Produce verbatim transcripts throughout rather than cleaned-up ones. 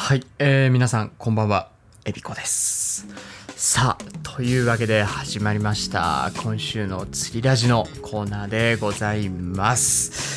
はい、えー、皆さんこんばんは、えびこです。さあ、というわけで始まりました今週の釣りラジのコーナーでございます。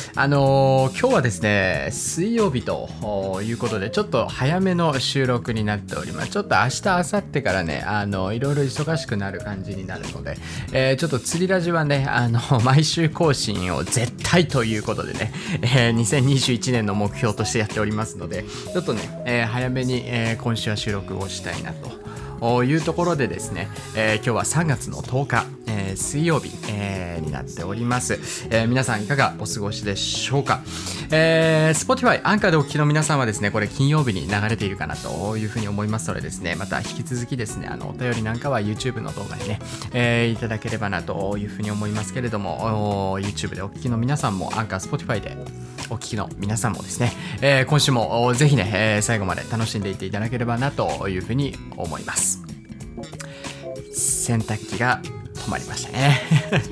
あのー、今日はですね、水曜日ということでちょっと早めの収録になっております。ちょっと明日明後日からね、あのいろいろ忙しくなる感じになるので、えー、ちょっと釣りラジはね、あの毎週更新を絶対ということでね、えー、にせんにじゅういちねんの目標としてやっておりますので、ちょっとね、えー、早めに、えー、今週は収録をしたいなというところでですね、えー、今日はさんがつのとおか、えー、水曜日、えー、になっております。えー、皆さんいかがお過ごしでしょうか。えー、Spotify、アンカーでお聞きの皆さんはですね、これ金曜日に流れているかなというふうに思いますのでですね、また引き続きですね、あのお便りなんかは YouTube の動画にね、えー、いただければなというふうに思いますけれども、YouTube でお聞きの皆さんも、アンカー、Spotify でお聞きの皆さんもですね、えー、今週もぜひね、えー、最後まで楽しんでいっていただければなというふうに思います。洗濯機が止まりましたね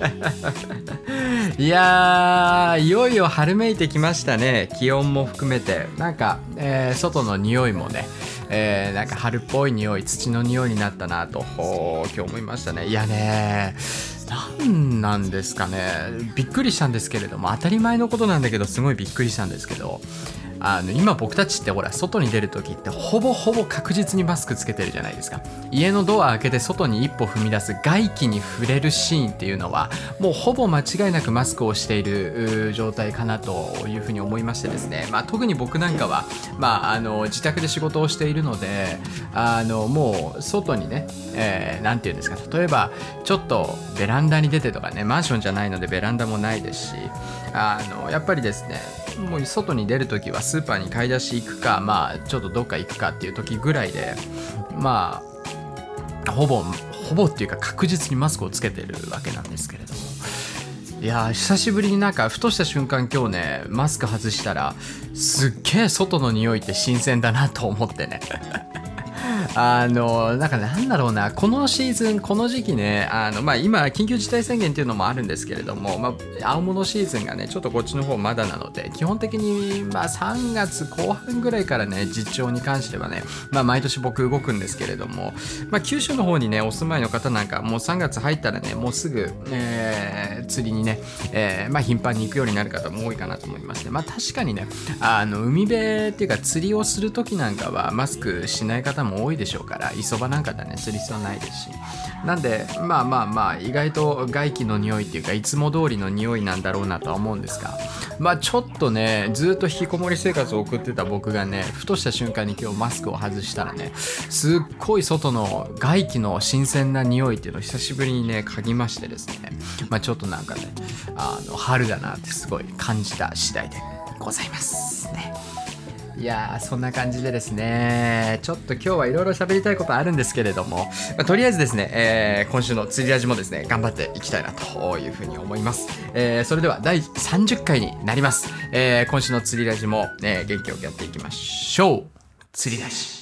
いやー、いよいよ春めいてきましたね。気温も含めてなんか、えー、外の匂いもね、えー、なんか春っぽい匂い、土の匂いになったなと今日思いましたね。いやねー、なんなんですかね、びっくりしたんですけれども、当たり前のことなんだけどすごいびっくりしたんですけど、あの今僕たちってほら外に出るときってほぼほぼ確実にマスクつけてるじゃないですか。家のドア開けて外に一歩踏み出す外気に触れるシーンっていうのはもうほぼ間違いなくマスクをしている状態かなというふうに思いましてですね、まあ、特に僕なんかは、まあ、あの自宅で仕事をしているので、あのもう外にね、えー、なんていうんですか、例えばちょっとベランダに出てとかね、マンションじゃないのでベランダもないですし、あのやっぱりですね、もう外に出るときはスーパーに買い出し行くか、まあちょっとどっか行くかっていう時ぐらいで、まあほぼほぼっていうか確実にマスクをつけてるわけなんですけれども、いや久しぶりになんかふとした瞬間、今日ねマスク外したらすっげえ外の匂いって新鮮だなと思ってねあのなんかなんだろうな、このシーズンこの時期ね、あのまあ今緊急事態宣言っていうのもあるんですけれども、まあ青物シーズンがねちょっとこっちの方まだなので、基本的にまあさんがつこう半ぐらいからね実調に関してはね、まあ毎年僕動くんですけれども、まあ九州の方にねお住まいの方なんかもうさんがつ入ったらねもうすぐ、えー、釣りにね、えー、まあ頻繁に行くようになる方も多いかなと思いますね。まあ確かにね、あの海辺っていうか釣りをする時なんかはマスクしない方も多いでしょうから、磯場なんかだねする必要ないですし、なんでまあまあまあ意外と外気の匂いっていうかいつも通りの匂いなんだろうなとは思うんですが、まあちょっとねずっと引きこもり生活を送ってた僕がねふとした瞬間に今日マスクを外したらね、すっごい外の外気の新鮮な匂いっていうのを久しぶりにね嗅ぎましてですね、まあちょっとなんかね、あの春だなってすごい感じた次第でございますね。いやー、そんな感じでですね、ちょっと今日はいろいろ喋りたいことあるんですけれども、まあ、とりあえずですね、えー、今週の釣りラジもですね頑張っていきたいなというふうに思います。えー、それではだいさんじゅっかいになります。えー、今週の釣りラジも、えー、元気よくやっていきましょう。釣りラジ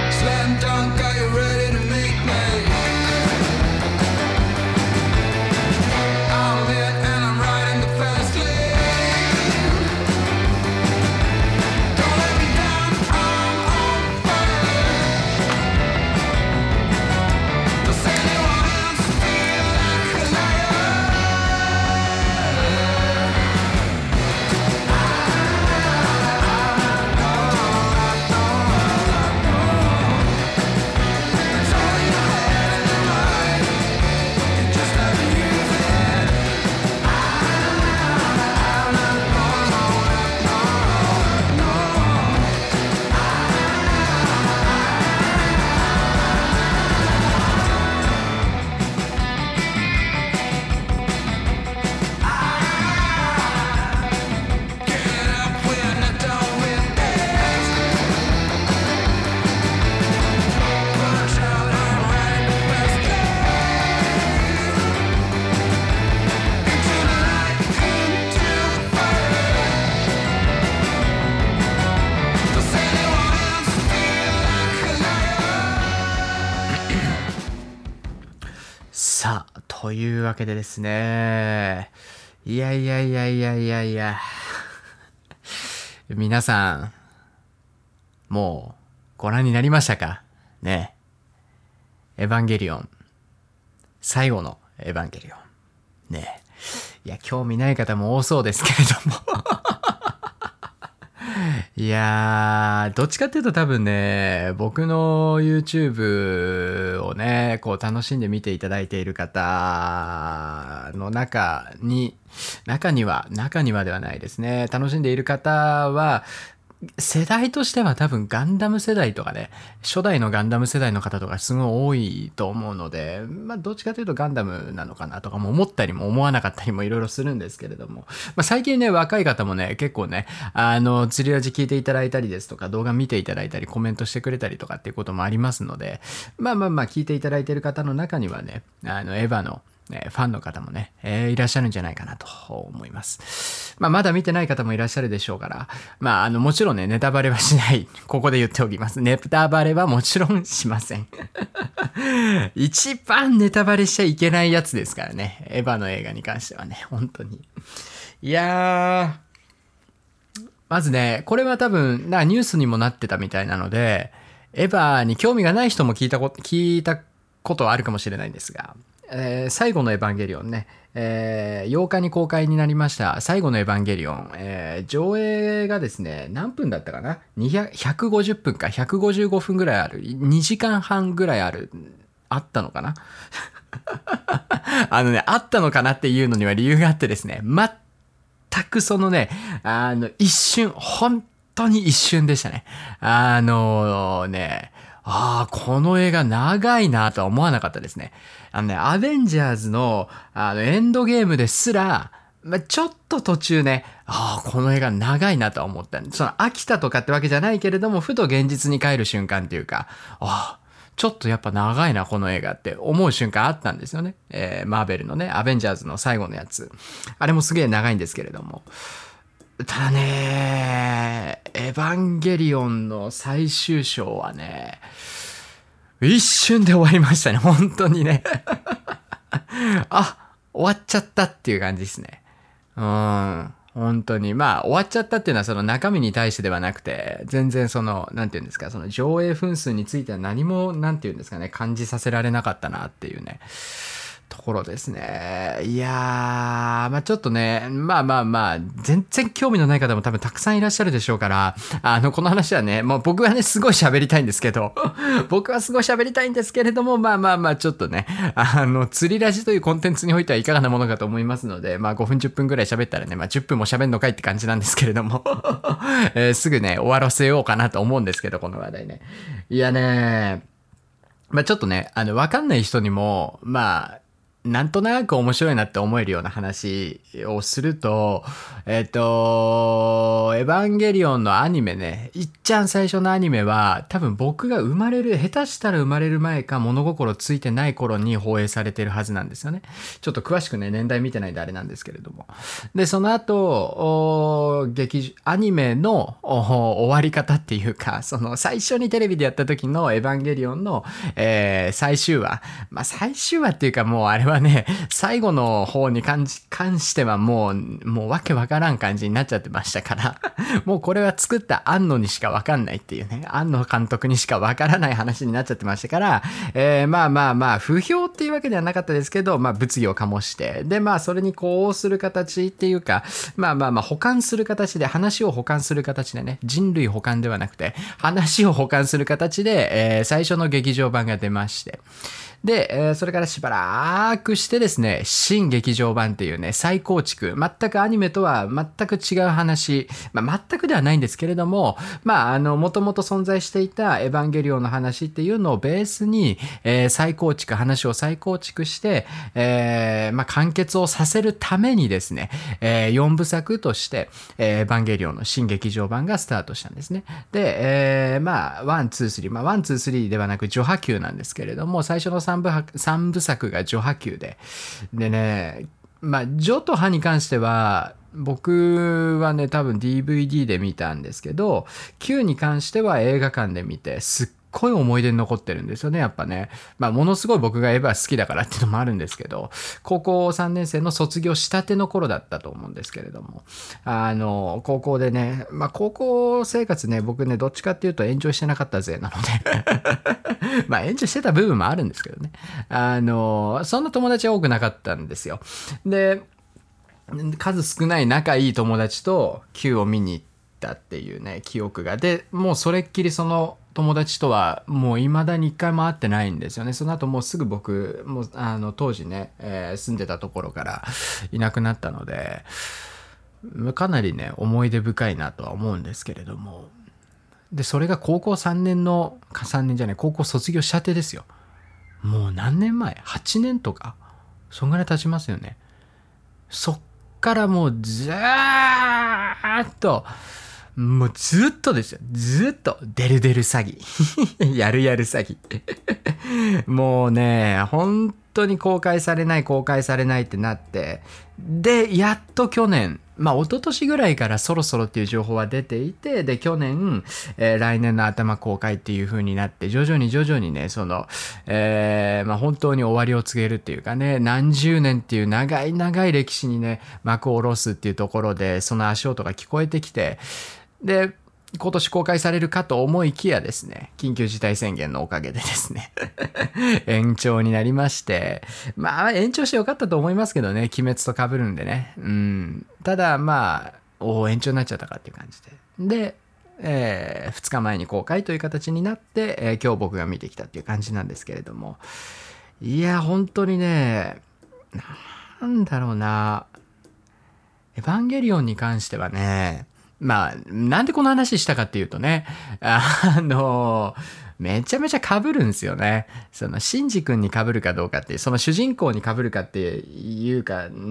さあ、というわけでですね、いやいやいやいやいやいや皆さんもうご覧になりましたかね。エヴァンゲリオン。最後のエヴァンゲリオン。ね。いや、興味ない方も多そうですけれども。いやー、どっちかっていうと多分ね、僕の YouTube をね、こう楽しんで見ていただいている方の中に、中には、中にはではないですね。楽しんでいる方は、世代としては多分ガンダム世代とかね、初代のガンダム世代の方とかすごい多いと思うので、まあどっちかというとガンダムなのかなとかも思ったりも思わなかったりもいろいろするんですけれども、まあ最近ね、若い方もね、結構ね、あの、釣りラジ聞いていただいたりですとか、動画見ていただいたり、コメントしてくれたりとかっていうこともありますので、まあまあまあ聞いていただいている方の中にはね、あの、エヴァのえー、ファンの方もね、えー、いらっしゃるんじゃないかなと思います。まあ、まだ見てない方もいらっしゃるでしょうから、まあ、あの、もちろんね、ネタバレはしない。ここで言っておきます。ネタバレはもちろんしません。一番ネタバレしちゃいけないやつですからね。エヴァの映画に関してはね、本当に。いやー、まずね、これは多分、なニュースにもなってたみたいなので、エヴァに興味がない人も聞いたこと、聞いたことはあるかもしれないんですが、えー、最後のエヴァンゲリオンね、えー、ようかに公開になりました最後のエヴァンゲリオン、えー、上映がですね何分だったかなにひゃく、ひゃくごじゅっぷんかひゃくごじゅうごふんぐらいあるにじかんはんぐらいあるあったのかなあのねあったのかなっていうのには理由があってですね、全くそのねあの一瞬本当に一瞬でしたね。あのねああ、この映画長いなとは思わなかったですね。あのね、アベンジャーズの、あの、エンドゲームですら、まあ、ちょっと途中ね、ああ、この映画長いなとは思った。その飽きたとかってわけじゃないけれども、ふと現実に帰る瞬間っていうか、ああ、ちょっとやっぱ長いな、この映画って思う瞬間あったんですよね。えー、マーベルのね、アベンジャーズの最後のやつ。あれもすげえ長いんですけれども。ただね、エヴァンゲリオンの最終章はね、一瞬で終わりましたね、本当にね。あ、終わっちゃったっていう感じですね。うん、本当に。まあ、終わっちゃったっていうのはその中身に対してではなくて、全然その、なんていうんですか、その上映分数については何も、なんていうんですかね、感じさせられなかったなっていうね。ところですね。いやー、まあちょっとね、まあまあまあ、全然興味のない方も多分たくさんいらっしゃるでしょうから、あの、この話はね、もう僕はね、すごい喋りたいんですけど、僕はすごい喋りたいんですけれども、まあまあまあ、ちょっとね、あの、釣りラジというコンテンツにおいてはいかがなものかと思いますので、まあごふんじゅっぷんぐらい喋ったらね、まあじゅっぷんも喋んのかいって感じなんですけれども、えー、すぐね、終わらせようかなと思うんですけど、この話題ね。いやね、まあちょっとね、あの、わかんない人にも、まあ、なんとなく面白いなって思えるような話をすると、えっと、エヴァンゲリオンのアニメね、いっちゃん最初のアニメは、多分僕が生まれる、下手したら生まれる前か物心ついてない頃に放映されてるはずなんですよね。ちょっと詳しくね、年代見てないんであれなんですけれども。で、その後、劇、アニメの終わり方っていうか、その最初にテレビでやった時のエヴァンゲリオンの、えー、最終話。まあ最終話っていうかもうあれはね、最後の方に関し、関してはもう、もうわけわからん感じになっちゃってましたから、もうこれは作った庵野にしかわかんないっていうね、庵野監督にしかわからない話になっちゃってましたから、えー、まあまあまあ、不評っていうわけではなかったですけど、まあ物議を醸して、でまあそれに呼応する形っていうか、まあまあまあ補完する形で、話を補完する形でね、人類補完ではなくて、話を補完する形で、えー、最初の劇場版が出まして、で、えー、それからしばらくしてですね、新劇場版っていうね、再構築、全くアニメとは全く違う話、まあ、全くではないんですけれども、まあ、あの、もともと存在していたエヴァンゲリオンの話っていうのをベースに、えー、再構築、話を再構築して、えー、まあ、完結をさせるためにですね、えー、よんぶさくとして、えー、エヴァンゲリオンの新劇場版がスタートしたんですね。で、えー、まあ、ワン、ツー、スリー、まあ、ワン、ツー、スリーではなく序波級なんですけれども、最初の三部三部作が序波級で、でね、まあ序と波に関しては僕はね多分 ディーブイディー で見たんですけど、級に関しては映画館で見てすっごい思い出に残ってるんですよね、やっぱね。まあ、ものすごい僕がエヴァ好きだからっていうのもあるんですけど、高校さんねん生の卒業したての頃だったと思うんですけれども、あの、高校でね、まあ、高校生活ね、僕ね、どっちかっていうとエンジョイしてなかったぜなので、まあ、エンジョイしてた部分もあるんですけどね。あの、そんな友達は多くなかったんですよ。で、数少ない仲いい友達と Q を見に行ったっていうね記憶がで、もうそれっきりその友達とはもう未だに一回も会ってないんですよね。その後もうすぐ僕もうあの当時ね、えー住んでたところからいなくなったので、かなりね思い出深いなとは思うんですけれども、でそれが高校さんねんのかさんねんじゃない高校卒業したてですよ。もう何年前 ?はち 年とかそんぐらい経ちますよね。そっからもうずーっともうずっとですよ、ずっとデルデル詐欺やるやる詐欺もうね本当に公開されない公開されないってなって、でやっと去年まあ一昨年ぐらいからそろそろっていう情報は出ていて、で去年、えー来年の頭公開っていう風になって、徐々に徐々にねその、えーまあ本当に終わりを告げるっていうかね、何十年っていう長い長い歴史にね幕を下ろすっていうところで、その足音が聞こえてきて、で今年公開されるかと思いきやですね、緊急事態宣言のおかげでですね延長になりまして、まあ延長してよかったと思いますけどね、鬼滅と被るんでね。うん。ただまあ、おお延長になっちゃったかっていう感じで。で、えーふつかまえに公開という形になって、えー今日僕が見てきたっていう感じなんですけれども、いや本当にね、なんだろうな、エヴァンゲリオンに関してはね、まあ、なんでこの話したかっていうとね、あの、めちゃめちゃ被るんですよね。その、シンジ君に被るかどうかっていう、その主人公に被るかっていうか、うん、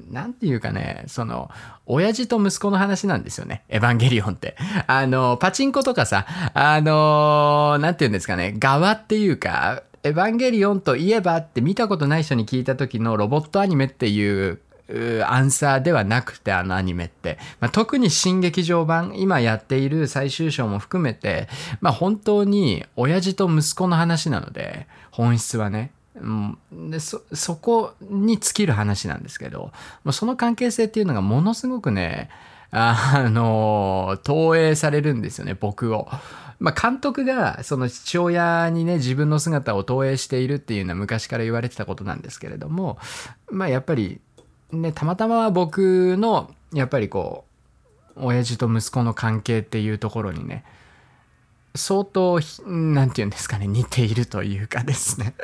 なんていうかね、その、親父と息子の話なんですよね、エヴァンゲリオンって。あの、パチンコとかさ、あの、なんていうんですかね、側っていうか、エヴァンゲリオンといえばって見たことない人に聞いた時のロボットアニメっていううアンサーではなくて、あのアニメって、まあ、特に新劇場版今やっている最終章も含めて、まあ、本当に親父と息子の話なので、本質はね、うん、で そ, そこに尽きる話なんですけど、まあ、その関係性っていうのがものすごくね、あの投影されるんですよね、僕を。まあ、監督がその父親にね自分の姿を投影しているっていうのは昔から言われてたことなんですけれども、まあやっぱりね、たまたま僕のやっぱりこう親父と息子の関係っていうところにね相当なんていうんですかね、似ているというかですね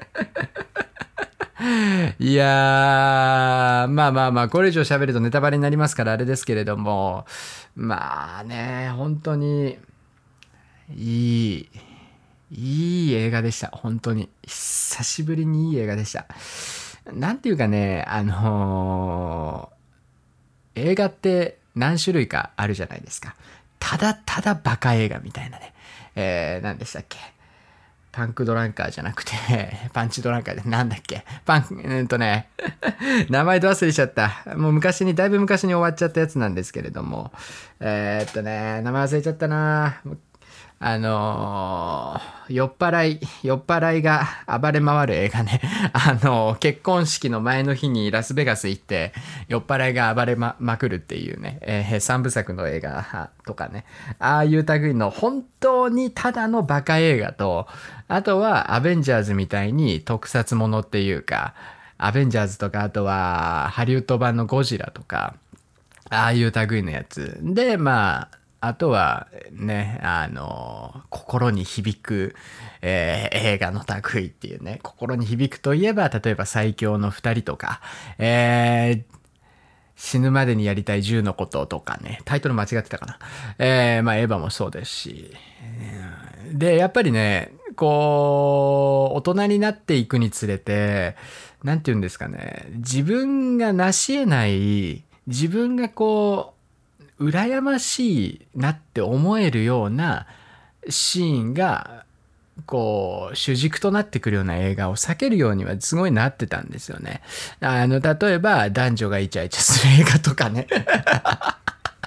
いやーまあまあまあこれ以上喋るとネタバレになりますからあれですけれども、まあね本当にいいいい映画でした。本当に久しぶりにいい映画でした。なんていうかね、あのー映画って何種類かあるじゃないですか。ただただバカ映画みたいなね。えー、何でしたっけ、パンクドランカーじゃなくてパンチドランカーでなんだっけ、パンうんとね名前ど忘れしちゃった。もう昔にだいぶ昔に終わっちゃったやつなんですけれども、えー、っとね名前忘れちゃったな。あのー酔っ払い酔っ払いが暴れ回る映画ねあのー結婚式の前の日にラスベガス行って酔っ払いが暴れ ま, まくるっていうね、えー、さんぶさくの映画とかね、ああいう類の本当にただのバカ映画と、あとはアベンジャーズみたいに特撮ものっていうか、アベンジャーズとかあとはハリウッド版のゴジラとか、ああいう類のやつで、まああとはね、あの心に響く、えー映画の類っていうね、心に響くといえば例えば最強の二人とか、えー死ぬまでにやりたいじゅうのこととかね、タイトル間違ってたかな、えーまあエヴァもそうですし、でやっぱりねこう大人になっていくにつれて、なんて言うんですかね、自分が成し得ない自分がこう羨ましいなって思えるようなシーンがこう主軸となってくるような映画を避けるようにはすごいなってたんですよね。あの例えば男女がイチャイチャする映画とかね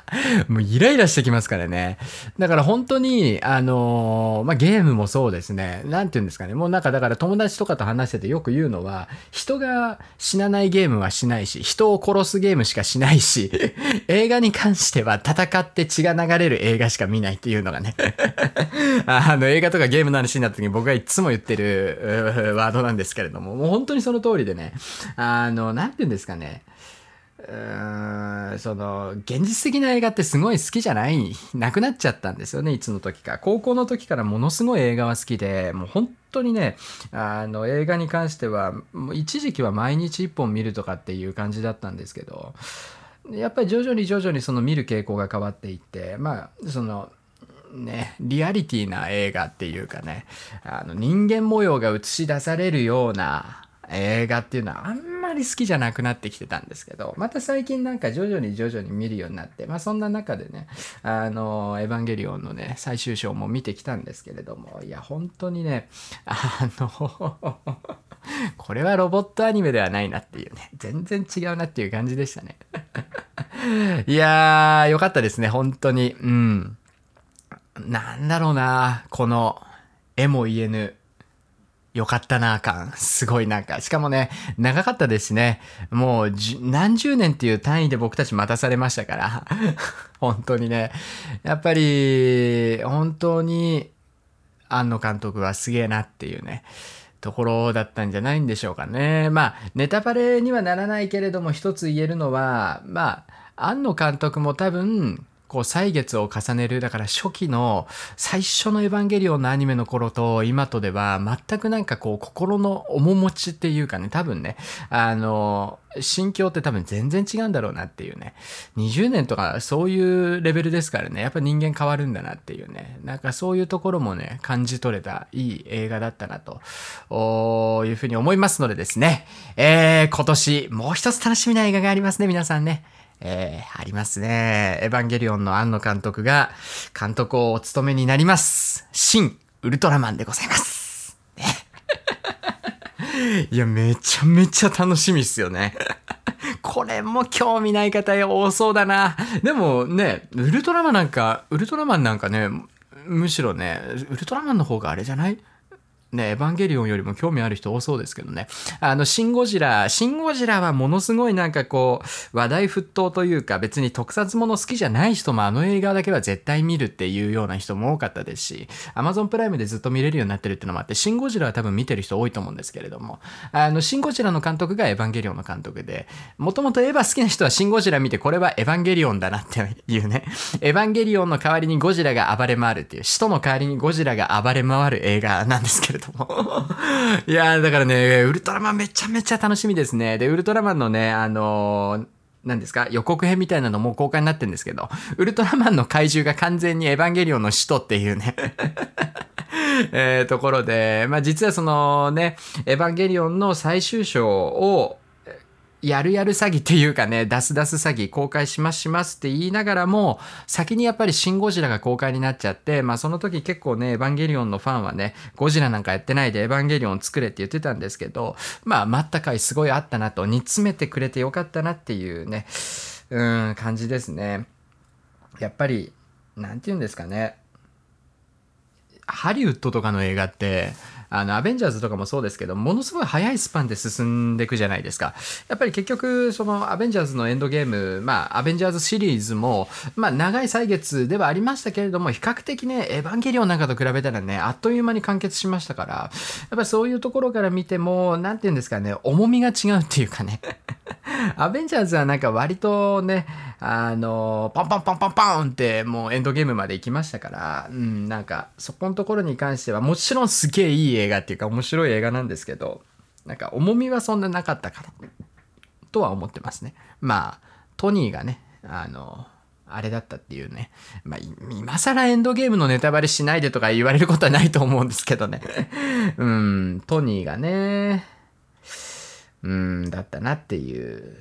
もうイライラしてきますからね。だから本当に、あのーまあ、ゲームもそうですね。なんて言うんですかね。もうなんかだから友達とかと話しててよく言うのは、人が死なないゲームはしないし、人を殺すゲームしかしないし、映画に関しては戦って血が流れる映画しか見ないっていうのがね。あの映画とかゲームの話になった時に僕がいつも言ってるワードなんですけれども、もう本当にその通りでね。あの、なんて言うんですかね。うーんその現実的な映画ってすごい好きじゃないなくなっちゃったんですよね。いつの時か高校の時からものすごい映画は好きで、もう本当にね、あの映画に関してはもう一時期は毎日一本見るとかっていう感じだったんですけど、やっぱり徐々に徐々にその見る傾向が変わっていって、まあそのね、リアリティな映画っていうかね、あの人間模様が映し出されるような映画っていうのはあんまり好きじゃなくなってきてたんですけど、また最近なんか徐々に徐々に見るようになって、まあそんな中でね、あのエヴァンゲリオンのね最終章も見てきたんですけれども、いや本当にね、あのこれはロボットアニメではないなっていうね、全然違うなっていう感じでしたね。いやーよかったですね、本当に。うん、なんだろうな、この絵も言えぬよかったな感、すごいなんか、しかもね長かったですね。もうじ何十年っていう単位で僕たち待たされましたから本当にね、やっぱり本当に庵野監督はすげえなっていうねところだったんじゃないんでしょうかね。まあネタバレにはならないけれども、一つ言えるのは、まあ庵野監督も多分こう歳月を重ねる、だから初期の最初のエヴァンゲリオンのアニメの頃と今とでは全くなんかこう心の面持ちっていうかね、多分ね、あの心境って多分全然違うんだろうなっていうね。にじゅうねんとかそういうレベルですからね、やっぱ人間変わるんだなっていうね、なんかそういうところもね感じ取れたいい映画だったなというふうに思いますのでですね、えー、今年もう一つ楽しみな映画がありますね、皆さんね。えー、ありますね。エヴァンゲリオンの庵野監督が監督をお務めになります。新ウルトラマンでございます。いや、めちゃめちゃ楽しみっすよね。これも興味ない方多そうだな。でもね、ウルトラマンなんか、ウルトラマンなんかね、むしろね、ウルトラマンの方があれじゃないね、エヴァンゲリオンよりも興味ある人多そうですけどね。あの、シン・ゴジラ、シン・ゴジラはものすごいなんかこう、話題沸騰というか、別に特撮もの好きじゃない人もあの映画だけは絶対見るっていうような人も多かったですし、Amazon プライムでずっと見れるようになってるっていうのもあって、シン・ゴジラは多分見てる人多いと思うんですけれども、あの、シン・ゴジラの監督がエヴァンゲリオンの監督で、もともとエヴァ好きな人はシン・ゴジラ見て、これはエヴァンゲリオンだなっていうね、エヴァンゲリオンの代わりにゴジラが暴れ回るっていう、使徒の代わりにゴジラが暴れ回る映画なんですけれども、いやーだからね、ウルトラマンめちゃめちゃ楽しみですね。で、ウルトラマンのね、あのー、何ですか、予告編みたいなのもう公開になってるんですけど、ウルトラマンの怪獣が完全にエヴァンゲリオンの使徒っていうねえー、ところで、まあ実はそのね、エヴァンゲリオンの最終章をやるやる詐欺っていうかね、出す出す詐欺公開しますしますって言いながらも、先にやっぱりシン・ゴジラが公開になっちゃって、まあその時結構ね、エヴァンゲリオンのファンはね、ゴジラなんかやってないでエヴァンゲリオン作れって言ってたんですけど、まあ待った回すごいあったなと、煮詰めてくれてよかったなっていうね、うん、感じですね。やっぱり、なんて言うんですかね、ハリウッドとかの映画って、あのアベンジャーズとかもそうですけど、ものすごい早いスパンで進んでいくじゃないですか。やっぱり結局そのアベンジャーズのエンドゲーム、まあアベンジャーズシリーズもまあ長い歳月ではありましたけれども、比較的ねエヴァンゲリオンなんかと比べたらねあっという間に完結しましたから、やっぱりそういうところから見てもなんていうんですかね、重みが違うっていうかねアベンジャーズはなんか割とね、あのパンパンパンパンパンってもうエンドゲームまで行きましたから、うん、なんかそこのところに関してはもちろんすげえいい映画っていうか面白い映画なんですけど、なんか重みはそんななかったかなとは思ってますね。まあトニーがね、あのあれだったっていうね、まあ今更エンドゲームのネタバレしないでとか言われることはないと思うんですけどねうん、トニーがね、うん、だったなっていう。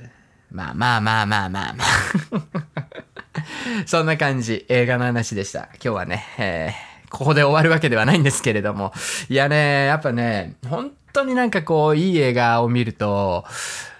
まあまあまあまあまあまあ。そんな感じ。映画の話でした。今日はね、えー、ここで終わるわけではないんですけれども。いやね、やっぱね、本当になんかこう、いい映画を見ると、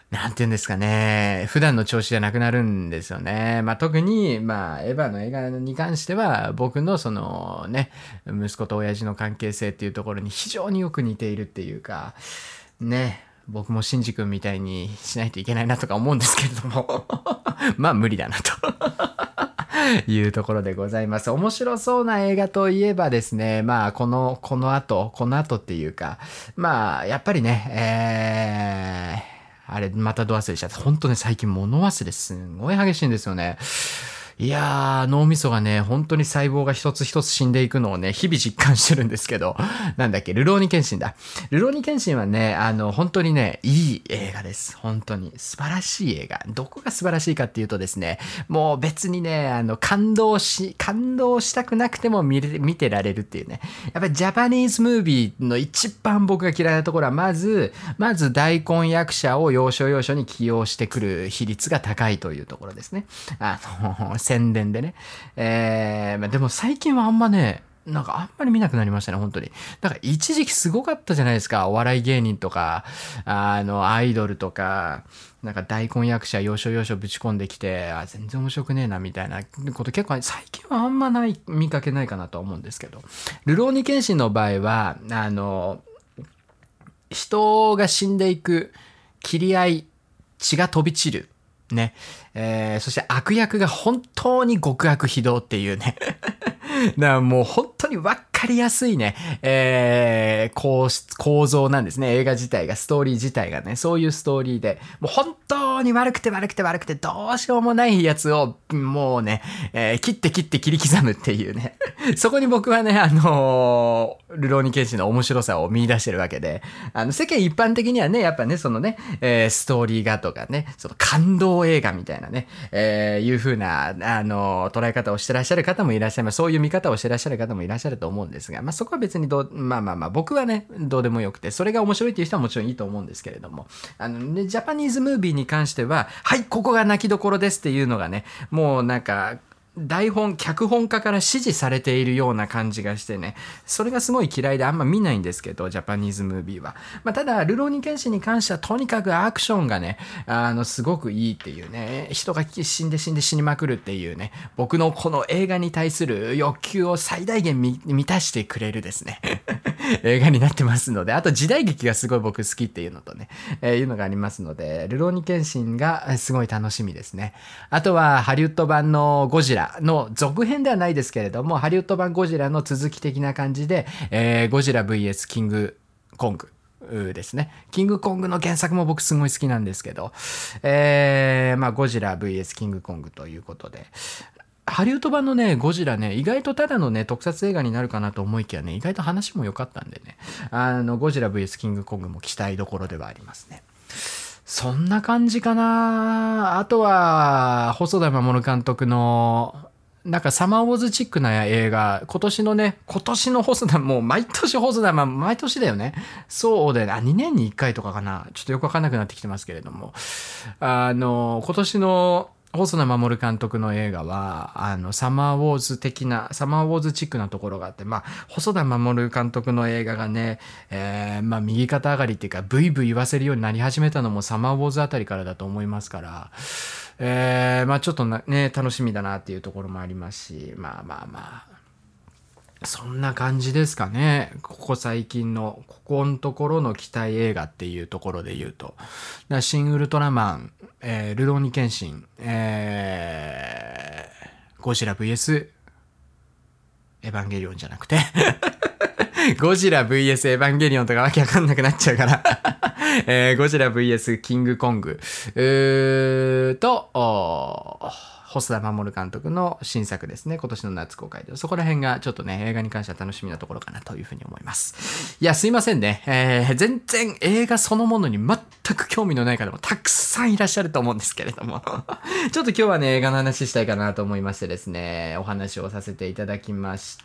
なんていうんですかね、普段の調子じゃなくなるんですよね。まあ、特に、まあ、エヴァの映画に関しては、僕のそのね、息子と親父の関係性っていうところに非常によく似ているっていうか、ね、僕もシンジ君みたいにしないといけないなとか思うんですけれども、まあ無理だなと。いうところでございます。面白そうな映画といえばですね、まあ、この、この後、この後っていうか、まあ、やっぱりね、えー、あれ、またド忘れしちゃった。本当ね、最近物忘れすんごい激しいんですよね。いやー、脳みそがね、本当に細胞が一つ一つ死んでいくのをね、日々実感してるんですけど、なんだっけ、ルローニケンシンだ。ルローニケンシンはね、あの、本当にね、いい映画です。本当に。素晴らしい映画。どこが素晴らしいかっていうとですね、もう別にね、あの、感動し、感動したくなくても見れ、見てられるっていうね。やっぱりジャパニーズムービーの一番僕が嫌いなところは、まず、まず大根役者を要所要所に起用してくる比率が高いというところですね。あの、宣伝でね。えー、まあ、でも最近はあんまね、なんかあんまり見なくなりましたね、本当に。なんか一時期すごかったじゃないですか。お笑い芸人とか、あの、アイドルとか、なんか大根役者要所要所ぶち込んできて、あ、全然面白くねえな、みたいなこと結構最近はあんまない、見かけないかなと思うんですけど。ルローニケンシンの場合は、あの、人が死んでいく、切り合い、血が飛び散る。ね。えー、そして悪役が本当に極悪非道っていうね。だからもう本当に分かりやすいね、えー、構構造なんですね。映画自体が、ストーリー自体がね、そういうストーリーで、もう本当に悪くて悪くて悪くてどうしようもないやつを、もうね、えー、切って切って切り刻むっていうね。そこに僕はね、あのー、ルローニケンシンの面白さを見出してるわけで、あの、世間一般的にはね、やっぱね、そのね、えー、ストーリーがとかね、その感動映画みたいなね、えー、いう風な、あのー、捉え方をしてらっしゃる方もいらっしゃいます。そういう見方をしてらっしゃる方もいらっしゃると思うんですが、まあそこは別にどう、まあまあまあ、僕はね、どうでもよくて、それが面白いっていう人はもちろんいいと思うんですけれども、あのね、ジャパニーズムービーに関しては、はい、ここが泣きどころですっていうのがね、もうなんか、台本、脚本家から指示されているような感じがしてね、それがすごい嫌いであんま見ないんですけど、ジャパニーズムービーは。まあ、ただ、ルローニケンシンに関してはとにかくアクションがね、あの、すごくいいっていうね、人が死んで死んで死にまくるっていうね、僕のこの映画に対する欲求を最大限満たしてくれるですね。映画になってますので、あと時代劇がすごい僕好きっていうのとね、えー、いうのがありますので、ルローニケンシンがすごい楽しみですね。あとはハリウッド版のゴジラの続編ではないですけれども、ハリウッド版ゴジラの続き的な感じで、えー、ゴジラ ブイエス キングコングですね。キングコングの原作も僕すごい好きなんですけど、えー、まあゴジラ ブイエス キングコングということで、ハリウッド版のね、ゴジラね、意外とただのね、特撮映画になるかなと思いきやね、意外と話も良かったんでね、あの、ゴジラ ブイエス キングコングも期待どころではありますね。そんな感じかな。あとは、細田守監督の、なんかサマーウォーズチックな映画、今年のね、今年の細田、もう毎年細田、まあ毎年だよね。そうだよね。あ、にねんにいっかいとかかな。ちょっとよくわかんなくなってきてますけれども。あの、今年の、細田守監督の映画はあのサマーウォーズ的なサマーウォーズチックなところがあって、まあ細田守監督の映画がね、えー、まあ右肩上がりっていうかブイブイ言わせるようになり始めたのもサマーウォーズあたりからだと思いますから、えー、まあちょっとね楽しみだなっていうところもありますし、まあまあまあそんな感じですかね。ここ最近の、ここのところの期待映画っていうところで言うと。だシン・ウルトラマン、えー、ルローニケンシン、えー、ゴジラ ブイエス エヴァンゲリオンじゃなくてゴジラ ブイエス エヴァンゲリオンとかわけわかんなくなっちゃうからえー、ゴジラ ブイエス キングコング、えー、と、細田守監督の新作ですね。今年の夏公開で。そこら辺がちょっとね、映画に関しては楽しみなところかなというふうに思います。いや、すいませんね。えー、全然映画そのものに全く興味のない方もたくさんいらっしゃると思うんですけれども。ちょっと今日はね、映画の話したいかなと思いましてですね、お話をさせていただきました。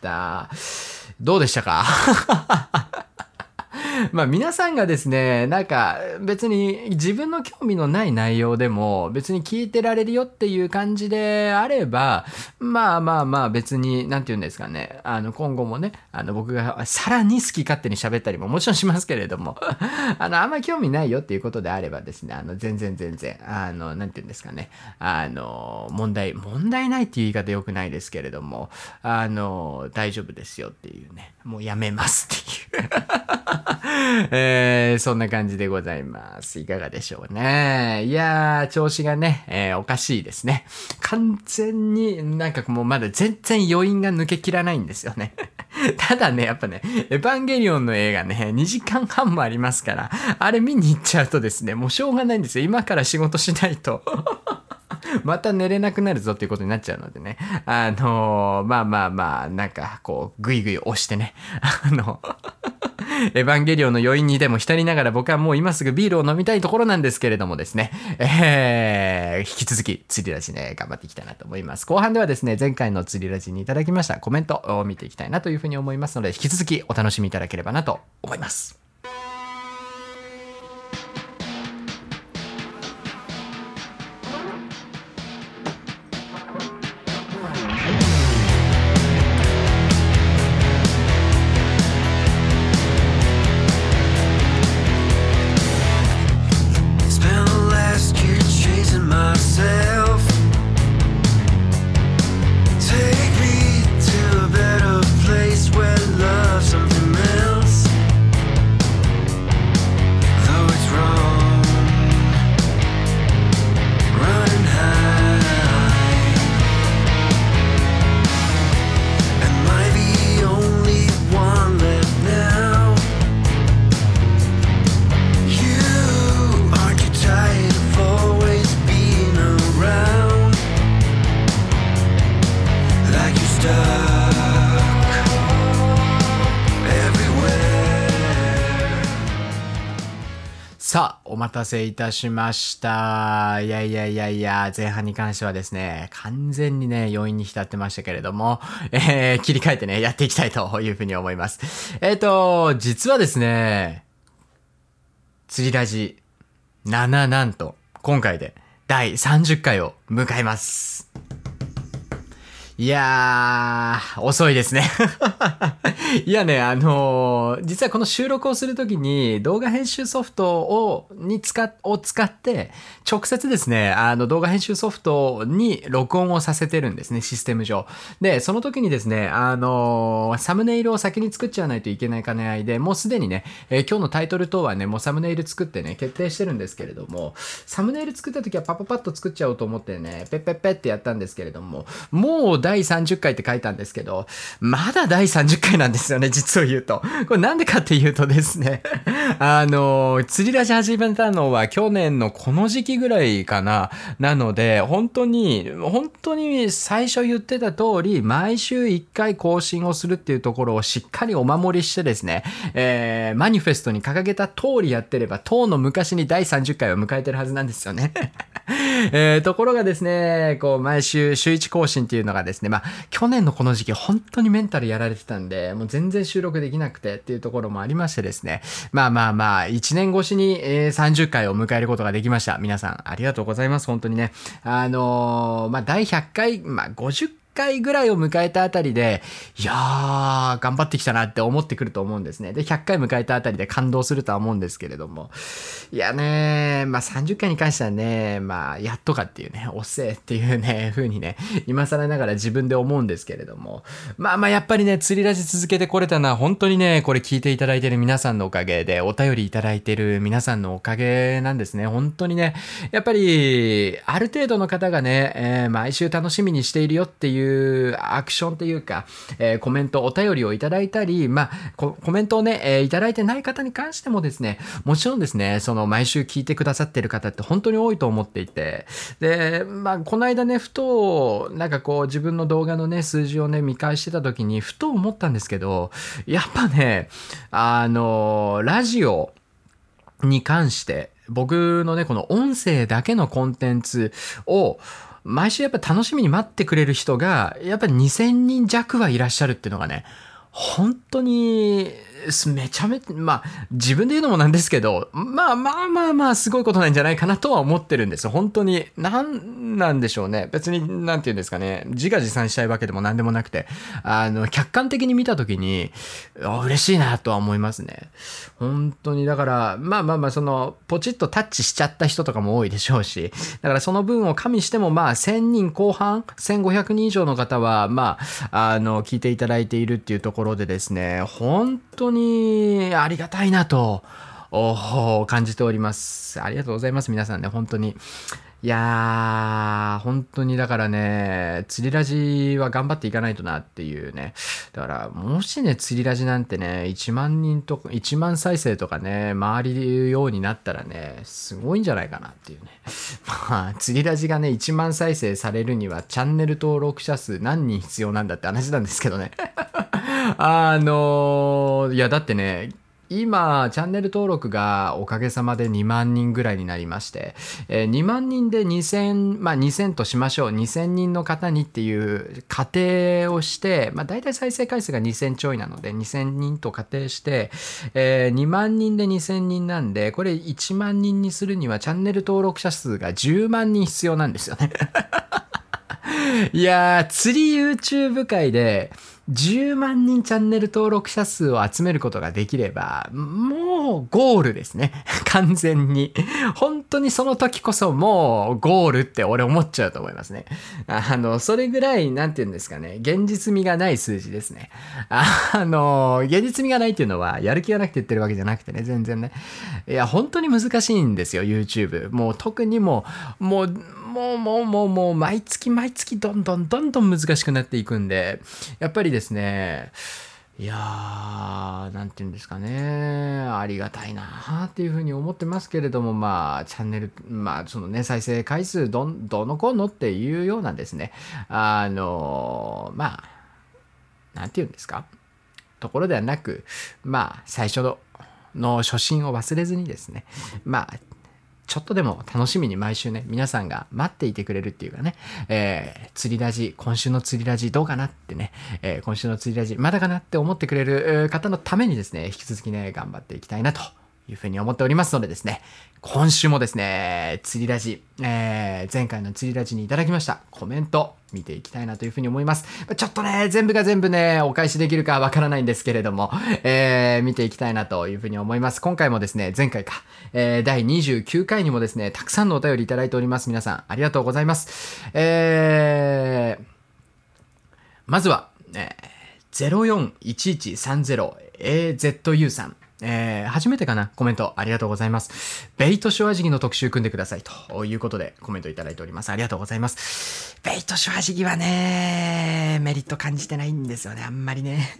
どうでしたかまあ皆さんがですね、なんか別に自分の興味のない内容でも別に聞いてられるよっていう感じであれば、まあまあまあ別に、なんて言うんですかね、あの今後もね、 あの僕がさらに好き勝手に喋ったりももちろんしますけれどもあのあんまり興味ないよっていうことであればですね、あの全然全然あのなんて言うんですかね、あの問題問題ないっていう言い方良くないですけれども、あの大丈夫ですよっていうね、もうやめますっていうえー、そんな感じでございます。いかがでしょうね。いやー、調子がね、えー、おかしいですね。完全になんかもうまだ全然余韻が抜けきらないんですよね。ただね、やっぱね、エヴァンゲリオンの映画ね、にじかんはんもありますから、あれ見に行っちゃうとですね、もうしょうがないんですよ。今から仕事しないと。また寝れなくなるぞっていうことになっちゃうのでね。あのー、まあまあまあ、なんかこう、ぐいぐい押してね。あの、エヴァンゲリオンの余韻にでも浸りながら僕はもう今すぐビールを飲みたいところなんですけれどもですね、えー、引き続き釣りラジね頑張っていきたいなと思います。後半ではですね、前回の釣りラジにいただきましたコメントを見ていきたいなというふうに思いますので、引き続きお楽しみいただければなと思います。さあ、お待たせいたしました。いやいやいやいや、前半に関してはですね、完全にね、余韻に浸ってましたけれども、えー、切り替えてね、やっていきたいというふうに思います。えっと、実はですね、釣りラジなななんと、今回でだいさんじゅっかいを迎えます。いやー、遅いですね。いやね、あのー、実はこの収録をするときに動画編集ソフトを、に使っ、を使って、直接ですね、あの動画編集ソフトに録音をさせてるんですね、システム上。で、その時にですね、あのー、サムネイルを先に作っちゃわないといけない兼ね合いで、もうすでにね、えー、今日のタイトル等はね、もうサムネイル作ってね、決定してるんですけれども、サムネイル作った時はパパパッと作っちゃおうと思ってね、ペッペッペッってやったんですけれども、もうだいさんじゅっかいって書いたんですけど、まだだいさんじゅっかいなんですよね、実を言うと。これなんでかっていうとですね、あの、釣りラジ始めたのは去年のこの時期ぐらいかな。なので、本当に、本当に最初言ってた通り、毎週いっかい更新をするっていうところをしっかりお守りしてですね、えー、マニフェストに掲げた通りやってれば、当の昔にだいさんじゅっかいを迎えてるはずなんですよね。えー、ところがですね、こう、毎週週いち更新っていうのがですね、まあ、去年のこの時期本当にメンタルやられてたんで、もう全然収録できなくてっていうところもありましてですね、まあまあまあ、いちねん越しにさんじゅっかいを迎えることができました。皆さんありがとうございます。本当にね。あのー、まあ、だいひゃっかい、まあ、ごじゅっかいぐらいを迎えたあたりで、いやー、頑張ってきたなって思ってくると思うんですね。で、ひゃっかい迎えたあたりで感動するとは思うんですけれども。いやねー、まあさんじゅっかいに関してはね、まあ、やっとかっていうね、おっせーっていうね、風にね、今更ながら自分で思うんですけれども。まあまあ、やっぱりね、釣りラジ続けてこれたのは、本当にね、これ聞いていただいてる皆さんのおかげで、お便りいただいてる皆さんのおかげなんですね。本当にね、やっぱり、ある程度の方がね、えー、毎週楽しみにしているよっていういうアクションというか、えー、コメントお便りをいただいたり、まあ、コ, コメントをね、えー、いただいてない方に関してもですね、もちろんですね、その毎週聞いてくださってる方って本当に多いと思っていて、で、まあ、この間ね、ふとなんかこう自分の動画のね数字をね見返してた時にふと思ったんですけど、やっぱね、あのラジオに関して僕のねこの音声だけのコンテンツを毎週やっぱ楽しみに待ってくれる人がやっぱりにせんにん弱はいらっしゃるっていうのがね、本当にめちゃめちゃ、まあ、自分で言うのもなんですけど、まあまあまあまあ、すごいことなんじゃないかなとは思ってるんです。本当に。なんなんでしょうね。別に、なんて言うんですかね。自画自賛したいわけでもなんでもなくて、あの、客観的に見たときに、嬉しいなとは思いますね。本当に、だから、まあまあまあ、その、ポチッとタッチしちゃった人とかも多いでしょうし、だからその分を加味しても、まあ、せんにん後半、せんごひゃくにん以上の方は、まあ、あの、聞いていただいているっていうところでですね、本当に、本当にありがたいなと感じております。ありがとうございます皆さんね、本当に。いやー本当にだからね、釣りラジは頑張っていかないとなっていうね。だからもしね、釣りラジなんてね、いちまんにんとかいちまん再生とかね回るようになったらね、すごいんじゃないかなっていうね。まあ釣りラジがねいちまん再生されるにはチャンネル登録者数何人必要なんだって話なんですけどね。あのー、いやだってね、今チャンネル登録がおかげさまでにまんにんぐらいになりまして、えー、にまんにんでにせん、まあにせんとしましょう、にせんにんの方にっていう仮定をして、まあ大体再生回数がにせんちょいなのでにせんにんと仮定して、えー、にまんにんでにせんにんなんで、これいちまんにんにするにはチャンネル登録者数がじゅうまんにん必要なんですよね。いやー、釣り YouTube 界でじゅうまんにんチャンネル登録者数を集めることができれば、もうゴールですね。完全に。本当にその時こそもうゴールって俺思っちゃうと思いますね。あの、それぐらい、なんて言うんですかね、現実味がない数字ですね。あの、現実味がないっていうのは、やる気がなくて言ってるわけじゃなくてね、全然ね。いや、本当に難しいんですよ、YouTube。もう特にもう、もう、もうもうもうもう毎月毎月どんどんどんどん難しくなっていくんで、やっぱりですね、いやー、なんて言うんですかね、ありがたいなーっていうふうに思ってますけれども、まあ、チャンネル、まあ、そのね、再生回数どん、どのこうのっていうようなですね、あの、まあ、なんて言うんですか、ところではなく、まあ、最初の、の初心を忘れずにですね、まあ、ちょっとでも楽しみに毎週ね、皆さんが待っていてくれるっていうかね、えー、釣りラジ、今週の釣りラジどうかなってね、えー、今週の釣りラジまだかなって思ってくれる方のためにですね、引き続きね、頑張っていきたいなというふうに思っておりますのでですね、今週もですね、釣りラジ、えー、前回の釣りラジにいただきましたコメント、見ていきたいなというふうに思います。ちょっとね、全部が全部ね、お返しできるかわからないんですけれども、えー、見ていきたいなというふうに思います。今回もですね、前回か、えー、だいにじゅうきゅうかいにもですね、たくさんのお便りいただいております。皆さん、ありがとうございます。えー、まずは、えー、ゼロよんいちいちさんゼロエーゼットユー さん。えー、初めてかなコメントありがとうございます。ベイトショアジギの特集組んでくださいということでコメントいただいております。ありがとうございます。ベイトショアジギはね、メリット感じてないんですよね、あんまりね。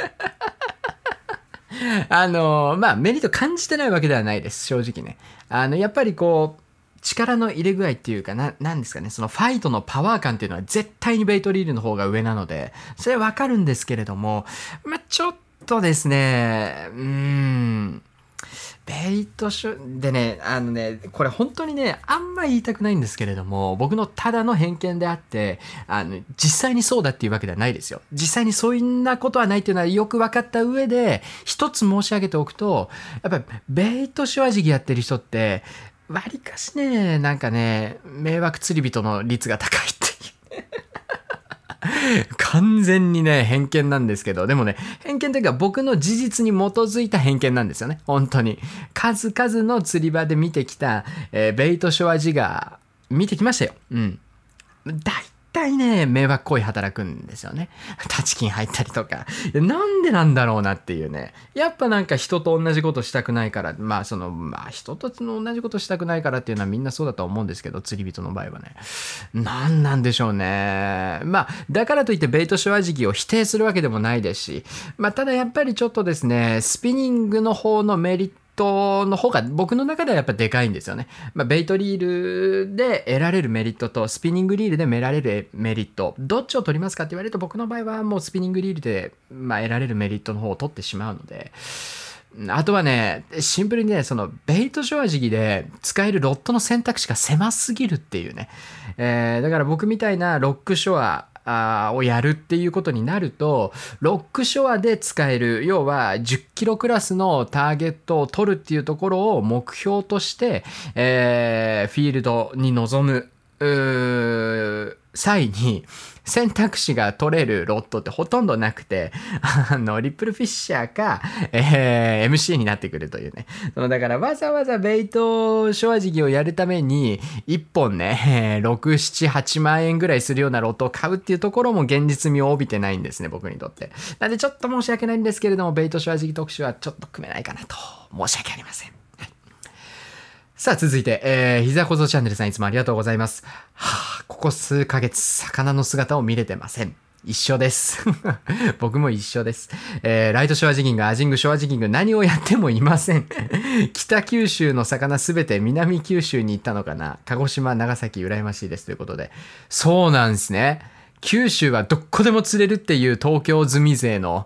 あの、まあメリット感じてないわけではないです、正直ね。あの、やっぱりこう、力の入れ具合っていうかな、なんですかね、そのファイトのパワー感っていうのは絶対にベイトリールの方が上なので、それはわかるんですけれども、まあちょっと、とですね、うーん、ベイトショでね、あのね、これ本当にね、あんま言いたくないんですけれども、僕のただの偏見であって、あの、実際にそうだっていうわけではないですよ。実際にそんなことはないっていうのはよく分かった上で、一つ申し上げておくと、やっぱりベイトショアジギやってる人って、わりかしね、なんかね、迷惑釣り人の率が高いっていう。完全にね、偏見なんですけど、でもね、偏見というか僕の事実に基づいた偏見なんですよね。本当に。数々の釣り場で見てきた、えー、ベイトショアジガー、見てきましたよ。うん。大体ね、迷惑行為働くんですよね。タチキン入ったりとか。なんでなんだろうなっていうね。やっぱなんか人と同じことしたくないから、まあその、まあ人と同じことしたくないからっていうのはみんなそうだと思うんですけど、釣り人の場合はね。なんなんでしょうね。まあ、だからといってベイトショアジギを否定するわけでもないですし、まあただやっぱりちょっとですね、スピニングの方のメリット、の方が僕の中ではやっぱでかいんですよね。まあ、ベイトリールで得られるメリットとスピニングリールで得られるメリット、どっちを取りますかって言われると僕の場合はもうスピニングリールで、まあ、得られるメリットの方を取ってしまうので、あとはね、シンプルにね、そのベイトショアジギで使えるロットの選択肢が狭すぎるっていうね。えー、だから僕みたいなロックショア、 あをやるっていうことになると、ロックショアで使える、要はじゅっキロクラスのターゲットを取るっていうところを目標として、えー、フィールドに臨むうー際に選択肢が取れるロットってほとんどなくて、あのリップルフィッシャーか、えー、エムシー になってくるというね。そのだからわざわざベイトショアジギをやるためにいっぽんね、ろく、なな、はちまん円ぐらいするようなロットを買うっていうところも現実味を帯びてないんですね、僕にとって。なんでちょっと申し訳ないんですけれども、ベイトショアジギ特集はちょっと組めないかなと申し訳ありません。さあ続いて、えー、膝小僧チャンネルさんいつもありがとうございます。はあ、ここ数ヶ月魚の姿を見れてません。一緒です。僕も一緒です。えー、ライトショアジギング、アジング、ショアジギング、何をやってもいません。北九州の魚すべて南九州に行ったのかな。鹿児島、長崎、羨ましいですということで。そうなんですね。九州はどこでも釣れるっていう東京済み勢の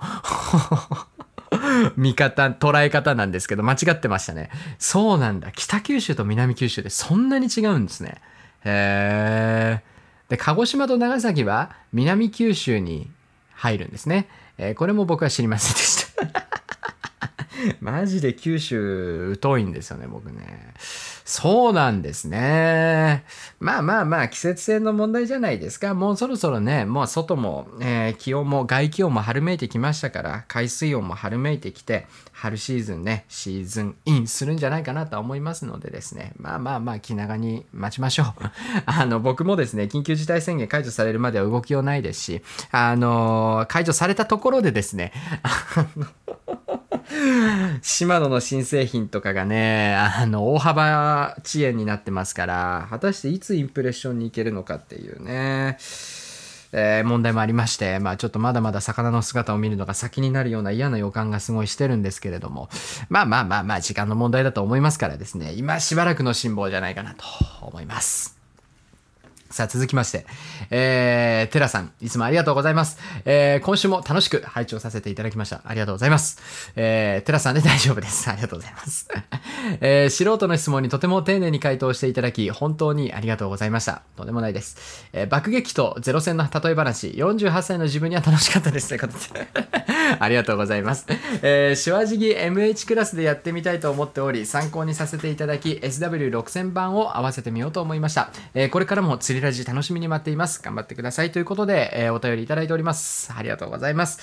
見方、捉え方なんですけど、間違ってましたね。そうなんだ。北九州と南九州でそんなに違うんですね。へー。で、鹿児島と長崎は南九州に入るんですね。えー、これも僕は知りませんでした。マジで九州遠いんですよね、僕ね。そうなんですね。まあまあまあ、季節性の問題じゃないですか。もうそろそろね、もう外も、えー、気温も、外気温も春めいてきましたから、海水温も春めいてきて、春シーズンね、シーズンインするんじゃないかなと思いますのでですね、まあまあまあ、気長に待ちましょう。あの、僕もですね、緊急事態宣言解除されるまでは動きようないですし、あの、解除されたところでですね、あのシマノの新製品とかがね、あの、大幅遅延になってますから、果たしていつインプレッションに行けるのかっていうね、えー、問題もありまして、まあちょっとまだまだ魚の姿を見るのが先になるような嫌な予感がすごいしてるんですけれども、まあまあまあまあ時間の問題だと思いますからですね、今しばらくの辛抱じゃないかなと思います。さあ続きまして、えー、テラさん、いつもありがとうございます。えー、今週も楽しく拝聴させていただきました。ありがとうございます。えー、テラさんで大丈夫です。ありがとうございます。えー、素人の質問にとても丁寧に回答していただき、本当にありがとうございました。とんでもないです。えー、爆撃とゼロ戦の例え話、よんじゅうはっさいの自分には楽しかったです。ということでありがとうございます。えー、シュワジギ エムエイチ クラスでやってみたいと思っており、参考にさせていただき、エスダブリューろくせん 番を合わせてみようと思いました。えー、これからも釣りラジ楽しみに待っています。頑張ってくださいということで、えー、お便りいただいております。ありがとうございます。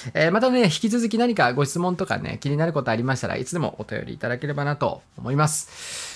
えー、またね、引き続き何かご質問とかね、気になることありましたらいつでもお便りいただければなと思います。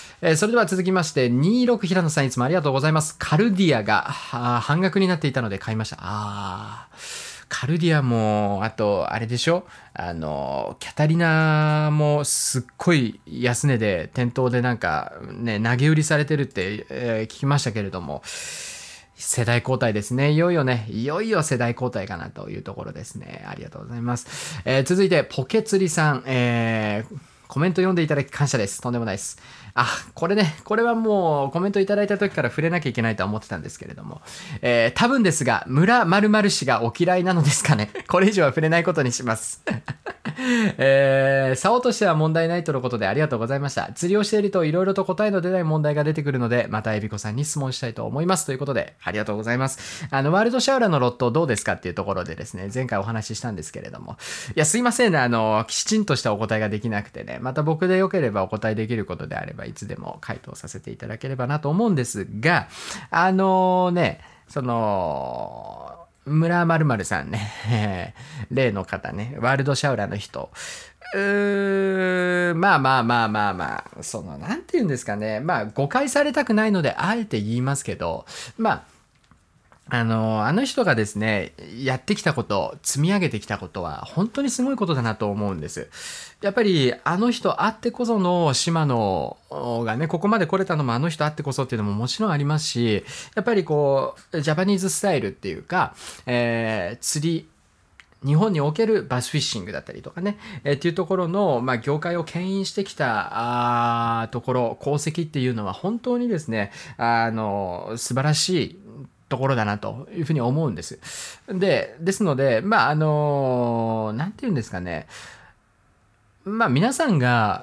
えー、それでは続きまして、にじゅうろく平野さんいつもありがとうございます。カルディアが半額になっていたので買いました。あー。カルディアも、あと、あれでしょあの、キャタリナもすっごい安値で店頭でなんかね、投げ売りされてるって、えー、聞きましたけれども、世代交代ですね。いよいよね、いよいよ世代交代かなというところですね。ありがとうございます。えー、続いて、ポケツリさん、えー、コメント読んでいただき感謝です。とんでもないです。あ、これね、これはもうコメントいただいた時から触れなきゃいけないとは思ってたんですけれども、えー、多分ですが、村〇〇氏がお嫌いなのですかね。これ以上は触れないことにします。えー、竿としては問題ないとのことでありがとうございました。釣りをしていると色々と答えの出ない問題が出てくるので、またエビコさんに質問したいと思います。ということで、ありがとうございます。あの、ワールドシャウラのロットどうですかっていうところでですね、前回お話ししたんですけれども、いや、すいませんね、あの、きちんとしたお答えができなくてね、また僕でよければお答えできることであれば、いつでも回答させていただければなと思うんですが、あのね、その、村〇〇さんね、例の方ね、ワールドシャウラの人、うーまあまあまあまあまあ、その、なんて言うんですかね、まあ誤解されたくないので、あえて言いますけど、まあ、あの、あの人がですね、やってきたこと、積み上げてきたことは、本当にすごいことだなと思うんです。やっぱり、あの人あってこその島野がね、ここまで来れたのもあの人あってこそっていうのももちろんありますし、やっぱりこう、ジャパニーズスタイルっていうか、えー、釣り、日本におけるバスフィッシングだったりとかね、えー、っていうところの、まあ、業界を牽引してきたあところ、功績っていうのは本当にですね、あの、素晴らしいところだなというふうに思うんです。で、ですので、まあ、あの、なんていうんですかね、まあ、皆さんが、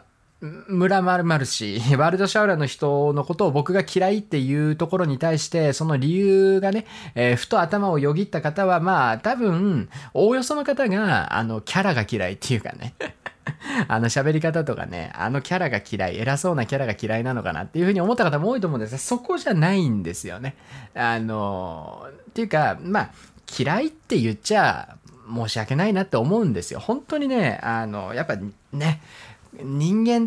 村丸々し、ワールドシャウラの人のことを僕が嫌いっていうところに対して、その理由がね、えー、ふと頭をよぎった方は、まあ、多分、おおよその方が、あの、キャラが嫌いっていうかね、あの喋り方とかね、あのキャラが嫌い、偉そうなキャラが嫌いなのかなっていうふうに思った方も多いと思うんですが、そこじゃないんですよね。あの、っていうか、まあ、嫌いって言っちゃ申し訳ないなって思うんですよ。本当にね、あの、やっぱね、人間って、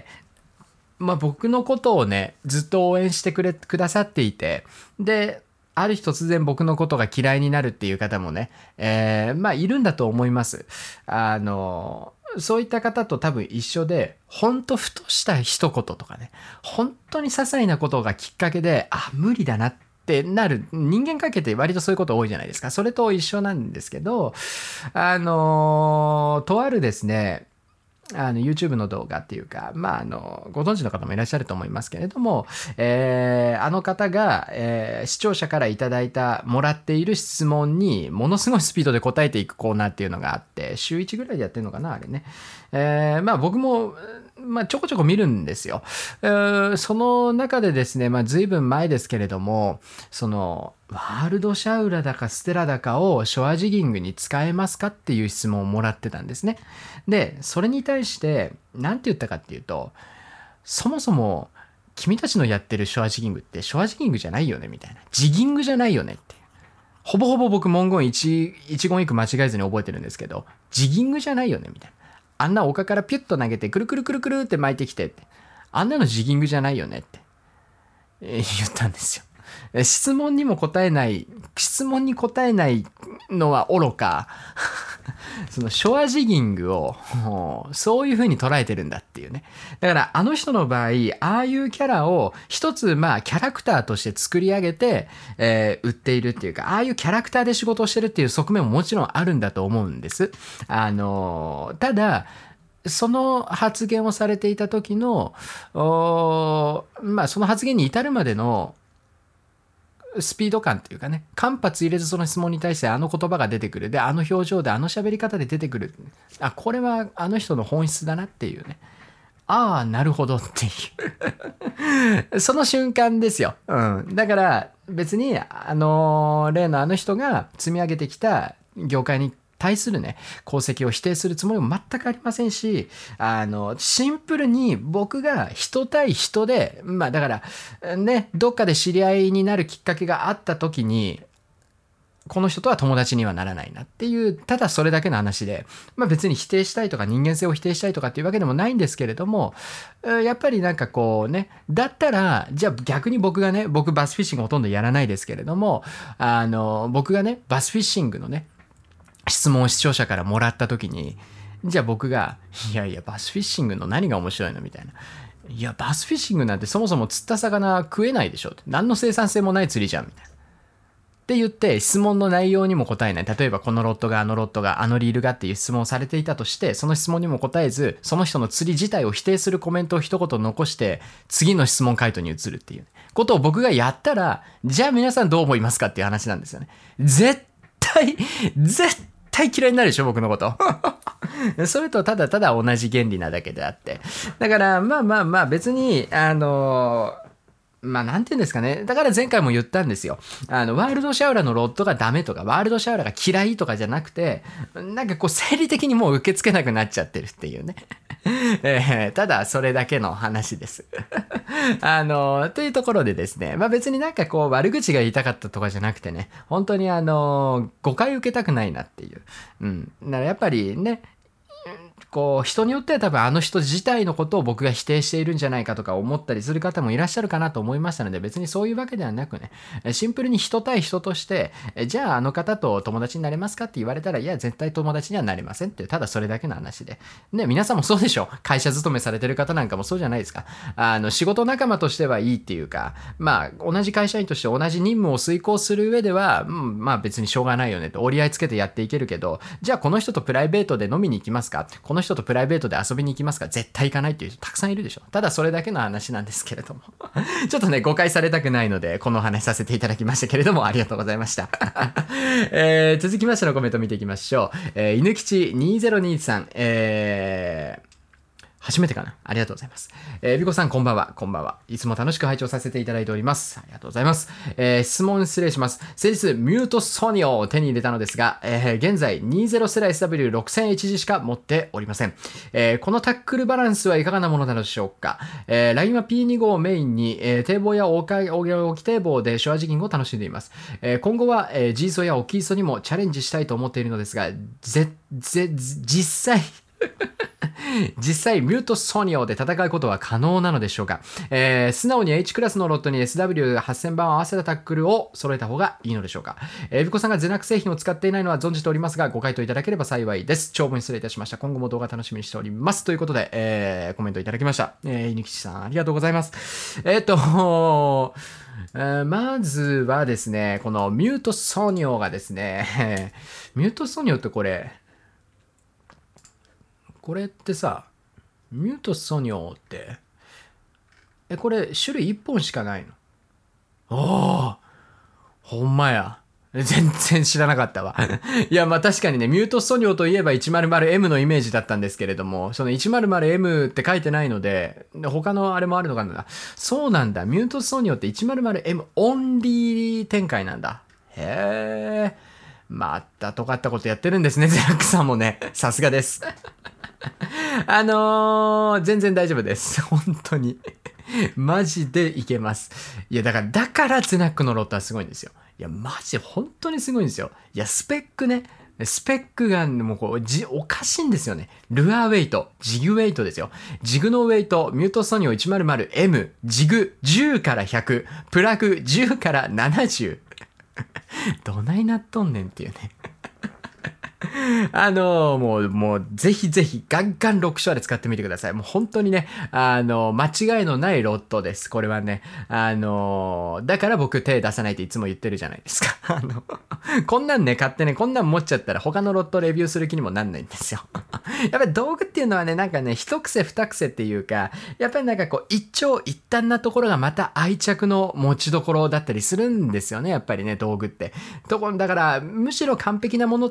まあ僕のことをね、ずっと応援してくれ、くださっていて、で、ある日突然僕のことが嫌いになるっていう方もね、えー、まあいるんだと思います。あの、そういった方と多分一緒で、ほんとふとした一言とかね、本当に些細なことがきっかけで、あ、無理だなってなる、人間関係って割とそういうこと多いじゃないですか。それと一緒なんですけど、あの、とあるですね、あの YouTube の動画っていうか、まあ、あのご存知の方もいらっしゃると思いますけれども、えー、あの方が、えー、視聴者からいただいたもらっている質問にものすごいスピードで答えていくコーナーっていうのがあって、週いちぐらいでやってるのかなあれね、えー、まあ僕もまあ、ちょこちょこ見るんですよ。えー、その中でですね、まあ、随分前ですけれども、そのワールドシャウラだかステラだかをショアジギングに使えますかっていう質問をもらってたんですね。で、それに対して何て言ったかっていうと、そもそも君たちのやってるショアジギングってショアジギングじゃないよねみたいな、ジギングじゃないよねって。ほぼほぼ僕文言一一言一句間違えずに覚えてるんですけど、ジギングじゃないよねみたいな。あんな丘からピュッと投げてくるくるくるくるって巻いてきてって、あんなのジギングじゃないよねって、えー、言ったんですよ。質問にも答えない質問に答えないのはおろかそのショアジギングをそういう風に捉えてるんだっていうね。だからあの人の場合、ああいうキャラを一つまあキャラクターとして作り上げて、えー、売っているっていうか、ああいうキャラクターで仕事をしてるっていう側面ももちろんあるんだと思うんです。あのただその発言をされていた時のまあその発言に至るまでのスピード感っていうかね、間髪入れずその質問に対してあの言葉が出てくる。で、あの表情であの喋り方で出てくる。あ、これはあの人の本質だなっていうね。ああ、なるほどっていうその瞬間ですよ。うん。だから別に、あの、例のあの人が積み上げてきた業界に対するね、功績を否定するつもりも全くありませんし、あの、シンプルに僕が人対人で、まあだから、ね、どっかで知り合いになるきっかけがあった時に、この人とは友達にはならないなっていう、ただそれだけの話で、まあ別に否定したいとか人間性を否定したいとかっていうわけでもないんですけれども、やっぱりなんかこうね、だったら、じゃあ逆に僕がね、僕バスフィッシングほとんどやらないですけれども、あの、僕がね、バスフィッシングのね、質問を視聴者からもらった時に、じゃあ僕がいやいやバスフィッシングの何が面白いのみたいな、いやバスフィッシングなんてそもそも釣った魚食えないでしょって、何の生産性もない釣りじゃんみたいなって言って質問の内容にも答えない。例えばこのロットがあのロットがあのリールがっていう質問をされていたとして、その質問にも答えず、その人の釣り自体を否定するコメントを一言残して次の質問回答に移るっていうことを僕がやったら、じゃあ皆さんどう思いますかっていう話なんですよね。絶対絶対絶対嫌いになるでしょ僕のことそれとただただ同じ原理なだけであって、だからまあまあまあ別にあのまあなんて言うんですかね、だから前回も言ったんですよ、あのワールドシャウラのロッドがダメとかワールドシャウラが嫌いとかじゃなくて、なんかこう生理的にもう受け付けなくなっちゃってるっていうねえー、ただそれだけの話ですあのというところでですね、まあ別になんかこう悪口が言いたかったとかじゃなくてね、本当にあの誤解受けたくないなっていう、うん、だからやっぱりね、こう人によっては多分あの人自体のことを僕が否定しているんじゃないかとか思ったりする方もいらっしゃるかなと思いましたので、別にそういうわけではなくね、シンプルに人対人として、じゃああの方と友達になれますかって言われたら、いや絶対友達にはなれませんっていう、ただそれだけの話でね、皆さんもそうでしょ、会社勤めされてる方なんかもそうじゃないですか。あの仕事仲間としてはいいっていうか、まあ同じ会社員として同じ任務を遂行する上では、うん、まあ別にしょうがないよねと折り合いつけてやっていけるけど、じゃあこの人とプライベートで飲みに行きますか、この人とプライベートで遊びに行きますか、絶対行かないっていう人たくさんいるでしょ。ただそれだけの話なんですけれどもちょっとね誤解されたくないのでこのお話させていただきましたけれども、ありがとうございましたえー、続きましてのコメント見ていきましょう。えー、犬吉にせんにじゅうさん、えー初めてかな。ありがとうございます。えー、ビコさん、こんばんは。こんばんは。いつも楽しく拝聴させていただいております。ありがとうございます。えー、質問失礼します。先日、ミュートソニオを手に入れたのですが、えー、現在、にじゅう世代 エスダブリューろくせんエイチジー しか持っておりません。えー、このタックルバランスはいかがなものなのでしょうか。えー、ライン は ピーにじゅうご をメインに、えー、堤防や置き堤防でショアジギングを楽しんでいます。えー、今後は、えー、G ソやオキーソにもチャレンジしたいと思っているのですが、ぜ、ぜ、実際、実際、ミュートソニオで戦うことは可能なのでしょうか。えー、素直に H クラスのロットに エスダブリューはっせん 番を合わせたタックルを揃えた方がいいのでしょうか。えー、ビコさんがゼナク製品を使っていないのは存じておりますが、ご回答いただければ幸いです。長文失礼いたしました。今後も動画楽しみにしております。ということで、えー、コメントいただきました。えー、犬吉さん、ありがとうございます。えっと、えー、まずはですね、このミュートソニオがですね、ミュートソニオってこれ、これってさ、ミュートソニオって、え、これ種類いっぽんしかないの？おー、ほんまや。全然知らなかったわ。いや、まあ確かにね、ミュートソニオといえば いちまるまるエム のイメージだったんですけれども、その いちまるまるエム って書いてないので、他のあれもあるのかな。そうなんだ。ミュートソニオって いちまるまるエム オンリー展開なんだ。へー。また尖ったことやってるんですね、ゼラックさんもね。さすがです。あのー、全然大丈夫です。本当に。マジでいけます。いや、だから、だからゼナックのロットはすごいんですよ。いや、マジ本当にすごいんですよ。いや、スペックね。スペックがもうこうじおかしいんですよね。ルアーウェイト、ジグウェイトですよ。ジグのウェイト、ミュートソニオ いちまるまるエム、ジグじゅうからひゃく、プラグじゅうからななじゅう。どないなっとんねんっていうね。あのー、もう、もう、ぜひぜひ、ガンガンろくショアで使ってみてください。もう本当にね、あのー、間違いのないロットです。これはね。あのー、だから僕手出さないっていつも言ってるじゃないですか。あの、こんなんね、買ってね、こんなん持っちゃったら他のロットレビューする気にもなんないんですよ。やっぱり道具っていうのはね、なんかね、一癖二癖っていうか、やっぱりなんかこう、一長一短なところがまた愛着の持ちどころだったりするんですよね、やっぱりね、道具って。ところ、だから、むしろ完璧なものって、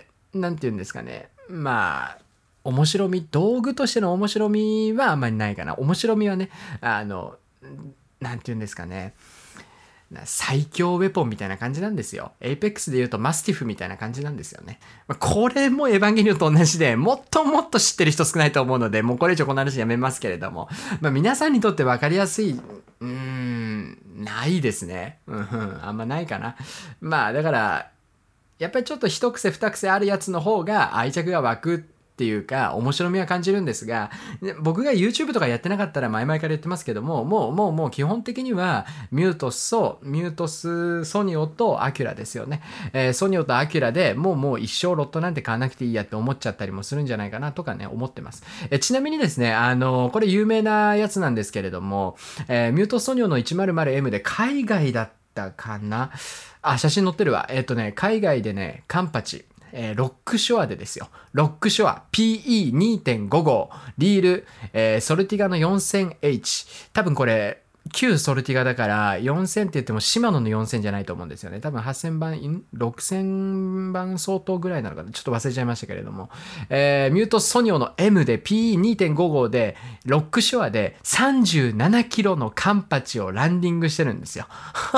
なんて言うんですかね。まあ、面白み、道具としての面白みはあんまりないかな。面白みはね、あの、なんて言うんですかね。最強ウェポンみたいな感じなんですよ。エイペックスで言うとマスティフみたいな感じなんですよね。これもエヴァンゲリオンと同じで、もっともっと知ってる人少ないと思うので、もうこれ以上この話やめますけれども、まあ、皆さんにとって分かりやすい、うーん、ないですね。うん、あんまないかな。まあ、だから、やっぱりちょっと一癖二癖あるやつの方が愛着が湧くっていうか面白みは感じるんですが、僕が YouTube とかやってなかったら前々から言ってますけども、もうもうもう基本的にはミュートスソ、ミュートスソニオとアキュラですよね。えー、ソニオとアキュラでもうもう一生ロットなんて買わなくていいやって思っちゃったりもするんじゃないかなとかね、思ってます。えー、ちなみにですね、あのー、これ有名なやつなんですけれども、えー、ミュートソニオの いちまるまるエム で海外だったかな、あ、写真載ってるわ。えっとね、海外でね、カンパチ、えー、ロックショアでですよ。ロックショア ピーイーにてんごご リール、えー、ソルティガの よんせんエイチ。多分これ、旧ソルティガだからよんせんって言ってもシマノのよんせんじゃないと思うんですよね。多分はっせんばん、ろくせんばん相当ぐらいなのかな。ちょっと忘れちゃいましたけれども。えー、ミュートソニオの M で ピーイーにてんごご でロックショアでさんじゅうななキロのカンパチをランディングしてるんですよ。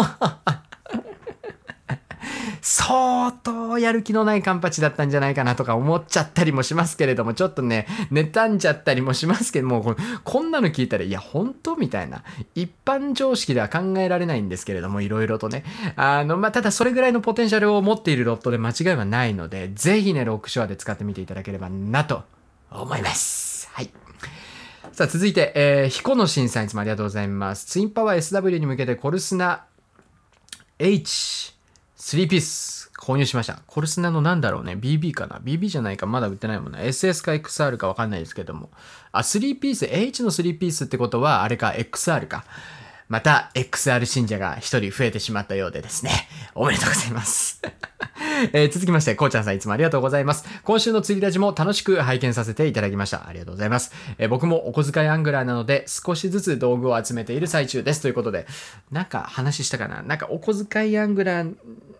相当やる気のないカンパチだったんじゃないかなとか思っちゃったりもしますけれども、ちょっとね、妬んじゃったりもしますけども、こんなの聞いたら、いや、本当みたいな。一般常識では考えられないんですけれども、いろいろとね。あの、まあ、ただそれぐらいのポテンシャルを持っているロットで間違いはないので、ぜひね、ロックショアで使ってみていただければなと思います。はい。さあ、続いて、えー、彦野新さんいつもありがとうございます。ツインパワー エスダブリュー に向けてコルスナ H、スリーピース購入しました。コルスナのなんだろうね。ビービー かな ?ビービー じゃないか。まだ売ってないもんな。エスエス か エックスアール かわかんないですけども。あ、スリーピース、H のスリーピースってことは、あれか、エックスアール か。また、エックスアール 信者が一人増えてしまったようでですね。おめでとうございます。えー、続きまして、こうちゃんさんいつもありがとうございます。今週の釣りラジも楽しく拝見させていただきました。ありがとうございます。えー、僕もお小遣いアングラーなので、少しずつ道具を集めている最中です。ということで、なんか話したかななんかお小遣いアングラー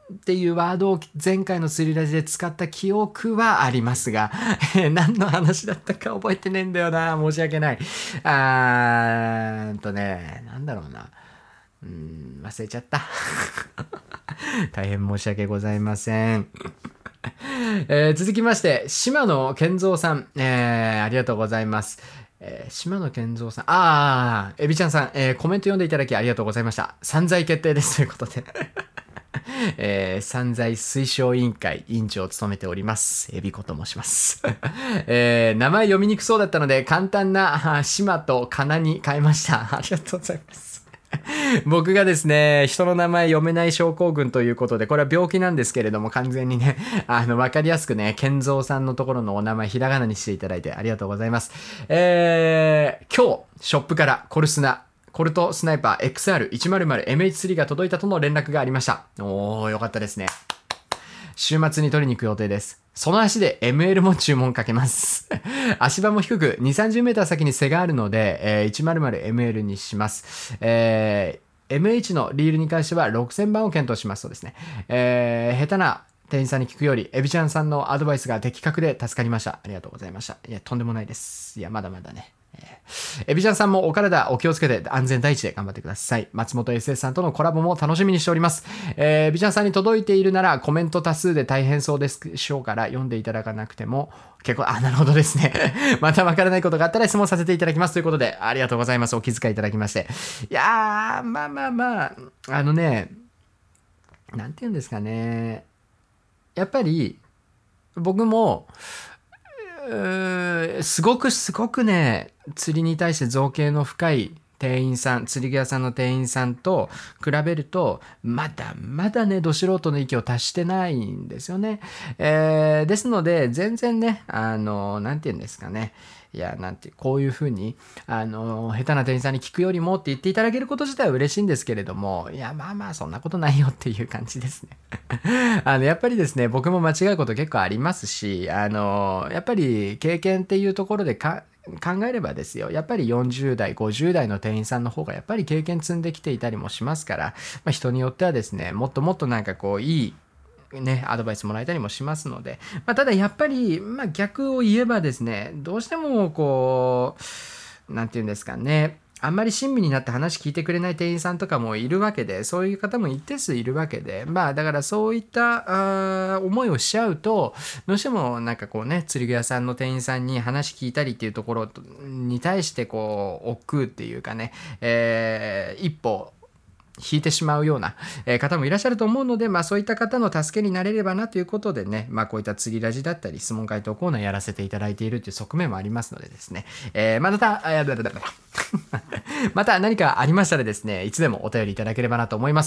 っていうワードを前回の釣りラジで使った記憶はありますが、何の話だったか覚えてねえんだよな。申し訳ない。あーんとね、なんだろうな。うーん、忘れちゃった。大変申し訳ございません。えー、続きまして、島野健三さん、えー、ありがとうございます。えー、島野健三さん、あー、エビちゃんさん、えー、コメント読んでいただきありがとうございました。散財決定ですということで。えー、散財推奨委員会委員長を務めております。エビコと申します。えー、名前読みにくそうだったので、簡単な島とかなに変えました。ありがとうございます。僕がですね、人の名前読めない症候群ということで、これは病気なんですけれども、完全にね、あの、わかりやすくね、健三さんのところのお名前、ひらがなにしていただいてありがとうございます。えー、今日、ショップからコルスナ、コルトスナイパー エックスアールいちまるまるエムエイチスリー が届いたとの連絡がありました。おー、よかったですね。週末に取りに行く予定です。その足で エムエル も注文かけます。足場も低くにじゅう、さんじゅうメーター先に背があるので、えー、いちまるまるエムエル にします。えー、エムエイチ のリールに関してはろくせんばんを検討しますそうですね。えー、下手な店員さんに聞くより、エビちゃんさんのアドバイスが的確で助かりました。ありがとうございました。いや、とんでもないです。いや、まだまだね。エビちゃんさんもお体お気をつけて安全第一で頑張ってください。松本 エスエス さんとのコラボも楽しみにしております。えー、エビちゃんさんに届いているならコメント多数で大変そうでしょうから読んでいただかなくても結構、あ、なるほどですね。またわからないことがあったら質問させていただきますということで、ありがとうございます。お気遣いいただきまして。いやー、まあまあまあ、あのね、なんて言うんですかね。やっぱり僕も、うーすごくすごくね、釣りに対して造形の深い店員さん、釣り具屋さんの店員さんと比べると、まだまだね、ど素人の域を達してないんですよね。えー、ですので、全然ね、あの、なんて言うんですかね。いや、なんて、こういうふうに、あの、下手な店員さんに聞くよりもって言っていただけること自体は嬉しいんですけれども、いや、まあまあ、そんなことないよっていう感じですね。あの、やっぱりですね、僕も間違うこと結構ありますし、あの、やっぱり経験っていうところでか、考えればですよ、やっぱりよんじゅう代ごじゅう代の店員さんの方がやっぱり経験積んできていたりもしますから、まあ、人によってはですね、もっともっとなんかこういいね、アドバイスもらえたりもしますので、まあ、ただやっぱり、まあ、逆を言えばですね、どうしてもこうなんていうんですかね、あんまり親身になって話聞いてくれない店員さんとかもいるわけで、そういう方も一定数いるわけで、まあだからそういったあ思いをしちゃうと、どうしてもなんかこうね、釣り具屋さんの店員さんに話聞いたりっていうところに対してこう、億劫っていうかね、えー、一歩、引いてしまうような方もいらっしゃると思うので、まあそういった方の助けになれればなということでね、まあこういった釣りラジだったり質問回答コーナーやらせていただいているという側面もありますのでですね、えー、また、また何かありましたらですね、いつでもお便りいただければなと思います。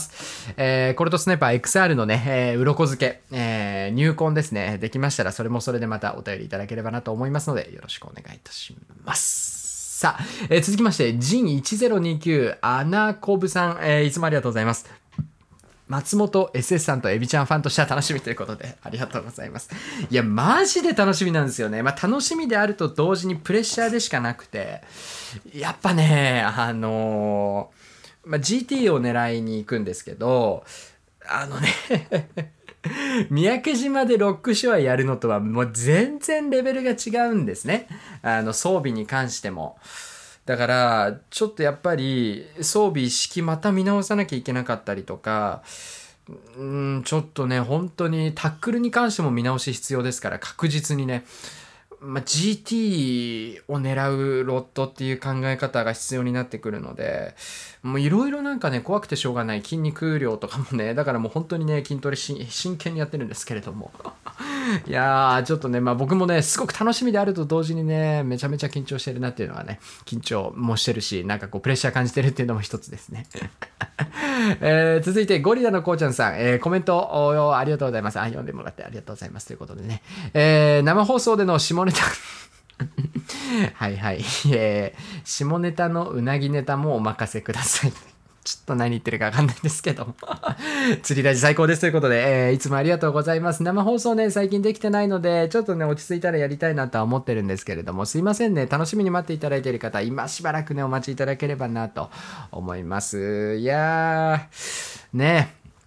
えー、コルトスナイパー エックスアール のね、えー、鱗漬け、えー、入魂ですね、できましたらそれもそれでまたお便りいただければなと思いますので、よろしくお願いいたします。さあ、えー、続きまして、ジンいちぜろにきゅう、アナコブさん、えー、いつもありがとうございます。松本 エスエス さんとエビちゃんファンとしては楽しみということで、ありがとうございます。いや、マジで楽しみなんですよね。まあ、楽しみであると同時にプレッシャーでしかなくて、やっぱね、あのー、まあ、ジーティー を狙いに行くんですけど、あのね、三宅島でロックショアやるのとはもう全然レベルが違うんですね。あの装備に関しても。だからちょっとやっぱり装備一式また見直さなきゃいけなかったりとか、うん、ちょっとね本当にタックルに関しても見直し必要ですから、確実にね、まあ、ジーティー を狙うロットっていう考え方が必要になってくるので、もういろいろなんかね怖くてしょうがない、筋肉量とかもね、だからもう本当にね筋トレし真剣にやってるんですけれどもいやーちょっとね、まあ僕もねすごく楽しみであると同時にねめちゃめちゃ緊張してるなっていうのはね、緊張もしてるし、なんかこうプレッシャー感じてるっていうのも一つですねえー、続いてゴリラのこうちゃんさん、えー、コメントありがとうございます。あ、読んでもらってありがとうございますということでね、えー、生放送での下ネタはいはい、えー、下ネタのうなぎネタもお任せくださいちょっと何言ってるか分かんないんですけど釣りラジ最高ですということで、えー、いつもありがとうございます。生放送ね最近できてないのでちょっとね落ち着いたらやりたいなとは思ってるんですけれども、すいませんね、楽しみに待っていただいている方今しばらくねお待ちいただければなと思います。いやーね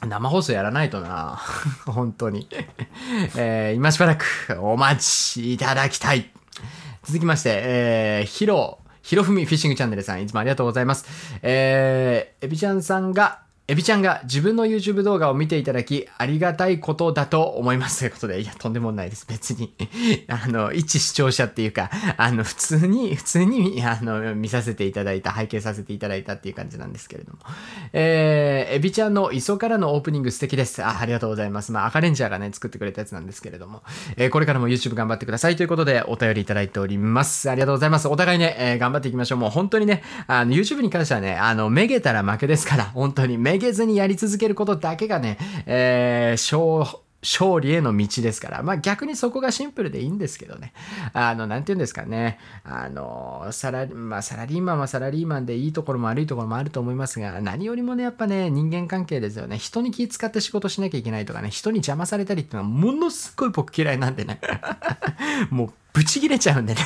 生放送やらないとな。本当に。えー、今しばらくお待ちいただきたい。続きまして、えー、ヒロ、ヒロフミフィッシングチャンネルさん、いつもありがとうございます。えー、エビちゃんさんが、エビちゃんが自分の YouTube 動画を見ていただき、ありがたいことだと思います。ということで、いや、とんでもないです。別に。あの、一視聴者っていうか、あの、普通に、普通に、あの、見させていただいた、拝見させていただいたっていう感じなんですけれども。えー、エビちゃんの磯からのオープニング素敵です。あ、ありがとうございます。まあ、赤レンジャーがね、作ってくれたやつなんですけれども。えー、これからも YouTube 頑張ってくださいということで、お便りいただいております。ありがとうございます。お互いね、えー、頑張っていきましょう。もう本当にね、あの、YouTube に関してはね、あの、めげたら負けですから、本当に、めげずにやり続けることだけがね、えー、勝、勝利への道ですから。まあ逆にそこがシンプルでいいんですけどね。あの、なんて言うんですかね。あの、サラリ、まあサラリーマンはサラリーマンでいいところも悪いところもあると思いますが、何よりもね、やっぱね、人間関係ですよね。人に気使って仕事しなきゃいけないとかね、人に邪魔されたりっていうのはものすごい僕嫌いなんでね。もう、ブチ切れちゃうんでね。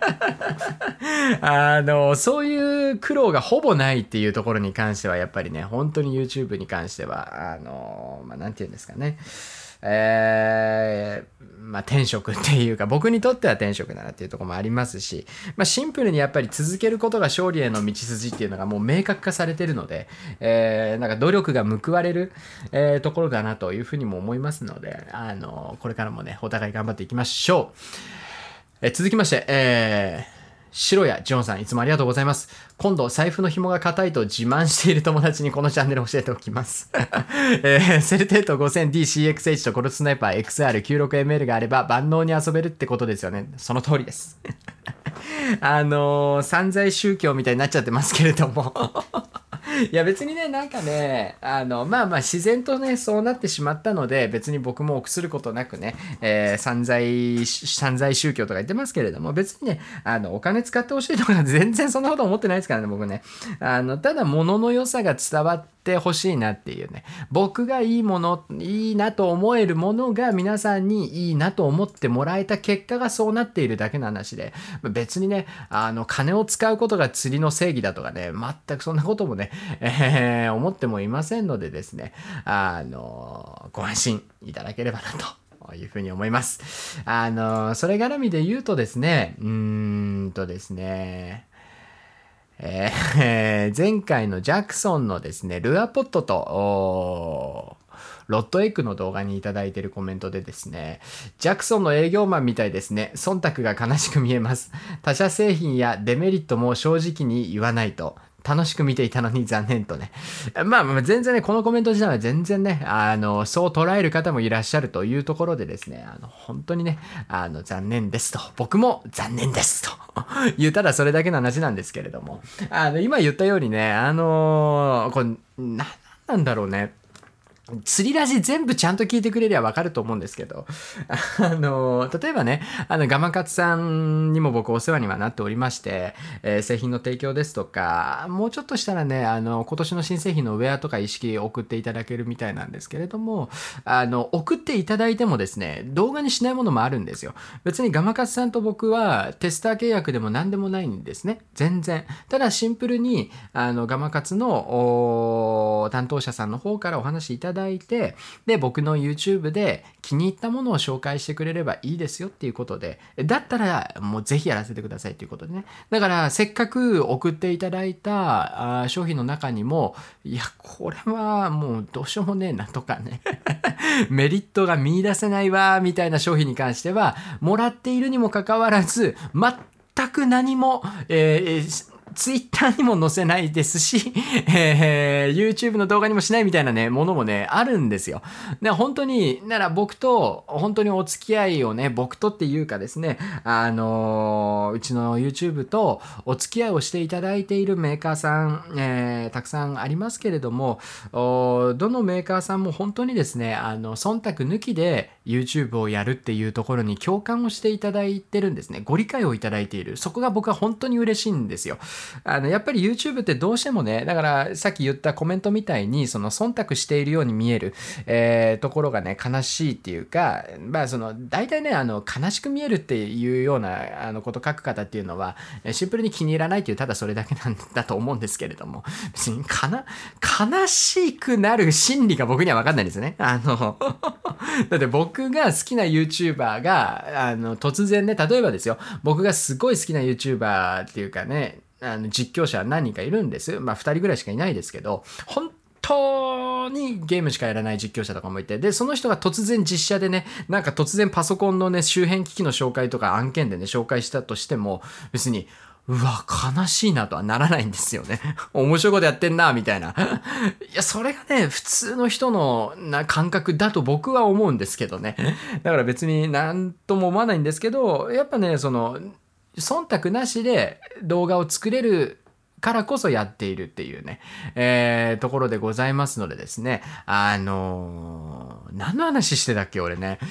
あの、そういう苦労がほぼないっていうところに関しては、やっぱりね、本当に YouTube に関しては、あの、まあ、なんて言うんですかね。えー、まあ、転職っていうか、僕にとっては転職だなっていうところもありますし、まあ、シンプルにやっぱり続けることが勝利への道筋っていうのがもう明確化されてるので、えー、なんか努力が報われる、えー、ところだなというふうにも思いますので、あの、これからもね、お互い頑張っていきましょう。えー、続きまして、えー、白谷ジョンさん、いつもありがとうございます。今度、財布の紐が硬いと自慢している友達にこのチャンネルを教えておきます。えー、セルテート ごせんディーシーエックスエイチ とコルススナイパー エックスアールきゅうじゅうろくエムエル があれば万能に遊べるってことですよね。その通りです。あのー、散財宗教みたいになっちゃってますけれども。いや別にね、なんかね、あの、まあまあ自然とね、そうなってしまったので、別に僕も臆することなくね、えー、散財、散財宗教とか言ってますけれども、別にね、あの、お金使ってほしいとか全然そんなこと思ってないですからね、僕ね。あの、ただ物の良さが伝わって、てほしいなっていうね、僕がいいもの、いいなと思えるものが皆さんにいいなと思ってもらえた結果がそうなっているだけの話で、別にね、あの金を使うことが釣りの正義だとかね、全くそんなこともね、えー、思ってもいませんのでですね、あのご安心いただければなというふうに思います。あのそれ絡みで言うとですね、うーんとですね。えー、前回のジャクソンのですね、ルアーポットと、ロッドエッグの動画にいただいているコメントでですね、ジャクソンの営業マンみたいですね。忖度が悲しく見えます。他社製品やデメリットも正直に言わないと。楽しく見ていたのに残念とね。まあまあ全然ね、このコメント自体は全然ね、あの、そう捉える方もいらっしゃるというところでですね、あの、本当にね、あの、残念ですと。僕も残念ですと。言ったらそれだけの話なんですけれども。あの、今言ったようにね、あのー、これ、な、なんだろうね。釣りラジ全部ちゃんと聞いてくれりゃわかると思うんですけど、あの、例えばね、あの、ガマカツさんにも僕お世話にはなっておりまして、えー、製品の提供ですとか、もうちょっとしたらね、あの、今年の新製品のウェアとか意識送っていただけるみたいなんですけれども、あの、送っていただいてもですね、動画にしないものもあるんですよ。別にガマカツさんと僕はテスター契約でも何でもないんですね。全然。ただシンプルに、あの、ガマカツの担当者さんの方からお話いただいて、いてで僕の YouTube で気に入ったものを紹介してくれればいいですよっていうことで、だったらもうぜひやらせてくださいっていうことでね。だからせっかく送っていただいたあ商品の中にも、いやこれはもうどうしようもねえなとかねメリットが見出せないわみたいな商品に関してはもらっているにもかかわらず全く何も、えーツイッターにも載せないですし、えー、YouTube の動画にもしないみたいなね、ものもね、あるんですよ。で、本当に、なら僕と、本当にお付き合いをね、僕とっていうかですね、あのー、うちの YouTube とお付き合いをしていただいているメーカーさん、えー、たくさんありますけれども、どのメーカーさんも本当にですね、あの、忖度抜きで YouTube をやるっていうところに共感をしていただいてるんですね。ご理解をいただいている。そこが僕は本当に嬉しいんですよ。あの、やっぱり YouTube ってどうしてもね、だからさっき言ったコメントみたいに、その忖度しているように見える、えー、ところがね、悲しいっていうか、まあその、大体ね、あの、悲しく見えるっていうようなあのこと書く方っていうのは、シンプルに気に入らないっていう、ただそれだけなんだと思うんですけれども、別にかな、悲しくなる心理が僕には分かんないんですよね。あの、だって僕が好きな YouTuber が、あの、突然ね、例えばですよ、僕がすごい好きな YouTuber っていうかね、あの実況者何人かいるんです。まあふたりぐらいしかいないですけど、本当にゲームしかやらない実況者とかもいて、で、その人が突然実写でね、なんか突然パソコンのね、周辺機器の紹介とか案件でね、紹介したとしても、別に、うわ、悲しいなとはならないんですよね。面白いことやってんな、みたいな。いや、それがね、普通の人のな感覚だと僕は思うんですけどね。だから別になんとも思わないんですけど、やっぱね、その、忖度なしで動画を作れるからこそやっているっていうね、えー、ところでございますのでですね、あのー、何の話してたっけ俺ね。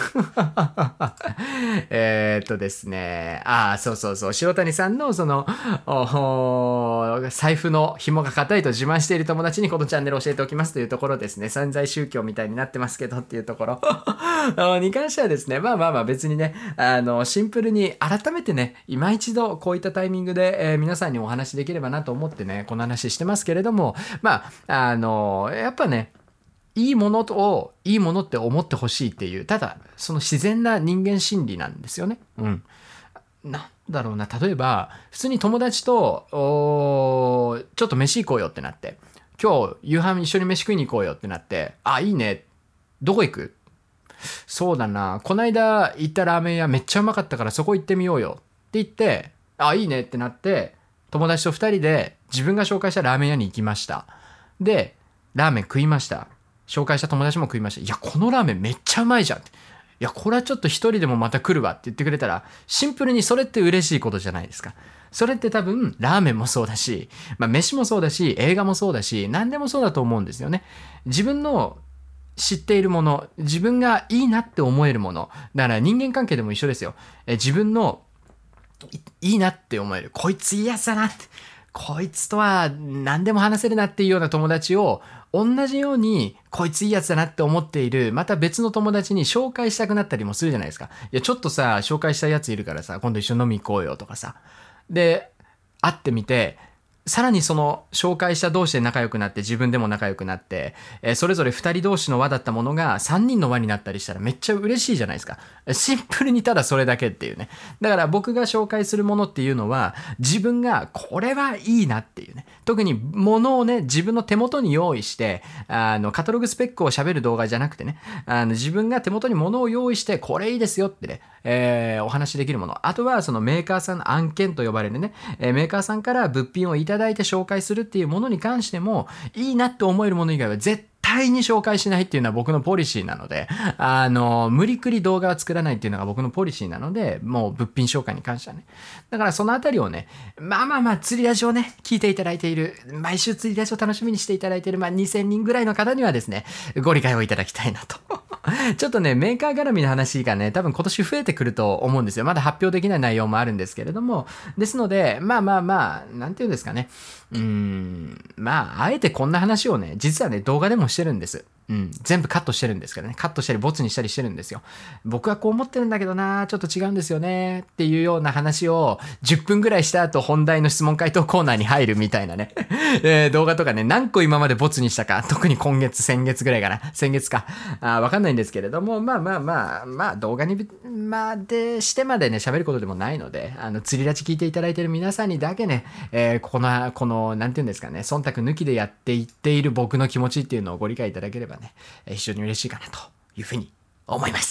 えっとですね、ああ、そうそうそう、塩谷さんのその、財布の紐が硬いと自慢している友達にこのチャンネル教えておきますというところですね、散財宗教みたいになってますけどっていうところに関してはですね、まあまあまあ別にね、あの、シンプルに改めてね、今一度こういったタイミングで、えー、皆さんにお話しできればなと思ってね、この話してますけれども、まあ、あの、やっぱね、いいものをいいものって思ってほしいっていう、ただその自然な人間心理なんですよね。うん。なんだろうな、例えば普通に友達とおちょっと飯行こうよってなって、今日夕飯一緒に飯食いに行こうよってなって、あ、いいね、どこ行く？そうだな、こないだ行ったラーメン屋めっちゃうまかったからそこ行ってみようよって言って、あ、いいねってなって、友達とふたりで自分が紹介したラーメン屋に行きました。で、ラーメン食いました。紹介した友達も食いました。いや、このラーメンめっちゃうまいじゃんって。いや、これはちょっと一人でもまた来るわって言ってくれたら、シンプルにそれって嬉しいことじゃないですか。それって多分、ラーメンもそうだし、まあ、飯もそうだし、映画もそうだし、何でもそうだと思うんですよね。自分の知っているもの、自分がいいなって思えるもの。だから人間関係でも一緒ですよ。え自分のいいなって思える。こいついいやつだなって。こいつとは何でも話せるなっていうような友達を同じようにこいついいやつだなって思っているまた別の友達に紹介したくなったりもするじゃないですか。いやちょっとさ紹介したやついるからさ今度一緒に飲み行こうよとかさ。で会ってみてさらにその紹介した同士で仲良くなって自分でも仲良くなって、えー、それぞれふたり同士の輪だったものがさんにんの輪になったりしたらめっちゃ嬉しいじゃないですか。シンプルにただそれだけっていうね。だから僕が紹介するものっていうのは自分がこれはいいなっていうね。特に物をね自分の手元に用意してあのカタログスペックを喋る動画じゃなくてねあの自分が手元に物を用意してこれいいですよってね、えー、お話しできるもの。あとはそのメーカーさんの案件と呼ばれるね、えー、メーカーさんから物品をいただいて紹介するっていうものに関してもいいなって思えるもの以外は絶対絶対に紹介しないっていうのは僕のポリシーなので、あの、無理くり動画を作らないっていうのが僕のポリシーなので、もう物品紹介に関してはね。だからそのあたりをね、まあまあまあ、釣りラジをね、聞いていただいている、毎週釣りラジを楽しみにしていただいている、まあにせんにんぐらいの方にはですね、ご理解をいただきたいなと。ちょっとね、メーカー絡みの話がね、多分今年増えてくると思うんですよ。まだ発表できない内容もあるんですけれども、ですので、まあまあまあ、なんていうんですかね。うーん、まあ、あえてこんな話をね、実はね、動画でもしてるんです。うん、全部カットしてるんですけどね。カットしたり、ボツにしたりしてるんですよ。僕はこう思ってるんだけどな、ちょっと違うんですよね、っていうような話をじゅっぷんぐらいした後、本題の質問回答コーナーに入るみたいなね、えー、動画とかね、何個今までボツにしたか、特に今月、先月ぐらいかな、先月か、あわかんないんですけれども、まあまあまあ、まあ動画にまでしてまでね、喋ることでもないので、あの、釣りラジ聞いていただいている皆さんにだけね、えー、この、この、なんていうんですかね、忖度抜きでやっていっている僕の気持ちっていうのをご理解いただければね、非常に嬉しいかなというふうに思います。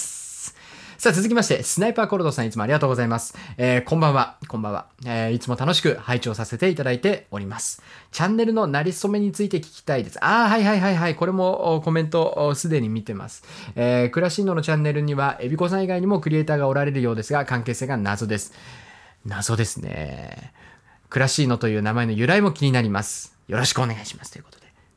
さあ続きまして、スナイパーコルドさんいつもありがとうございます。えー、こんばんは、こんばんは、えー。いつも楽しく拝聴させていただいております。チャンネルのなりそめについて聞きたいです。ああ、はいはいはいはい。これもコメントすでに見てます。えー、クラシーノのチャンネルにはエビコさん以外にもクリエイターがおられるようですが、関係性が謎です。謎ですね。クラシーノという名前の由来も気になります。よろしくお願いしますということで。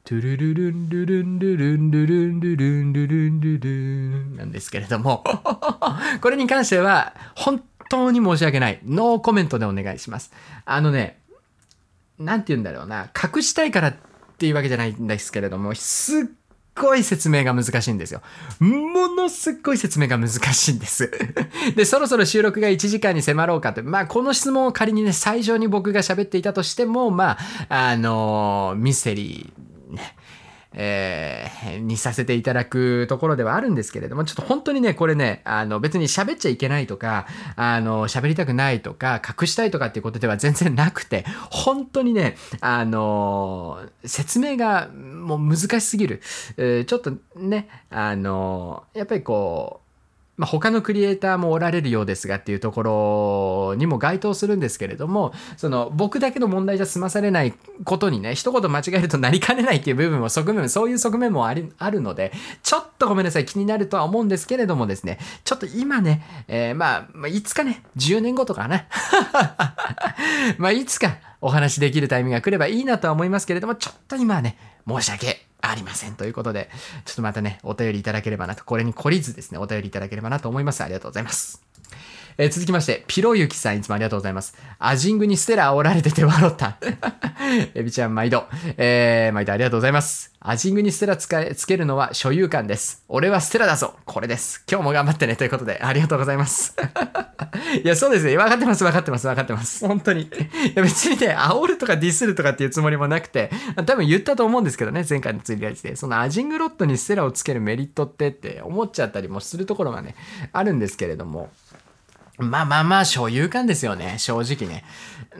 トゥルルルンルルンルルンルルンルルンルルンルルンなんですけれどもこれに関しては本当に申し訳ない。ノーコメントでお願いします。あのね、なんて言うんだろうな、隠したいからっていうわけじゃないんですけれども、すっごい説明が難しいんですよ。ものすっごい説明が難しいんですで、そろそろ収録がいちじかんに迫ろうかと。まあ、この質問を仮にね、最初に僕が喋っていたとしても、まあ、あのー、ミステリー、ね、えー、にさせていただくところではあるんですけれども、ちょっと本当にね、これね、あの別に喋っちゃいけないとか、あの喋りたくないとか、隠したいとかっていうことでは全然なくて、本当にね、あの説明がもう難しすぎる。えー、ちょっとね、あのやっぱりこう、まあ、他のクリエイターもおられるようですがっていうところにも該当するんですけれども、その僕だけの問題じゃ済まされないことにね、一言間違えるとなりかねないっていう部分も側面、そういう側面もあり、あるので、ちょっとごめんなさい、気になるとは思うんですけれどもですね、ちょっと今ね、えー、まあ、まあ、いつかね、じゅうねんごとかな。まあ、いつかお話できるタイミングが来ればいいなとは思いますけれども、ちょっと今はね、申し訳ありませんということで、ちょっとまたね、お便りいただければなと、これに懲りずですね、お便りいただければなと思います。ありがとうございます。えー、続きまして、ピロユキさんいつもありがとうございます。アジングにステラ煽られてて笑った。エビちゃん毎度。えー、毎度ありがとうございます。アジングにステラつかつけるのは所有感です。俺はステラだぞ。これです。今日も頑張ってね。ということで、ありがとうございます。いや、そうですね。分かってます、分かってます、分かってます。本当に。いや、別にね、煽るとかディスるとかっていうつもりもなくて、多分言ったと思うんですけどね、前回のツイートで。そのアジングロットにステラをつけるメリットってって思っちゃったりもするところがね、あるんですけれども。まあまあまあ、所有感ですよね。正直ね。うん、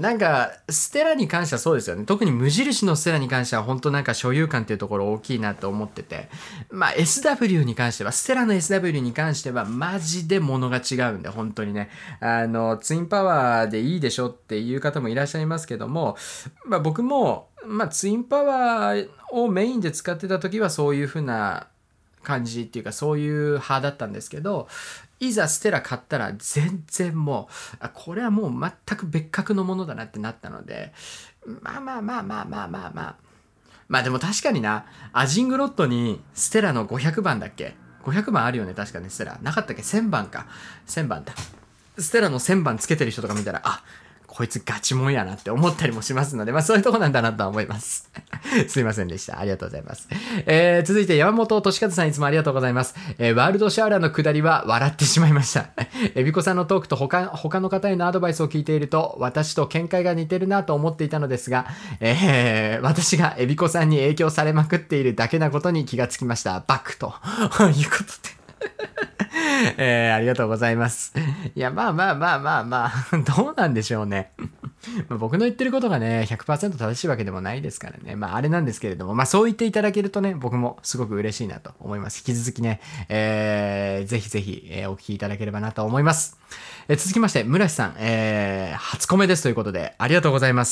なんか、ステラに関してはそうですよね。特に無印のステラに関しては、本当なんか所有感っていうところ大きいなと思ってて。まあ、エスダブリュー に関しては、ステラの エスダブリュー に関しては、マジで物が違うんで、本当にね。あの、ツインパワーでいいでしょっていう方もいらっしゃいますけども、まあ僕も、まあツインパワーをメインで使ってた時は、そういう風な感じっていうか、そういう派だったんですけど、いざステラ買ったら全然もう、あ、これはもう全く別格のものだなってなったので、まあまあまあまあまあまあまあ。まあでも確かにな、アジングロットにステラのごひゃくばんだっけ ?ごひゃく 番あるよね、確かにステラ。なかったっけ ?せん 番か。せんばんだ。ステラのせんばんつけてる人とか見たら、あ、こいつガチモンやなって思ったりもしますので、まあそういうとこなんだなとは思います。すいませんでした。ありがとうございます。えー、続いて山本俊和さんいつもありがとうございます。えー、ワールドシャワーの下りは笑ってしまいました。えびこさんのトークと他、他の方へのアドバイスを聞いていると、私と見解が似てるなと思っていたのですが、えー、私がえびこさんに影響されまくっているだけなことに気がつきました。バックということで。えー、ありがとうございます。いや、まあまあまあまあまあ、どうなんでしょうね。まあ僕の言ってることがね、ひゃくパーセント 正しいわけでもないですからね。まああれなんですけれども、まあそう言っていただけるとね、僕もすごく嬉しいなと思います。引き続きね、えー、ぜひぜひ、えー、お聞きいただければなと思います。えー、続きまして、村瀬さん、えー、初コメですということで、ありがとうございます。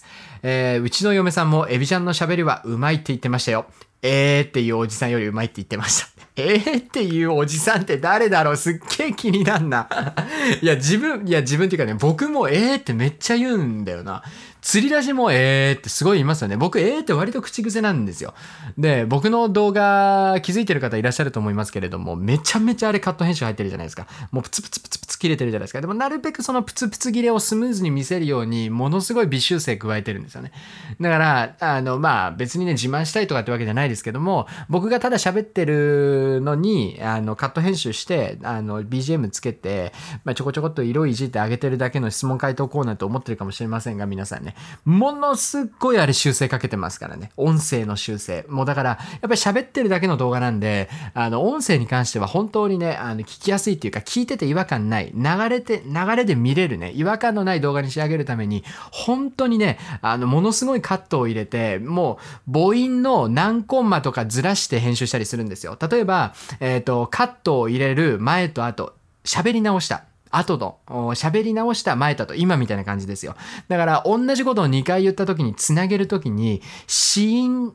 えー、うちの嫁さんもエビちゃんの喋りはうまいって言ってましたよ。えーっていうおじさんよりうまいって言ってました。えーっていうおじさんって誰だろう、すっげえ気になんな。いや、自分、いや、自分っていうかね、僕もえーってめっちゃ言うんだよな。釣り出しもえーってすごい言いますよね。僕えーって割と口癖なんですよ。で、僕の動画気づいてる方いらっしゃると思いますけれども、めちゃめちゃあれカット編集入ってるじゃないですか。もうプツプツプツプツ切れてるじゃないですか。でもなるべくそのプツプツ切れをスムーズに見せるように、ものすごい微修正加えてるんですよね。だから、あの、まあ別にね、自慢したいとかってわけじゃないですけども、僕がただ喋ってるのに、あの、カット編集して、あの、ビージーエム つけて、まあちょこちょこっと色いじってあげてるだけの質問回答コーナーと思ってるかもしれませんが、皆さんね。ものすっごいあれ修正かけてますからね。音声の修正。もうだから、やっぱり喋ってるだけの動画なんで、あの、音声に関しては本当にね、あの、聞きやすいっていうか、聞いてて違和感ない。流れて、流れで見れるね。違和感のない動画に仕上げるために、本当にね、あの、ものすごいカットを入れて、もう、母音の何コンマとかずらして編集したりするんですよ。例えば、えっと、カットを入れる前と後、喋り直した。後の喋り直した前と後、今みたいな感じですよ。だから同じことをにかい言った時につなげる時に子音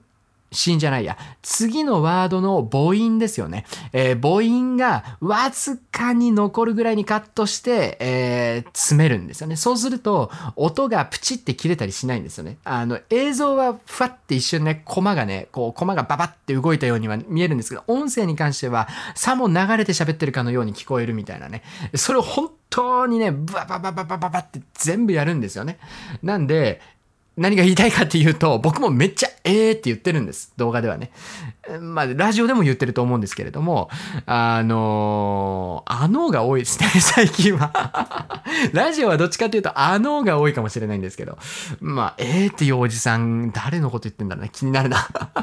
子音じゃないや。次のワードの母音ですよね。えー、母音がわずかに残るぐらいにカットして、えー、詰めるんですよね。そうすると、音がプチって切れたりしないんですよね。あの、映像はふわって一瞬ね、コマがね、こう、コマがババって動いたようには見えるんですけど、音声に関しては、さも流れて喋ってるかのように聞こえるみたいなね。それを本当にね、バババババババって全部やるんですよね。なんで、何が言いたいかっていうと、僕もめっちゃえーって言ってるんです。動画ではね。まあ、ラジオでも言ってると思うんですけれども、あのー、あのーが多いですね、最近は。ラジオはどっちかというと、あのーが多いかもしれないんですけど、まあ、えーっていうおじさん、誰のこと言ってんだろうね。気になるな。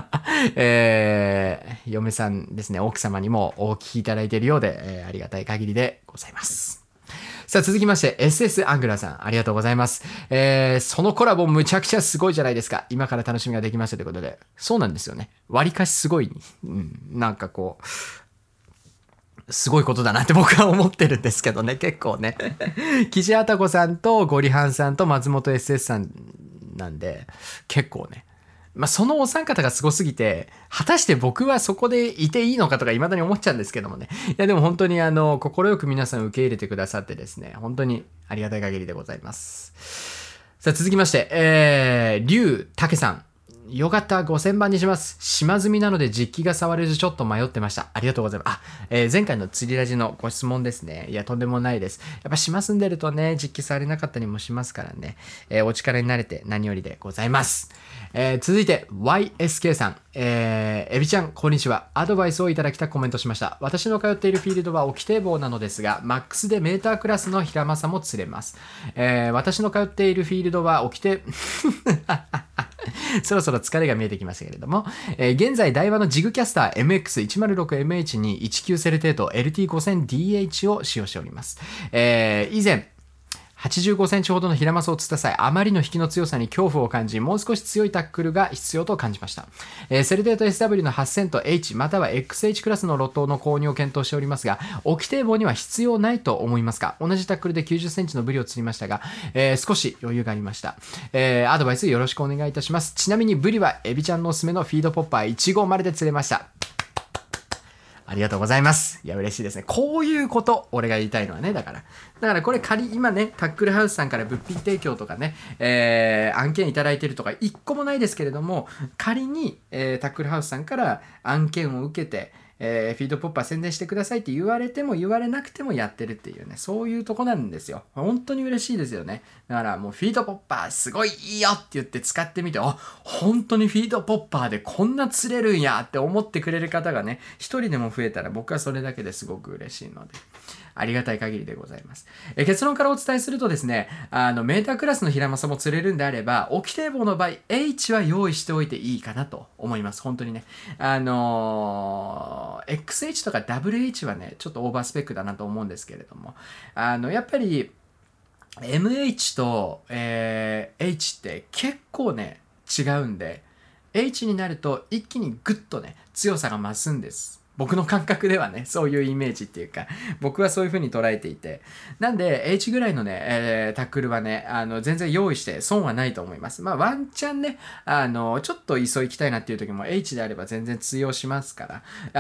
えー、嫁さんですね、奥様にもお聞きいただいているようで、えー、ありがたい限りでございます。さあ続きまして エスエス アングラーさんありがとうございます、えー、そのコラボむちゃくちゃすごいじゃないですか。今から楽しみができましたということで、そうなんですよね。割かしすごい、うん、なんかこうすごいことだなって僕は思ってるんですけどね。結構ね岸あた子さんとゴリハンさんと松本 エスエス さんなんで結構ね、まあ、そのお三方がすごすぎて、果たして僕はそこでいていいのかとか未だに思っちゃうんですけどもね。いやでも本当にあの、快く皆さん受け入れてくださってですね、本当にありがたい限りでございます。さあ続きまして、えー、龍武さん。よかった、ごせんばんにします。島積みなので実機が触れずちょっと迷ってました。ありがとうございます。あ、えー、前回の釣りラジのご質問ですね。いや、とんでもないです。やっぱ島住んでるとね、実機触れなかったりもしますからね。えー、お力になれて何よりでございます。えー、続いて ワイエスケー さん、えー、エビちゃんこんにちは。アドバイスをいただきたくコメントしました。私の通っているフィールドは沖堤防なのですが、マックスでメータークラスの平間も釣れます。えー、私の通っているフィールドは沖堤そろそろ疲れが見えてきましたけれども、えー、現在台湾のジグキャスター エムエックスいちまるろくエムエイチ にじゅうきゅうセルテート エルティーごせんディーエイチ を使用しております。えー、以前はちじゅうごセンチほどの平マスを釣った際、あまりの引きの強さに恐怖を感じ、もう少し強いタックルが必要と感じました。えー、セルテート エスダブリュー の はちせんと H または エックスエイチ クラスのロットの購入を検討しておりますが、沖堤防には必要ないと思いますか？同じタックルできゅうじゅっセンチのブリを釣りましたが、えー、少し余裕がありました。えー、アドバイスよろしくお願いいたします。ちなみにブリはエビちゃんのおすすめのフィードポッパーいち号までで釣れました。ありがとうございます。いや、嬉しいですね。こういうこと、俺が言いたいのはね、だから。だからこれ仮、今ね、タックルハウスさんから物品提供とかね、えー、案件いただいてるとか、一個もないですけれども、仮に、えー、タックルハウスさんから案件を受けて、えー、フィードポッパー宣伝してくださいって言われても言われなくてもやってるっていうね、そういうとこなんですよ。本当に嬉しいですよね。だからもうフィードポッパーすごいいいよって言って使ってみて、あ、本当にフィードポッパーでこんな釣れるんやって思ってくれる方がね、一人でも増えたら僕はそれだけですごく嬉しいので。ありがたい限りでございます。え結論からお伝えするとですね、あの、メータークラスの平マサも釣れるんであれば、沖堤防の場合、H は用意しておいていいかなと思います。本当にね。あのー、エックスエイチ とか ダブリューエイチ はね、ちょっとオーバースペックだなと思うんですけれども、あの、やっぱり、エムエイチ と、えー、H って結構ね、違うんで、H になると一気にグッとね、強さが増すんです。僕の感覚ではね、そういうイメージっていうか、僕はそういう風に捉えていて。なんで、H ぐらいのね、えー、タックルはね、あの、全然用意して損はないと思います。まあ、ワンチャンね、あの、ちょっと急いきたいなっていう時も H であれば全然通用しますから、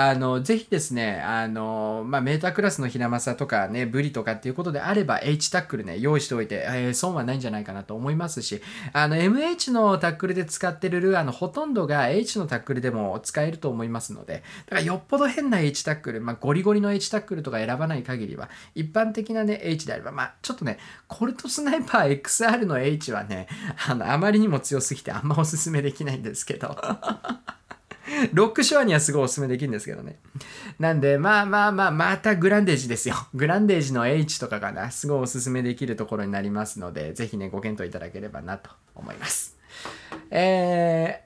あの、ぜひですね、あの、まあ、メータークラスのヒラマサとかね、ブリとかっていうことであれば、H タックルね、用意しておいて、えー、損はないんじゃないかなと思いますし、あの、エムエイチ のタックルで使ってるルアーのほとんどが H のタックルでも使えると思いますので、だからよっぽど変な H タックル、まあ、ゴリゴリの H タックルとか選ばない限りは、一般的なね、H であれば、まあ、ちょっとね、コルトスナイパー エックスアール の H はね、あの、あまりにも強すぎてあんまおすすめできないんですけど。ロックショアにはすごいおすすめできるんですけどね。なんで、まあまあまあ、またグランデージですよ。グランデージの H とかがな、すごいおすすめできるところになりますので、ぜひね、ご検討いただければなと思います。え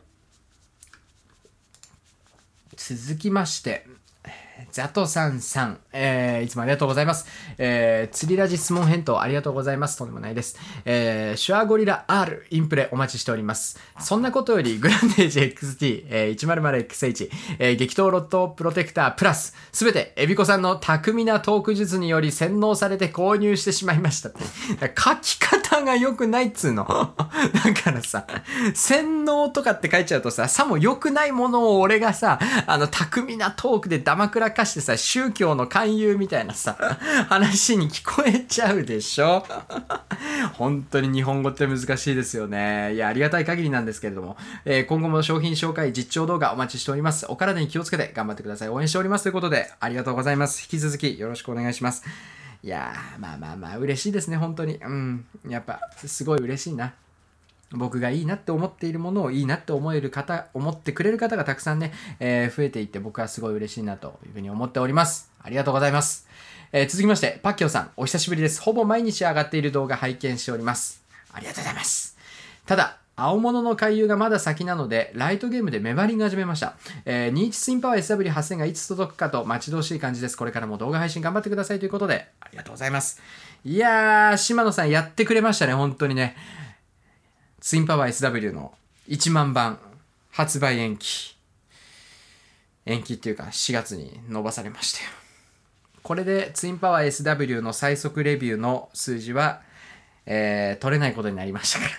ー、続きまして、ザトさんさん、えー、いつもありがとうございます。えー、釣りラジ質問返答ありがとうございます。とんでもないです。えー、シュアゴリラ R インプレお待ちしております。そんなことより、グランデージ エックスティー、えー、いちまるまるエックスエイチ、えー、激闘ロットプロテクタープラス、すべてエビコさんの巧みなトーク術により洗脳されて購入してしまいましたって。書き方さが良くないっつうの。だからさ、洗脳とかって書いちゃうとさ、さも良くないものを俺がさ、あの、巧みなトークでダマくらかしてさ、宗教の勧誘みたいなさ、話に聞こえちゃうでしょ。本当に日本語って難しいですよね。いや、ありがたい限りなんですけれども、えー、今後も商品紹介、実況動画お待ちしております。お体に気をつけて頑張ってください。応援しておりますということで、ありがとうございます。引き続きよろしくお願いします。いやー、まあまあまあ、嬉しいですね、本当に。うん、やっぱ、すごい嬉しいな。僕がいいなって思っているものをいいなって思える方、思ってくれる方がたくさんね、えー、増えていって僕はすごい嬉しいなというふうに思っております。ありがとうございます。えー、続きまして、パッキオさん、お久しぶりです。ほぼ毎日上がっている動画拝見しております。ありがとうございます。ただ、青物の回遊がまだ先なので、ライトゲームでメバリング始めました。えー、にじゅういちツインパワー エスダブリューはっせん がいつ届くかと待ち遠しい感じです。これからも動画配信頑張ってくださいということで、ありがとうございます。いやー、島野さんやってくれましたね、本当にね。ツインパワー エスダブリュー のいちまんばん発売延期。延期っていうかしがつに伸ばされましたよ。これでツインパワー エスダブリュー の最速レビューの数字は、えー、取れないことになりましたから。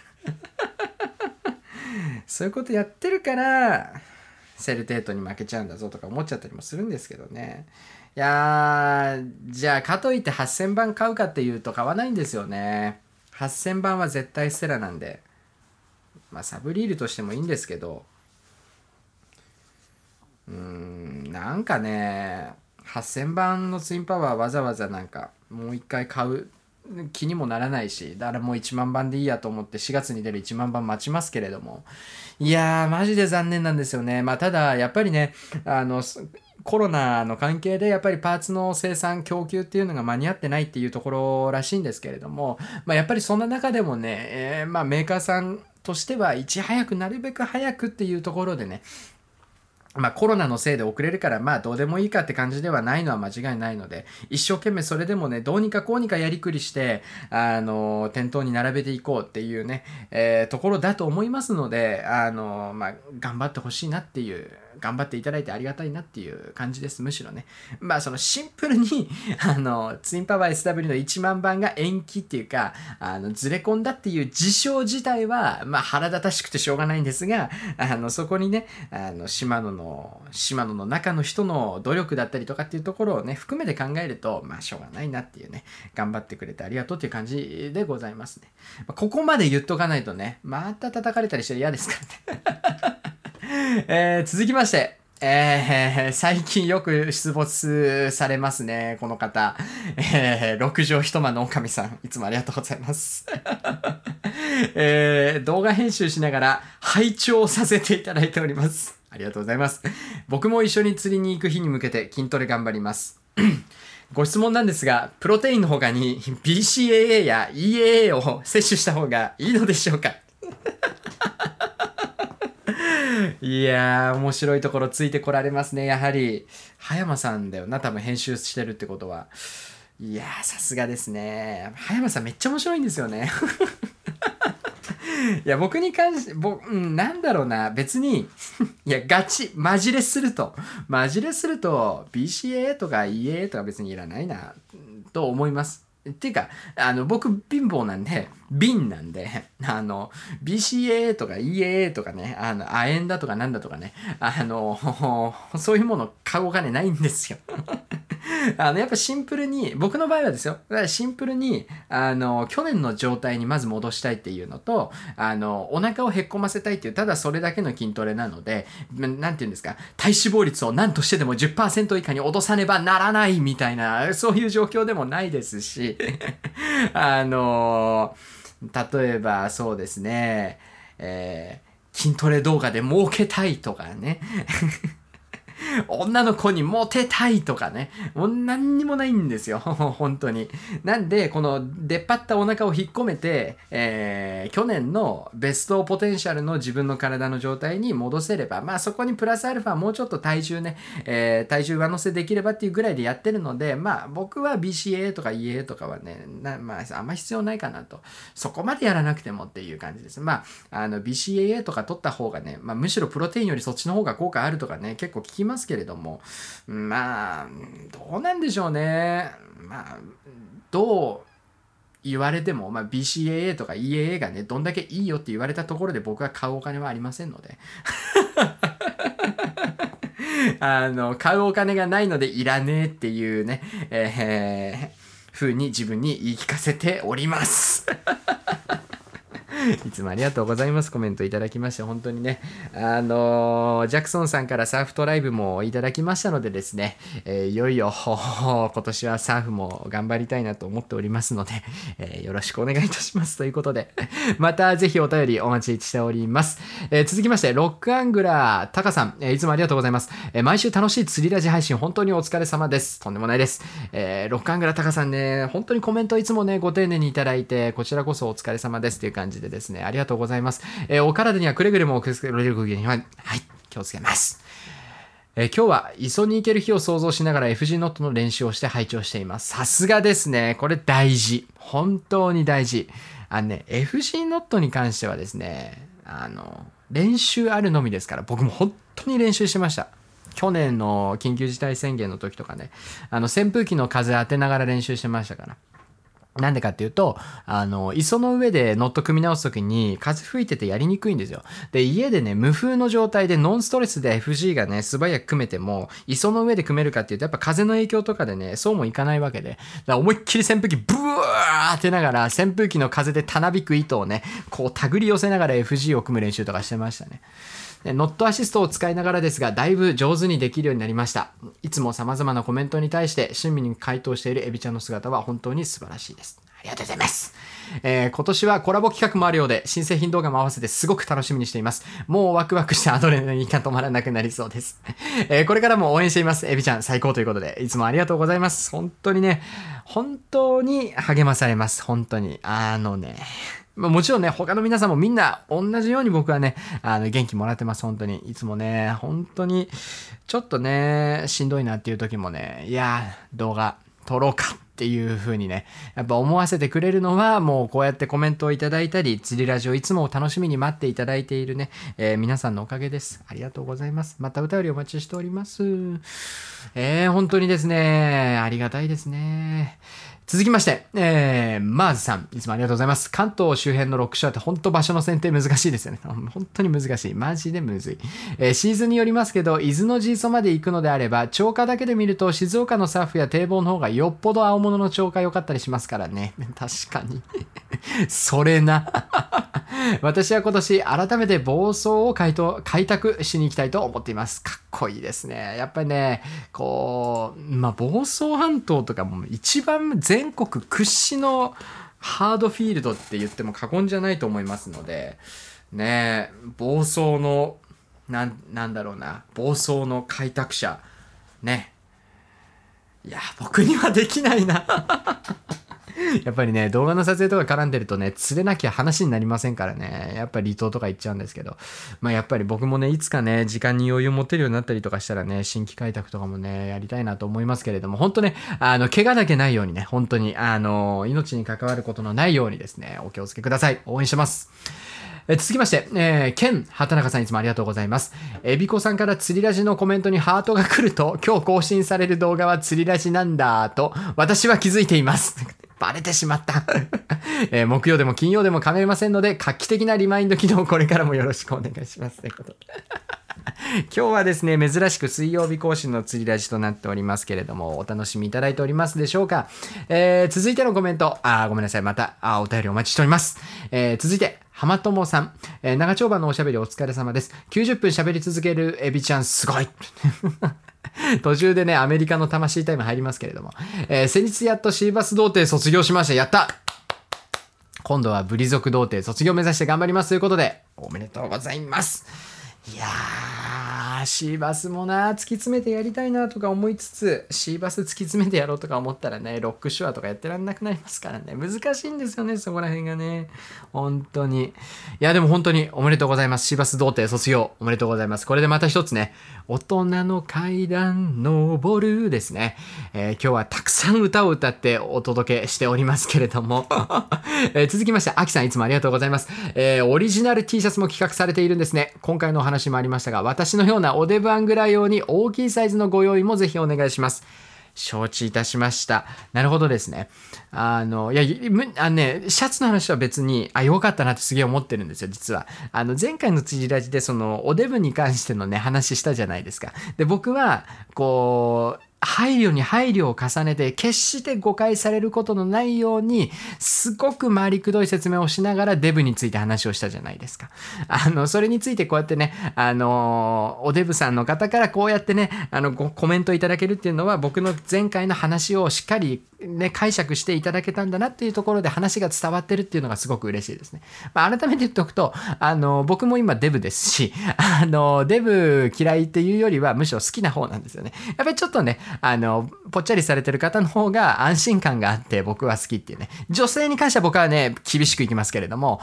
そういうことやってるからセルテートに負けちゃうんだぞとか思っちゃったりもするんですけどね。いやー、じゃあかといってはっせんばん買うかっていうと買わないんですよね。はっせんばんは絶対ステラなんで、まあサブリールとしてもいいんですけど、うーん、なんかね、はっせんばんのツインパワーわざわざなんかもう一回買う気にもならないし、だからもういちまんばんでいいやと思ってしがつに出るいちまんばん待ちますけれども、いやーマジで残念なんですよね。まあただやっぱりね、あのコロナの関係でやっぱりパーツの生産供給っていうのが間に合ってないっていうところらしいんですけれども、まあ、やっぱりそんな中でもね、えー、まあメーカーさんとしてはいち早くなるべく早くっていうところでね、まあコロナのせいで遅れるからまあどうでもいいかって感じではないのは間違いないので、一生懸命それでもね、どうにかこうにかやりくりしてあの店頭に並べていこうっていうね、えー、ところだと思いますので、あのまあ頑張ってほしいなっていう、頑張っていただいてありがたいなっていう感じです。むしろね、まあそのシンプルにあのツインパワー エスダブリュー のいちまんばんが延期っていうか、あのずれ込んだっていう事象自体はまあ腹立たしくてしょうがないんですが、あのそこにね、あの島野の島野の中の人の努力だったりとかっていうところをね含めて考えると、まあしょうがないなっていうね、頑張ってくれてありがとうっていう感じでございますね。ここまで言っとかないとね、また叩かれたりして嫌ですからね。えー、続きまして、えー、最近よく出没されますね、この方。えー、六畳一間の狼さん、いつもありがとうございます。えー、動画編集しながら拝聴させていただいております。ありがとうございます。僕も一緒に釣りに行く日に向けて筋トレ頑張ります。ご質問なんですが、プロテインの他に ビーシーエーエー や イーエーエー を摂取した方がいいのでしょうか？いやー、面白いところついてこられますね。やはり葉山さんだよな、多分編集してるってことは。いやー、さすがですね。葉山さんめっちゃ面白いんですよね。いや、僕に関して、ぼ、うん、なんだろうな、別に、いや、ガチ、マジレスすると、マジレスすると、ビーシーエーエー とか イーエーエー とか別にいらないな、と思います。っていうか、あの、僕、貧乏なんで、瓶なんで、あの、ビーシーエーエー とか イーエーエー とかね、あの、亜鉛だとかなんだとかね、あの、そういうもの買うお金ないんですよ。あの、やっぱシンプルに、僕の場合はですよ。だからシンプルに、あの、去年の状態にまず戻したいっていうのと、あの、お腹をへっこませたいっていう、ただそれだけの筋トレなので、なんていうんですか、体脂肪率を何としてでも じゅっパーセント 以下に落とさねばならないみたいな、そういう状況でもないですし、あの、例えばそうですね、えー、筋トレ動画で儲けたいとかね。女の子にモテたいとかね。もう何にもないんですよ。本当に。なんで、この出っ張ったお腹を引っ込めて、えー、去年のベストポテンシャルの自分の体の状態に戻せれば、まあそこにプラスアルファもうちょっと体重ね、えー、体重上乗せできればっていうぐらいでやってるので、まあ僕は ビーシーエーエー とか イーエーエー とかはね、なまああんま必要ないかなと。そこまでやらなくてもっていう感じです。まあ、あの ビーシーエーエー とか取った方がね、まあむしろプロテインよりそっちの方が効果あるとかね、結構聞きますけれども、まあどうなんでしょうね。まあどう言われても、まあ、ビーシーエーエー とか イーエーエー がね、どんだけいいよって言われたところで僕が買うお金はありませんので。あの、買うお金がないのでいらねえっていうね、えー、風に自分に言い聞かせております。いつもありがとうございます。コメントいただきまして、本当にね、あのー、ジャクソンさんからサーフトライブもいただきましたのでですね、えー、いよいよ、今年はサーフも頑張りたいなと思っておりますので、えー、よろしくお願いいたしますということで、またぜひお便りお待ちしております。えー、続きまして、ロックアングラー、タカさん、えー、いつもありがとうございます。えー、毎週楽しい釣りラジ配信、本当にお疲れ様です。とんでもないです。えー、ロックアングラー、タカさんね、本当にコメントいつもね、ご丁寧にいただいて、こちらこそお疲れ様ですという感じでですね、ありがとうございます。えー、お体にはくれぐれもお気をつけられるには、はい、気をつけます。えー、今日は磯に行ける日を想像しながら エフジー ノットの練習をして拝聴しています。さすがですね。これ大事。本当に大事。あのね、エフジー ノットに関してはですね、あの、練習あるのみですから、僕も本当に練習してました。去年の緊急事態宣言の時とかね、あの、扇風機の風当てながら練習してましたから。なんでかっていうと、あの、磯の上でノット組み直すときに風吹いててやりにくいんですよ。で、家でね、無風の状態でノンストレスで エフジー がね、素早く組めても、磯の上で組めるかっていうと、やっぱ風の影響とかでね、そうもいかないわけで、だから思いっきり扇風機ブワーってながら、扇風機の風でたなびく糸をね、こう手繰り寄せながら エフジー を組む練習とかしてましたね。ノットアシストを使いながらですが、だいぶ上手にできるようになりました。いつも様々なコメントに対して親身に回答しているエビちゃんの姿は本当に素晴らしいです。ありがとうございます。えー、今年はコラボ企画もあるようで、新製品動画も合わせてすごく楽しみにしています。もうワクワクしてアドレナリンが止まらなくなりそうです。えー、これからも応援しています。エビちゃん最高ということで、いつもありがとうございます。本当にね、本当に励まされます。本当に。あのね、もちろんね、他の皆さんもみんな同じように僕はね、あの、元気もらってます、本当に。いつもね、本当に、ちょっとね、しんどいなっていう時もね、いや、動画撮ろうかっていう風にね、やっぱ思わせてくれるのは、もうこうやってコメントをいただいたり、釣りラジオいつも楽しみに待っていただいているね、えー、皆さんのおかげです。ありがとうございます。またお便りお待ちしております。えー、本当にですね、ありがたいですね。続きまして、えー、マーズさん、いつもありがとうございます。関東周辺のロックショアって本当場所の選定難しいですよね。本当に難しい。マジでむずい。えー、シーズンによりますけど、伊豆のジーソまで行くのであれば、超過だけで見ると静岡のサーフや堤防の方がよっぽど青物の超過良かったりしますからね。確かに。それな。私は今年改めて房総を開拓開拓しに行きたいと思っています。かっこいいですね。やっぱりね、こう、まあ、房総半島とかも一番全国屈指のハードフィールドって言っても過言じゃないと思いますので、ね、房総の、なん、なんだろうな、房総の開拓者、ね。いや、僕にはできないな。やっぱりね、動画の撮影とか絡んでるとね、釣れなきゃ話になりませんからね。やっぱり離島とか行っちゃうんですけど。まあやっぱり僕もね、いつかね、時間に余裕持てるようになったりとかしたらね、新規開拓とかもね、やりたいなと思いますけれども、本当ね、あの、怪我だけないようにね、本当に、あの、命に関わることのないようにですね、お気をつけください。応援してます。え続きまして、えー、ケン畑中さんいつもありがとうございます。えびこさんから釣りラジのコメントにハートが来ると、今日更新される動画は釣りラジなんだと、私は気づいています。バレてしまった、えー。木曜でも金曜でも構いませんので、画期的なリマインド機能これからもよろしくお願いします。ということで今日はですね、珍しく水曜日更新の釣りラジとなっておりますけれども、お楽しみいただいておりますでしょうか。えー、続いてのコメント、あーごめんなさい、またあお便りお待ちしております。えー、続いて、浜友さん、えー、長丁場のおしゃべりお疲れ様です。きゅうじゅっぷん喋り続けるエビちゃんすごい途中でね、アメリカの魂タイム入りますけれども、えー、先日やっとシーバス童貞卒業しました。やった。今度はブリ族童貞卒業目指して頑張りますということで、おめでとうございます。いやー、シーバスもな、突き詰めてやりたいなとか思いつつ、シーバス突き詰めてやろうとか思ったらね、ロックシュアとかやってらんなくなりますからね、難しいんですよね、そこら辺がね。本当に。いや、でも本当におめでとうございます。シーバス童貞卒業おめでとうございます。これでまた一つね、大人の階段登るですね。えー、今日はたくさん歌を歌ってお届けしておりますけれども、えー、続きまして、アキさんいつもありがとうございます。えー、オリジナル T シャツも企画されているんですね。今回のお話もありましたが、私のようなおデブアングラ用に大きいサイズのご用意もぜひお願いします。 承知いたしました。なるほどですね。あの、いや、あのね、シャツの話は別に、あ、よかったなってすげえ思ってるんですよ、実は。あの、前回の辻ラジで、その、おデブに関してのね、話したじゃないですか。で、僕は、こう、配慮に配慮を重ねて、決して誤解されることのないように、すごく回りくどい説明をしながらデブについて話をしたじゃないですか。あの、それについてこうやってね、あの、おデブさんの方からこうやってね、あの、ごコメントいただけるっていうのは、僕の前回の話をしっかりね、解釈していただけたんだなっていうところで話が伝わってるっていうのがすごく嬉しいですね。まあ、改めて言っておくと、あの、僕も今デブですし、あの、デブ嫌いっていうよりはむしろ好きな方なんですよね。やっぱりちょっとね、あの、ぽっちゃりされてる方の方が安心感があって僕は好きっていうね。女性に関しては僕はね、厳しくいきますけれども、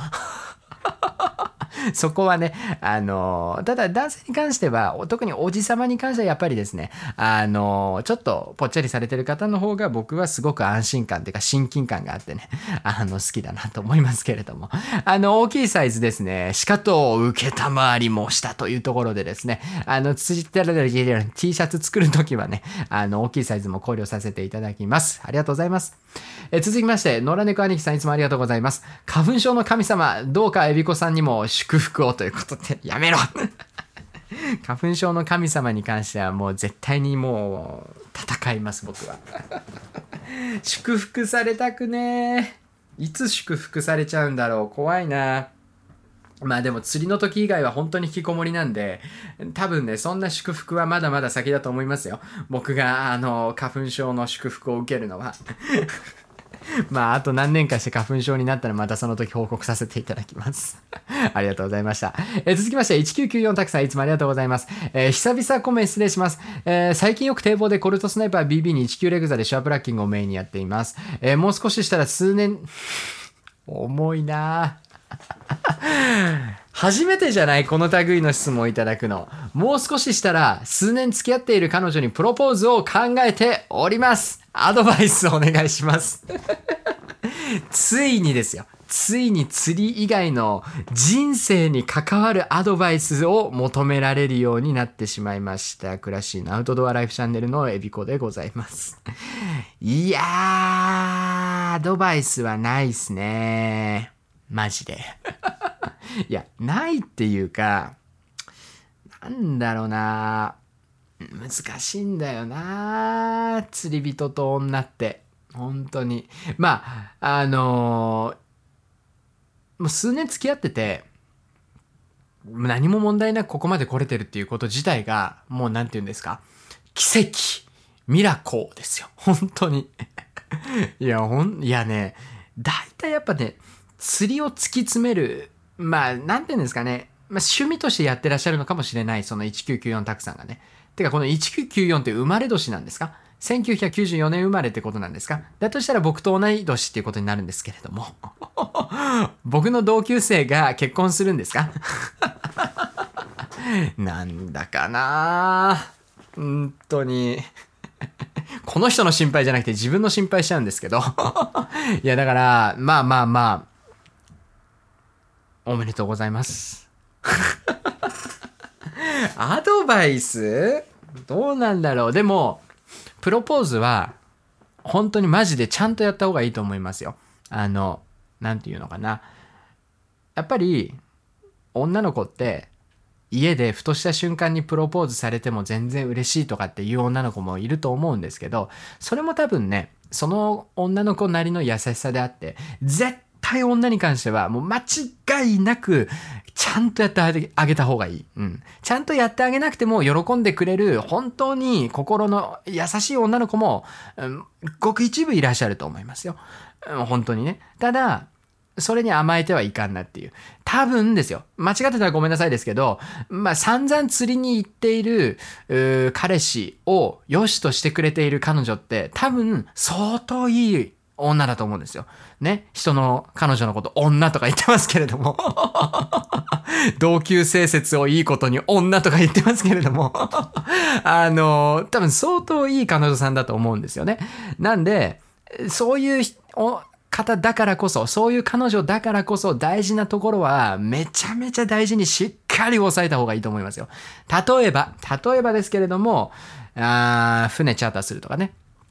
そこはね、あの、ただ男性に関しては、特におじさまに関してはやっぱりですね、あの、ちょっとぽっちゃりされてる方の方が僕はすごく安心感というか親近感があってね、あの、好きだなと思いますけれども、あの、大きいサイズですね、しかと受けたまわりもしたというところでですね、あの、ツイッターで T シャツ作るときはね、あの、大きいサイズも考慮させていただきます。ありがとうございます。え続きまして、野良猫兄貴さんいつもありがとうございます。花粉症の神様、どうかエビコさんにも祝福をということで、やめろ花粉症の神様に関してはもう絶対にもう戦います、僕は。祝福されたくねー。いつ祝福されちゃうんだろう。怖いな。まあでも釣りの時以外は本当に引きこもりなんで、多分ね、そんな祝福はまだまだ先だと思いますよ。僕があの花粉症の祝福を受けるのは。まああと何年かして花粉症になったらまたその時報告させていただきます。ありがとうございました。えー、続きましていちきゅうきゅうよんたくさんいつもありがとうございます。えー、久々コメン失礼します。えー、最近よく堤防でコルトスナイパー ビービー にいちきゅうレグザでシャープラッキングをメインにやっています。えー、もう少ししたら数年重いなぁ。初めてじゃないこの類の質問をいただくの。もう少ししたら数年付き合っている彼女にプロポーズを考えております。アドバイスお願いします。ついにですよ。ついに釣り以外の人生に関わるアドバイスを求められるようになってしまいました。クラシーのアウトドアライフチャンネルのエビコでございます。いやー、アドバイスはないっすね。マジで。いや、ないっていうか、なんだろうな。難しいんだよな。釣り人と女って。本当に。まあ、あのー、もう数年付き合ってて、何も問題なくここまで来れてるっていうこと自体が、もうなんて言うんですか。奇跡。ミラコーですよ。本当に。いや、ほん、いやね、だいたいやっぱね、釣りを突き詰める、まあ、なんて言うんですかね、まあ、趣味としてやってらっしゃるのかもしれない、そのいちきゅうきゅうよんたくさんがね。てか、このいちきゅうきゅうよんって生まれ年なんですか？せんきゅうひゃくきゅうじゅうよねん生まれってことなんですか？だとしたら僕と同い年っていうことになるんですけれども。僕の同級生が結婚するんですか？なんだかなぁ。本当に。この人の心配じゃなくて自分の心配しちゃうんですけど。いや、だから、まあまあまあ、おめでとうございます。アドバイス？どうなんだろう。でも、プロポーズは、本当にマジでちゃんとやった方がいいと思いますよ。あの、なんていうのかな。やっぱり、女の子って、家でふとした瞬間にプロポーズされても全然嬉しいとかっていう女の子もいると思うんですけど、それも多分ね、その女の子なりの優しさであって、絶対女に関してはもう間違いなくちゃんとやってあげた方がいい。うん。ちゃんとやってあげなくても喜んでくれる本当に心の優しい女の子も、うん、ごく一部いらっしゃると思いますよ。うん、本当にね。ただ、それに甘えてはいかんなっていう。多分ですよ。間違ってたらごめんなさいですけど、まあ散々釣りに行っている彼氏を良しとしてくれている彼女って多分相当いい女だと思うんですよ。ね。人の彼女のこと女とか言ってますけれども。同級生説をいいことに女とか言ってますけれども。あの、多分相当いい彼女さんだと思うんですよね。なんで、そういう方だからこそ、そういう彼女だからこそ大事なところはめちゃめちゃ大事にしっかり押さえた方がいいと思いますよ。例えば、例えばですけれども、あー船チャーターするとかね。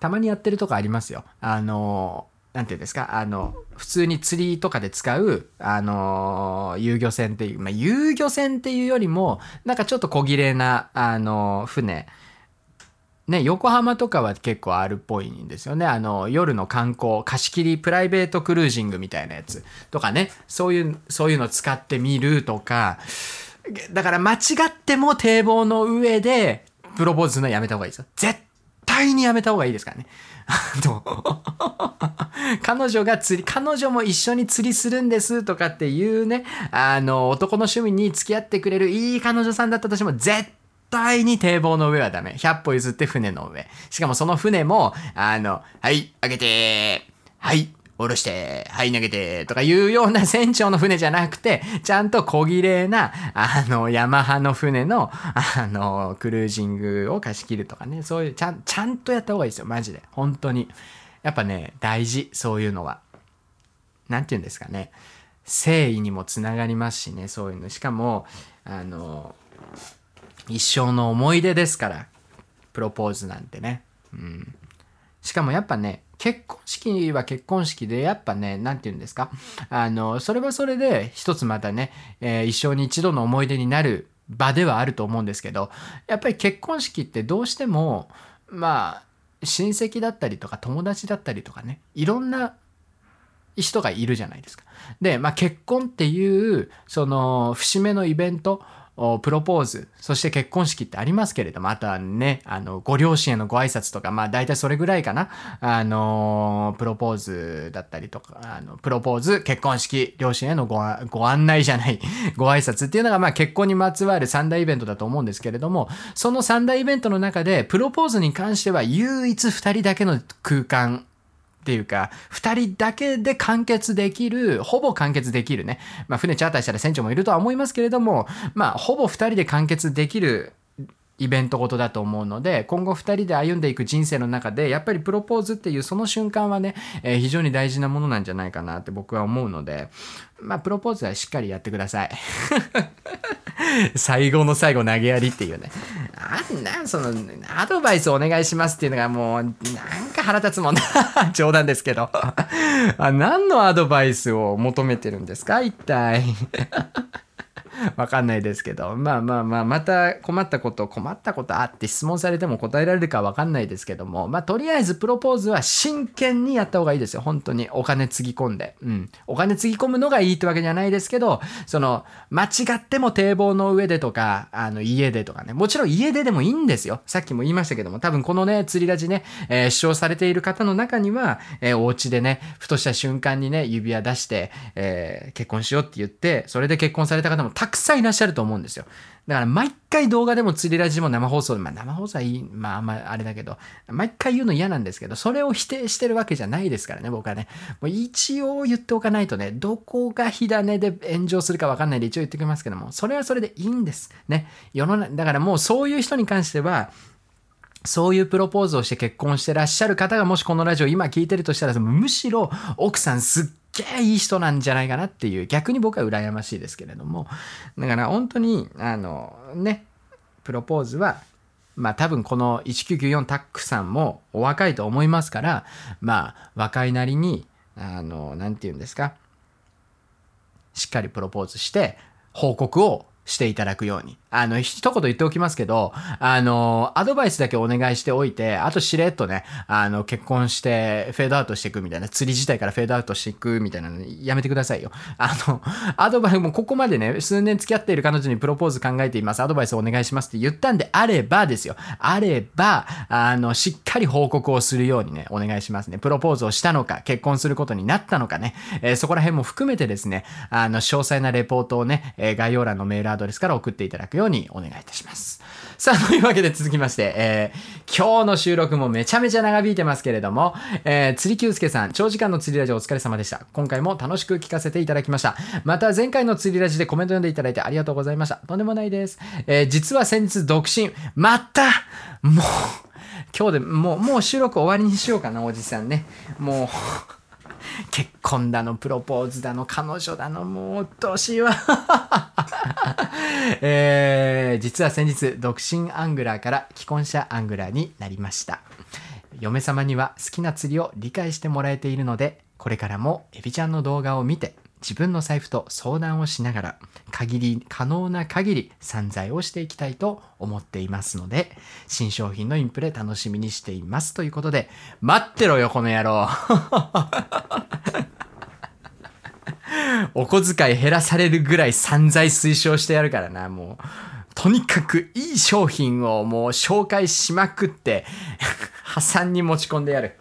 たまにやってるとこありますよ。あのなんていうんですか、あの普通に釣りとかで使うあの遊漁船っていう、まあ、遊漁船っていうよりもなんかちょっと小綺麗なあの船ね、横浜とかは結構あるっぽいんですよね。あの夜の観光貸し切りプライベートクルージングみたいなやつとかね、そういうそういうの使ってみるとか。だから間違っても堤防の上でプロポーズするのはやめた方がいいですよ。絶対にやめた方がいいですからね。彼女が釣り、彼女も一緒に釣りするんですとかっていうね、あの、男の趣味に付き合ってくれるいい彼女さんだったとしても、絶対に堤防の上はダメ。ひゃっぽ譲って船の上。しかもその船も、あの、はい、上げて、はい、下ろして、はい、投げて、とかいうような船長の船じゃなくて、ちゃんと小綺麗な、あの、ヤマハの船の、あの、クルージングを貸し切るとかね、そういう、ちゃん、ちゃんとやった方がいいですよ、マジで。本当に。やっぱね、大事、そういうのは。なんて言うんですかね。誠意にもつながりますしね、そういうの。しかも、あの、一生の思い出ですから、プロポーズなんてね。うん。しかもやっぱね、結婚式は結婚式で、やっぱね、なんて言うんですか。あの、それはそれで、一つまたね、えー、一生に一度の思い出になる場ではあると思うんですけど、やっぱり結婚式ってどうしても、まあ、親戚だったりとか友達だったりとかね、いろんな人がいるじゃないですか。で、まあ結婚っていう、その、節目のイベント、プロポーズ、そして結婚式ってありますけれども、あとはね、あの、ご両親へのご挨拶とか、まあ大体それぐらいかな。あの、プロポーズだったりとか、あの、プロポーズ、結婚式、両親へのご、ご案内じゃない、ご挨拶っていうのが、まあ結婚にまつわる三大イベントだと思うんですけれども、その三大イベントの中で、プロポーズに関しては唯一二人だけの空間、っていうか、二人だけで完結できる、ほぼ完結できるね。まあ、船チャーターしたら船長もいるとは思いますけれども、まあ、ほぼ二人で完結できるイベントごとだと思うので、今後二人で歩んでいく人生の中で、やっぱりプロポーズっていうその瞬間はね、えー、非常に大事なものなんじゃないかなって僕は思うので、まあ、プロポーズはしっかりやってください。最後の最後投げやりっていうね。あんな、その、アドバイスお願いしますっていうのがもう、なんか腹立つもんな。冗談ですけど。あ、何のアドバイスを求めてるんですか一体。わかんないですけど、まあまあまあ、また困ったこと、困ったことあって質問されても答えられるかわかんないですけども、まあとりあえずプロポーズは真剣にやった方がいいですよ。本当にお金つぎ込んで。うん。お金つぎ込むのがいいってわけじゃないですけど、その、間違っても堤防の上でとか、あの、家でとかね。もちろん家ででもいいんですよ。さっきも言いましたけども、多分このね、釣りラジね、えー、視聴されている方の中には、えー、お家でね、ふとした瞬間にね、指輪出して、えー、結婚しようって言って、それで結婚された方もたくさんいらっしゃると思うんですよ。だから毎回動画でも釣りラジも生放送で、まあ生放送はいい、まああんまあれだけど、毎回言うの嫌なんですけど、それを否定してるわけじゃないですからね、僕はね。もう一応言っておかないとね、どこが火種で炎上するかわかんないで一応言っておきますけども、それはそれでいいんです。ね。世の中、だからもうそういう人に関しては、そういうプロポーズをして結婚してらっしゃる方がもしこのラジオ今聞いてるとしたら、むしろ奥さんすっげえいい人なんじゃないかなっていう、逆に僕は羨ましいですけれども、だから本当にあのね、プロポーズはまあ多分このいちきゅうきゅうよんタックさんもお若いと思いますから、まあ若いなりにあのなんて言うんですか、しっかりプロポーズして報告をしていただくように。あの、一言言っておきますけど、あの、アドバイスだけお願いしておいて、あとしれっとね、あの、結婚してフェードアウトしていくみたいな、釣り自体からフェードアウトしていくみたいなのやめてくださいよ。あの、アドバイスもここまでね、数年付き合っている彼女にプロポーズ考えています。アドバイスお願いしますって言ったんであればですよ。あれば、あの、しっかり報告をするようにね、お願いしますね。プロポーズをしたのか、結婚することになったのかね、えー、そこら辺も含めてですね、あの、詳細なレポートをね、えー、概要欄のメールアドレスから送っていただくようにお願いいたします。さあ、というわけで続きまして、えー、今日の収録もめちゃめちゃ長引いてますけれども、えー、釣りきゅうすけさん、長時間の釣りラジオお疲れ様でした。今回も楽しく聞かせていただきました。また前回の釣りラジでコメント読んでいただいてありがとうございました。とんでもないです。えー、実は先日独身、またもう、今日でもう、もう収録終わりにしようかな、おじさんね。もう、結婚だのプロポーズだの彼女だのもうどうしよう、えー、実は先日独身アングラーから既婚者アングラーになりました。 嫁様には好きな釣りを理解してもらえているので、これからもエビちゃんの動画を見て自分の財布と相談をしながら限り可能な限り散財をしていきたいと思っていますので、新商品のインプレ楽しみにしていますということで、待ってろよこの野郎お小遣い減らされるぐらい散財推奨してやるからな。もうとにかくいい商品をもう紹介しまくって破産に持ち込んでやる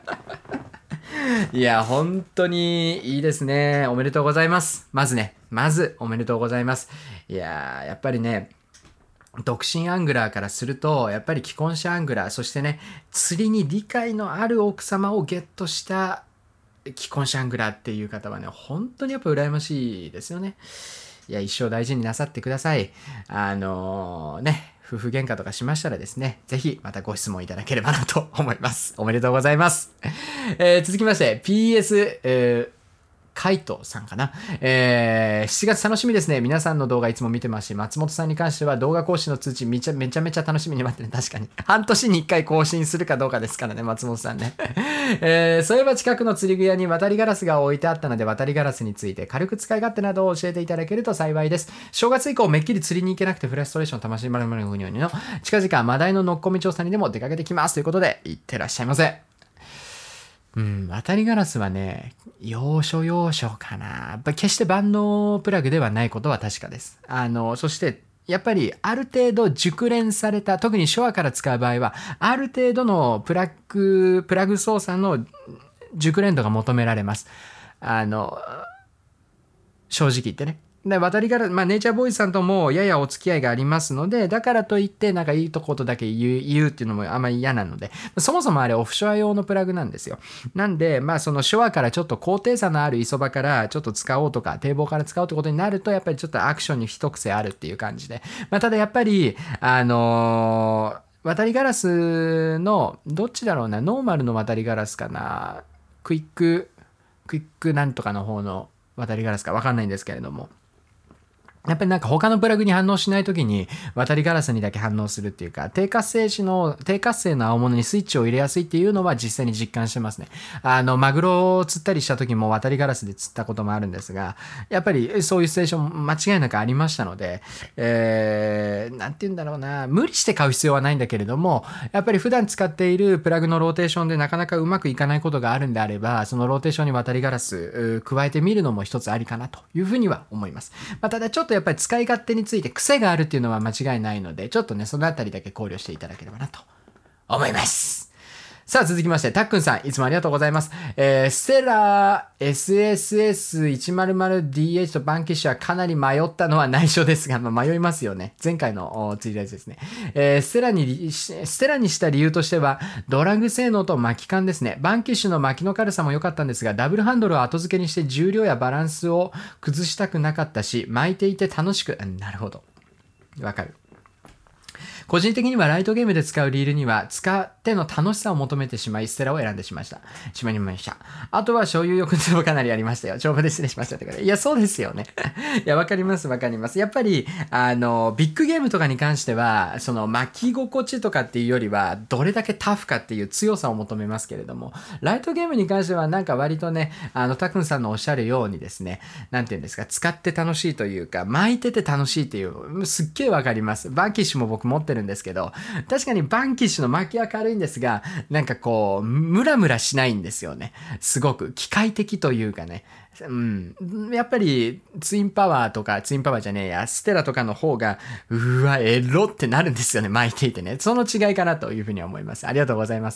いや本当にいいですね。おめでとうございます。まずねまずおめでとうございます。いややっぱりね、独身アングラーからするとやっぱり既婚者アングラー、そしてね釣りに理解のある奥様をゲットした既婚者アングラーっていう方はね、本当にやっぱ羨ましいですよね。いや一生大事になさってください。あのー、ね夫婦喧嘩とかしましたらですね、ぜひまたご質問いただければなと思います。おめでとうございます。えー、続きまして ピーエス、えーカイトさんかな、えー、しちがつ楽しみですね。皆さんの動画いつも見てますし、松本さんに関しては動画更新の通知めちゃめちゃめちゃ楽しみに待ってる。確かに半年にいっかい更新するかどうかですからね、松本さんね、えー、そういえば近くの釣り具屋に渡りガラスが置いてあったので、渡りガラスについて軽く使い勝手などを教えていただけると幸いです。正月以降めっきり釣りに行けなくてフラストレーション魂まるまるの近々マダイのノッコミ調査にでも出かけてきますということで、いってらっしゃいませ。うん、渡りガラスはね、要所要所かな。やっぱ決して万能プラグではないことは確かです。あの、そして、やっぱりある程度熟練された、特にショアから使う場合は、ある程度のプラグ、プラグ操作の熟練度が求められます。あの、正直言ってね。で渡りガラス、まあ、ネイチャーボーイズさんともややお付き合いがありますので、だからといってなんかいいとことだけ言う、言うっていうのもあんまり嫌なので、そもそもあれオフショア用のプラグなんですよ。なんで、まあそのショアからちょっと高低差のある磯場からちょっと使おうとか、堤防から使おうってことになると、やっぱりちょっとアクションに一癖あるっていう感じで。まあただやっぱり、あのー、渡りガラスの、どっちだろうな、ノーマルの渡りガラスかな、クイック、クイックなんとかの方の渡りガラスかわかんないんですけれども、やっぱりなんか他のプラグに反応しないときに渡りガラスにだけ反応するっていうか、低活性種の低活性の青物にスイッチを入れやすいっていうのは実際に実感してますね。あのマグロを釣ったりした時も渡りガラスで釣ったこともあるんですが、やっぱりそういうシチュエーション間違いなくありましたので、えー、なんて言うんだろうな、無理して買う必要はないんだけれども、やっぱり普段使っているプラグのローテーションでなかなかうまくいかないことがあるんであれば、そのローテーションに渡りガラス加えてみるのも一つありかなというふうには思います。まあ、ただちょっとやっぱり使い勝手について癖があるっていうのは間違いないので、ちょっとねそのあたりだけ考慮していただければなと思います。さあ続きまして、たっくんさんいつもありがとうございます。えー、ステラ エスエスエスいちまるまるディーエイチ とバンキッシュはかなり迷ったのは内緒ですが、まあ、迷いますよね。前回の釣りラジですね。えー、ステラにステラにした理由としてはドラグ性能と巻き感ですね。バンキッシュの巻きの軽さも良かったんですが、ダブルハンドルを後付けにして重量やバランスを崩したくなかったし、巻いていて楽しく、うん、なるほど、わかる。個人的にはライトゲームで使うリールには使っての楽しさを求めてしまい、ステラを選んでしまいました。しまいました。あとは所有欲もかなりありましたよ。長文で失礼しましたってことで。いや、そうですよね。いや、わかりますわかります。やっぱり、あの、ビッグゲームとかに関しては、その巻き心地とかっていうよりは、どれだけタフかっていう強さを求めますけれども、ライトゲームに関してはなんか割とね、あの、たくんさんのおっしゃるようにですね、なんていうんですか、使って楽しいというか、巻いてて楽しいっていう、すっげえわかります。バンキッシュも僕持ってるんですけど、確かにバンキッシュの巻きは軽いんですが、なんかこうムラムラしないんですよね。すごく機械的というかね、うん、やっぱりツインパワーとかツインパワーじゃねえやステラとかの方がうわエロってなるんですよね、巻いていてね。その違いかなというふうに思います。ありがとうございます。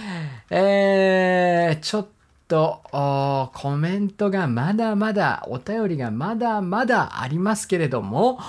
えー、ちょっとコメントがまだまだ、お便りがまだまだありますけれども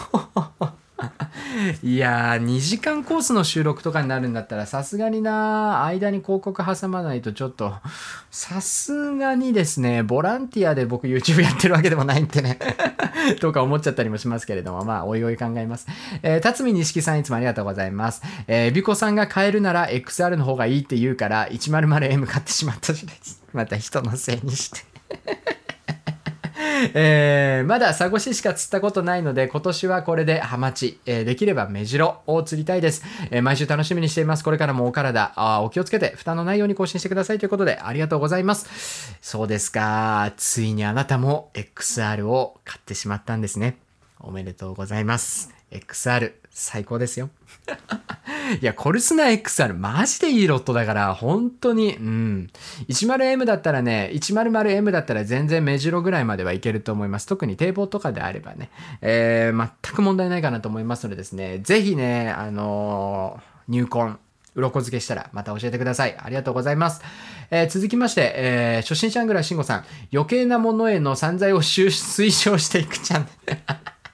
いやーにじかんコースの収録とかになるんだったらさすがにな、間に広告挟まないとちょっとさすがにですね、ボランティアで僕 YouTube やってるわけでもないんでねとか思っちゃったりもしますけれども、まあおいおい考えます。えー、辰巳錦さんいつもありがとうございます。えー、ビコさんが買えるなら エックスアール の方がいいって言うから いちまるまるエム 買ってしまったじゃないです。また人のせいにしてえー、まだサゴシしか釣ったことないので、今年はこれでハマチ、えー、できればメジロを釣りたいです。えー、毎週楽しみにしています。これからもお体あお気をつけて負担のないように更新してくださいということで、ありがとうございます。そうですか。ついにあなたも エックスアール を買ってしまったんですね。おめでとうございます。エックスアール 最高ですよ。いや、コルスナ エックスアール マジでいいロットだから、本当に、うん。いちじゅうエム だったらね、いちじゅうエム だったら全然メジロぐらいまではいけると思います。特に堤防とかであればね、えー、全く問題ないかなと思いますのでですね、ぜひね、あのー、入魂、鱗付けしたらまた教えてください。ありがとうございます。えー、続きまして、えー、初心者アングラー慎吾さん、余計なものへの散財を推奨していくチャンネル。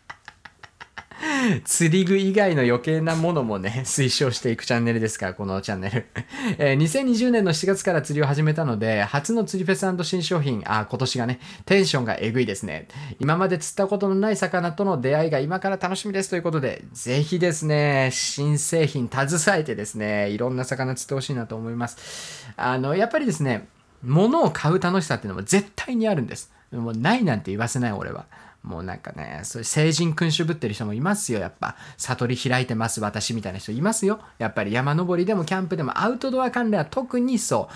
釣り具以外の余計なものもね、推奨していくチャンネルですから、このチャンネル。えー、にせんにじゅうねんのしちがつから釣りを始めたので、初の釣りフェス&新商品、あ、今年がね、テンションがえぐいですね。今まで釣ったことのない魚との出会いが今から楽しみですということで、ぜひですね、新製品携えてですね、いろんな魚釣ってほしいなと思います。あの、やっぱりですね、物を買う楽しさっていうのも絶対にあるんです。もうないなんて言わせない、俺は。もうなんかね、そういう聖人君主ぶってる人もいますよ、やっぱ。悟り開いてます、私みたいな人いますよ。やっぱり山登りでもキャンプでもアウトドア関連は特にそう。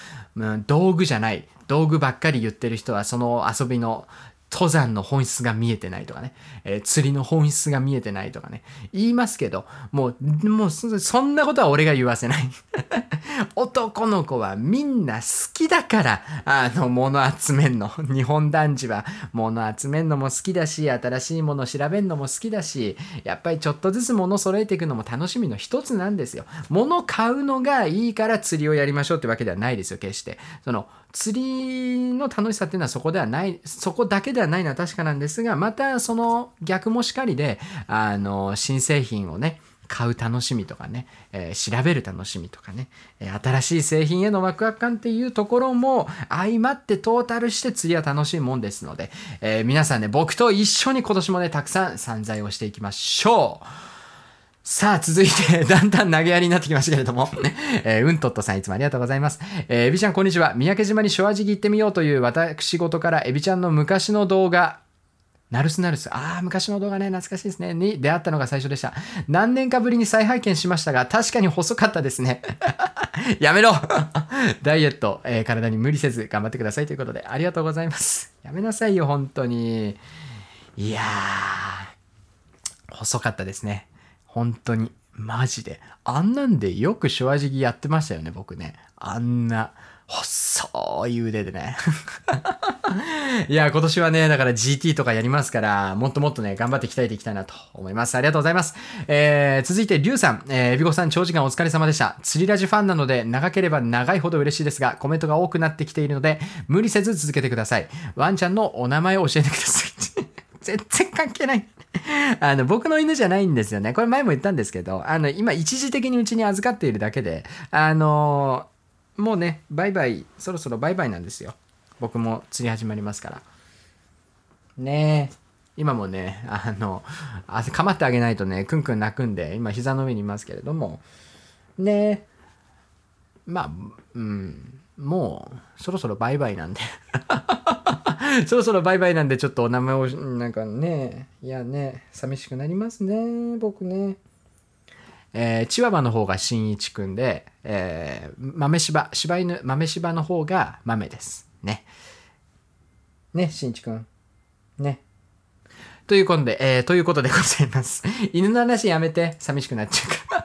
うん、道具じゃない。道具ばっかり言ってる人は、その遊びの登山の本質が見えてないとかね、えー、釣りの本質が見えてないとかね、言いますけど、もう、もうそ、そんなことは俺が言わせない。男の子はみんな好きだから、あの、物集めんの。日本男児は物集めんのも好きだし、新しいもの調べんのも好きだし、やっぱりちょっとずつ物揃えていくのも楽しみの一つなんですよ。物買うのがいいから釣りをやりましょうってわけではないですよ、決して。その、釣りの楽しさっていうのはそこではない、そこだけではないのは確かなんですが、またその逆もしかりで、あの、新製品をね、買う楽しみとかね、えー、調べる楽しみとかね、えー、新しい製品へのワクワク感っていうところも相まってトータルして釣りは楽しいもんですので、えー、皆さんね、僕と一緒に今年もね、たくさん散財をしていきましょう。さあ、続いて、だんだん投げやりになってきましたけれども、えー、うんとっとさんいつもありがとうございます。えー、エビちゃんこんにちは。三宅島にショアジギ行ってみようという私事から、エビちゃんの昔の動画、ナルスナルス。ああ、昔の動画ね、懐かしいですね。に出会ったのが最初でした。何年かぶりに再拝見しましたが、確かに細かったですね。やめろダイエット、えー、体に無理せず頑張ってくださいということで、ありがとうございます。やめなさいよ、本当に。いやー、細かったですね。本当に。マジで。あんなんでよくショアジギやってましたよね、僕ね。あんな。細い腕でね。いや、今年はね、だから ジーティー とかやりますから、もっともっとね、頑張って鍛えていきたいなと思います。ありがとうございます。えー、続いて、リュウさん、えー、エビゴさん長時間お疲れ様でした。釣りラジファンなので、長ければ長いほど嬉しいですが、コメントが多くなってきているので、無理せず続けてください。ワンちゃんのお名前を教えてください。全然関係ない。あの、僕の犬じゃないんですよね。これ前も言ったんですけど、あの、今一時的にうちに預かっているだけで、あのー、もうね、バイバイ、そろそろバイバイなんですよ。僕も釣り始まりますから。ねえ。今もね、あの、あ構ってあげないとね、クンクン泣くんで、今膝の上にいますけれども、ねえ。まあ、うん、もう、そろそろバイバイなんで。そろそろバイバイなんで、ちょっとお名前を、なんかね、いやね、寂しくなりますね、僕ね。えー、チワワの方が新一くんで、えー、豆柴、柴犬、豆柴の方が豆です。ね。ね、新一くん。ね。ということで、えー、ということでございます。犬の話やめて、寂しくなっちゃうから。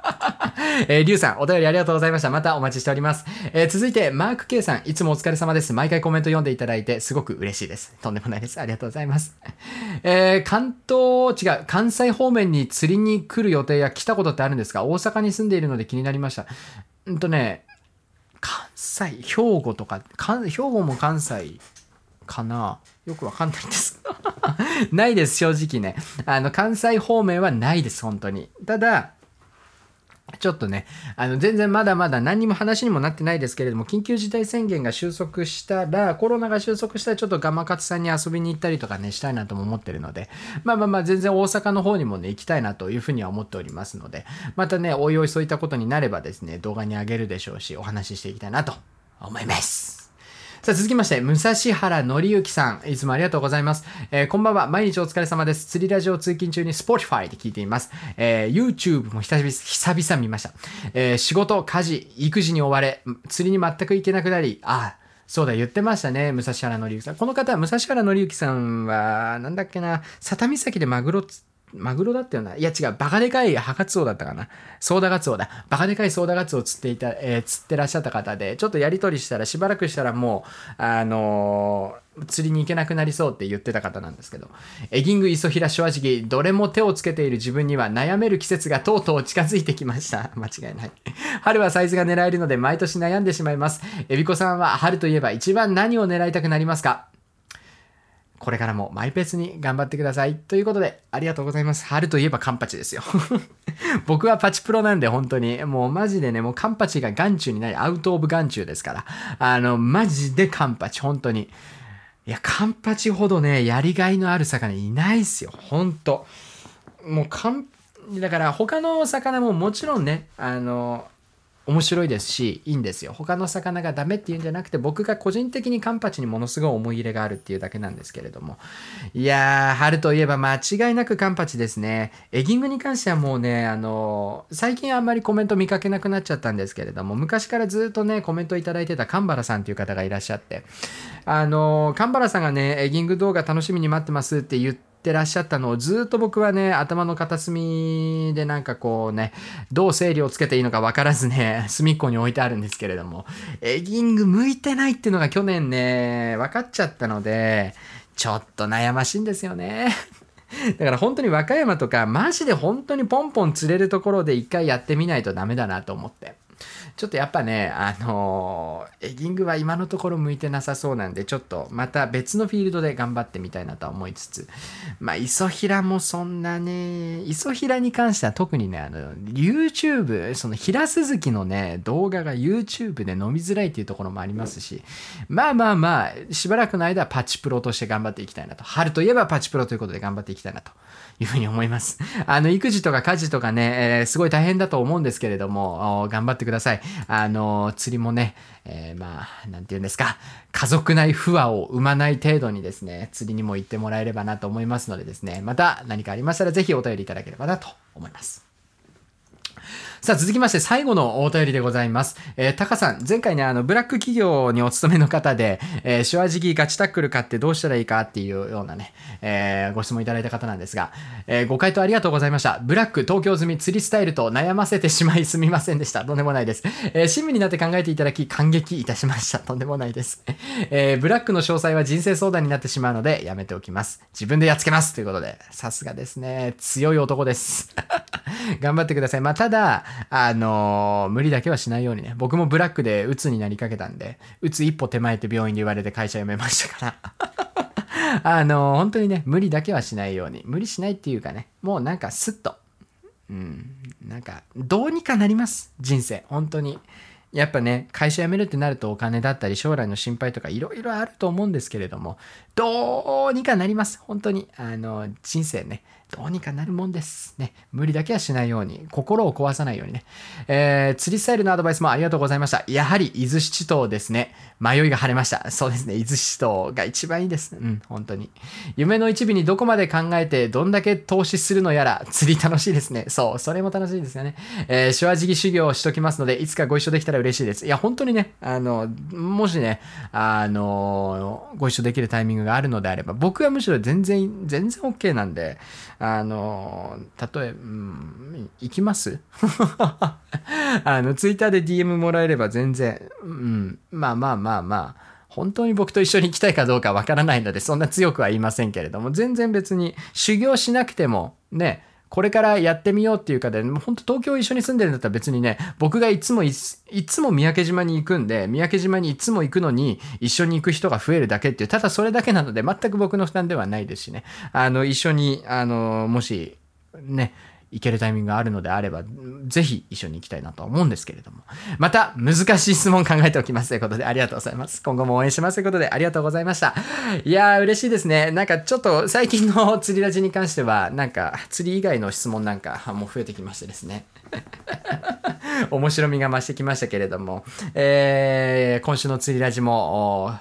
えー、リュウさん、お便りありがとうございました。またお待ちしております。えー、続いて、マーク K さん、いつもお疲れ様です。毎回コメント読んでいただいて、すごく嬉しいです。とんでもないです。ありがとうございます。えー、関東、違う、関西方面に釣りに来る予定や来たことってあるんですか？大阪に住んでいるので気になりました。うんとね、関西、兵庫とか、兵庫も関西かな？よくわかんないです。ないです、正直ね。あの、関西方面はないです、本当に。ただ、ちょっとね、あの、全然まだまだ何にも話にもなってないですけれども、緊急事態宣言が収束したら、コロナが収束したら、ちょっとガマカツさんに遊びに行ったりとかね、したいなとも思ってるので、まあまあまあ、全然大阪の方にもね、行きたいなというふうには思っておりますので、またね、おいおいそういったことになればですね、動画に上げるでしょうし、お話ししていきたいなと思います。 さあ続きまして、武蔵原紀之さん、いつもありがとうございます。えー、こんばんは。毎日お疲れ様です。釣りラジオ通勤中に Spotify で聞いています。えー、YouTube も久々久々見ました。えー、仕事、家事、育児に追われ、釣りに全く行けなくなり、あ、そうだ、言ってましたね。武蔵原紀之さん。この方、武蔵原紀之さんは、なんだっけな、佐多岬でマグロつ、マグロだったよな。いや違う、バカでかいハカツオだったかな。ソーダガツオだ。バカでかいソーダガツオを釣っていた、えー、釣ってらっしゃった方で、ちょっとやりとりしたら、しばらくしたらもう、あのー、釣りに行けなくなりそうって言ってた方なんですけど、エギング、イソヒラ、ショアジギ、どれも手をつけている自分には悩める季節がとうとう近づいてきました。間違いない。春はサイズが狙えるので、毎年悩んでしまいます。エビコさんは春といえば一番何を狙いたくなりますか？これからもマイペースに頑張ってください。ということで、ありがとうございます。春といえばカンパチですよ。僕はパチプロなんで本当に、もうマジでね、もうカンパチが眼中にないアウトオブ眼中ですから。あの、マジでカンパチ、本当に。いや、カンパチほどね、やりがいのある魚いないっすよ。本当もうカン、だから他の魚ももちろんね、あの、面白いですし、いいんですよ。他の魚がダメっていうんじゃなくて、僕が個人的にカンパチにものすごい思い入れがあるっていうだけなんですけれども。いやー、春といえば間違いなくカンパチですね。エギングに関してはもうね、あのー、最近あんまりコメント見かけなくなっちゃったんですけれども、昔からずっとね、コメントいただいてたカンバラさんっていう方がいらっしゃって、あのー、カンバラさんがね、エギング動画楽しみに待ってますって言って、ってらっしゃったのをずっと僕はね、頭の片隅でなんかこうね、どう整理をつけていいのか分からずね、隅っこに置いてあるんですけれども、エギング向いてないっていうのが去年ね、分かっちゃったので、ちょっと悩ましいんですよね。だから本当に和歌山とか、マジで本当にポンポン釣れるところで一回やってみないとダメだなと思って。ちょっとやっぱね、あのー、エギングは今のところ向いてなさそうなんで、ちょっとまた別のフィールドで頑張ってみたいなとは思いつつ、まあ、イソヒラもそんなね、イソヒラに関しては特にね、あの、YouTube、そのヒラスズキのね、動画が YouTube で飲みづらいっていうところもありますし、まあまあまあ、しばらくの間はパチプロとして頑張っていきたいなと。春といえばパチプロということで頑張っていきたいなというふうに思います。あの、育児とか家事とかね、えー、すごい大変だと思うんですけれども、頑張ってください。あの、釣りもね、えー、まあ、なんて言うんですか、家族内不和を生まない程度にですね、釣りにも行ってもらえればなと思いますのでですね、また何かありましたらぜひお便りいただければなと思います。さあ続きまして最後のお便りでございます。えー、タカさん、前回ね、あの、ブラック企業にお勤めの方で、えー、シュワジギガチタックル買ってどうしたらいいかっていうようなね、えー、ご質問いただいた方なんですが、えー、ご回答ありがとうございました。ブラック東京済み釣りスタイルと悩ませてしまいすみませんでした。とんでもないです。えー、親身になって考えていただき感激いたしました。とんでもないです。えー、ブラックの詳細は人生相談になってしまうのでやめておきます。自分でやっつけますということで、さすがですね。強い男です。頑張ってください。まあ、ただ、あのー、無理だけはしないようにね。僕もブラックで鬱になりかけたんで、鬱一歩手前って病院で言われて会社辞めましたから。あのー、本当にね、無理だけはしないように。無理しないっていうかね、もうなんかスッと。うん。なんか、どうにかなります。人生。本当に。やっぱね、会社辞めるってなるとお金だったり将来の心配とかいろいろあると思うんですけれども、どうにかなります。本当に。あの、人生ね、どうにかなるもんです。ね、無理だけはしないように、心を壊さないようにね。えー、釣りスタイルのアドバイスもありがとうございました。やはり伊豆七島ですね。迷いが晴れました。そうですね、伊豆七島が一番いいです。うん、本当に。夢の一尾にどこまで考えて、どんだけ投資するのやら、釣り楽しいですね。そう、それも楽しいですよね。えー、シュワジギ修行をしときますので、いつかご一緒できたら嬉しいです。いや、本当にね、あの、もしね、あの、ご一緒できるタイミングがあるのであれば、僕はむしろ全然、全然 OK なんで、あの、例え、うん、行きますあの、ツイッターで ディーエム もらえれば全然、うん、まあまあまあまあ、本当に僕と一緒に行きたいかどうかわからないので、そんな強くは言いませんけれども、全然別に修行しなくても、ね、これからやってみようっていうかで、本当東京一緒に住んでるんだったら別にね、僕がいつもい、いつも三宅島に行くんで、三宅島にいつも行くのに一緒に行く人が増えるだけっていう、ただそれだけなので全く僕の負担ではないですしね。あの、一緒に、あの、もし、ね、行けるタイミングがあるのであれば、ぜひ一緒に行きたいなと思うんですけれども。また、難しい質問考えておきますということで、ありがとうございます。今後も応援しますということで、ありがとうございました。いやー、嬉しいですね。なんかちょっと最近の釣りラジに関しては、なんか釣り以外の質問なんかもう増えてきましてですね。面白みが増してきましたけれども、えー、今週の釣りラジも、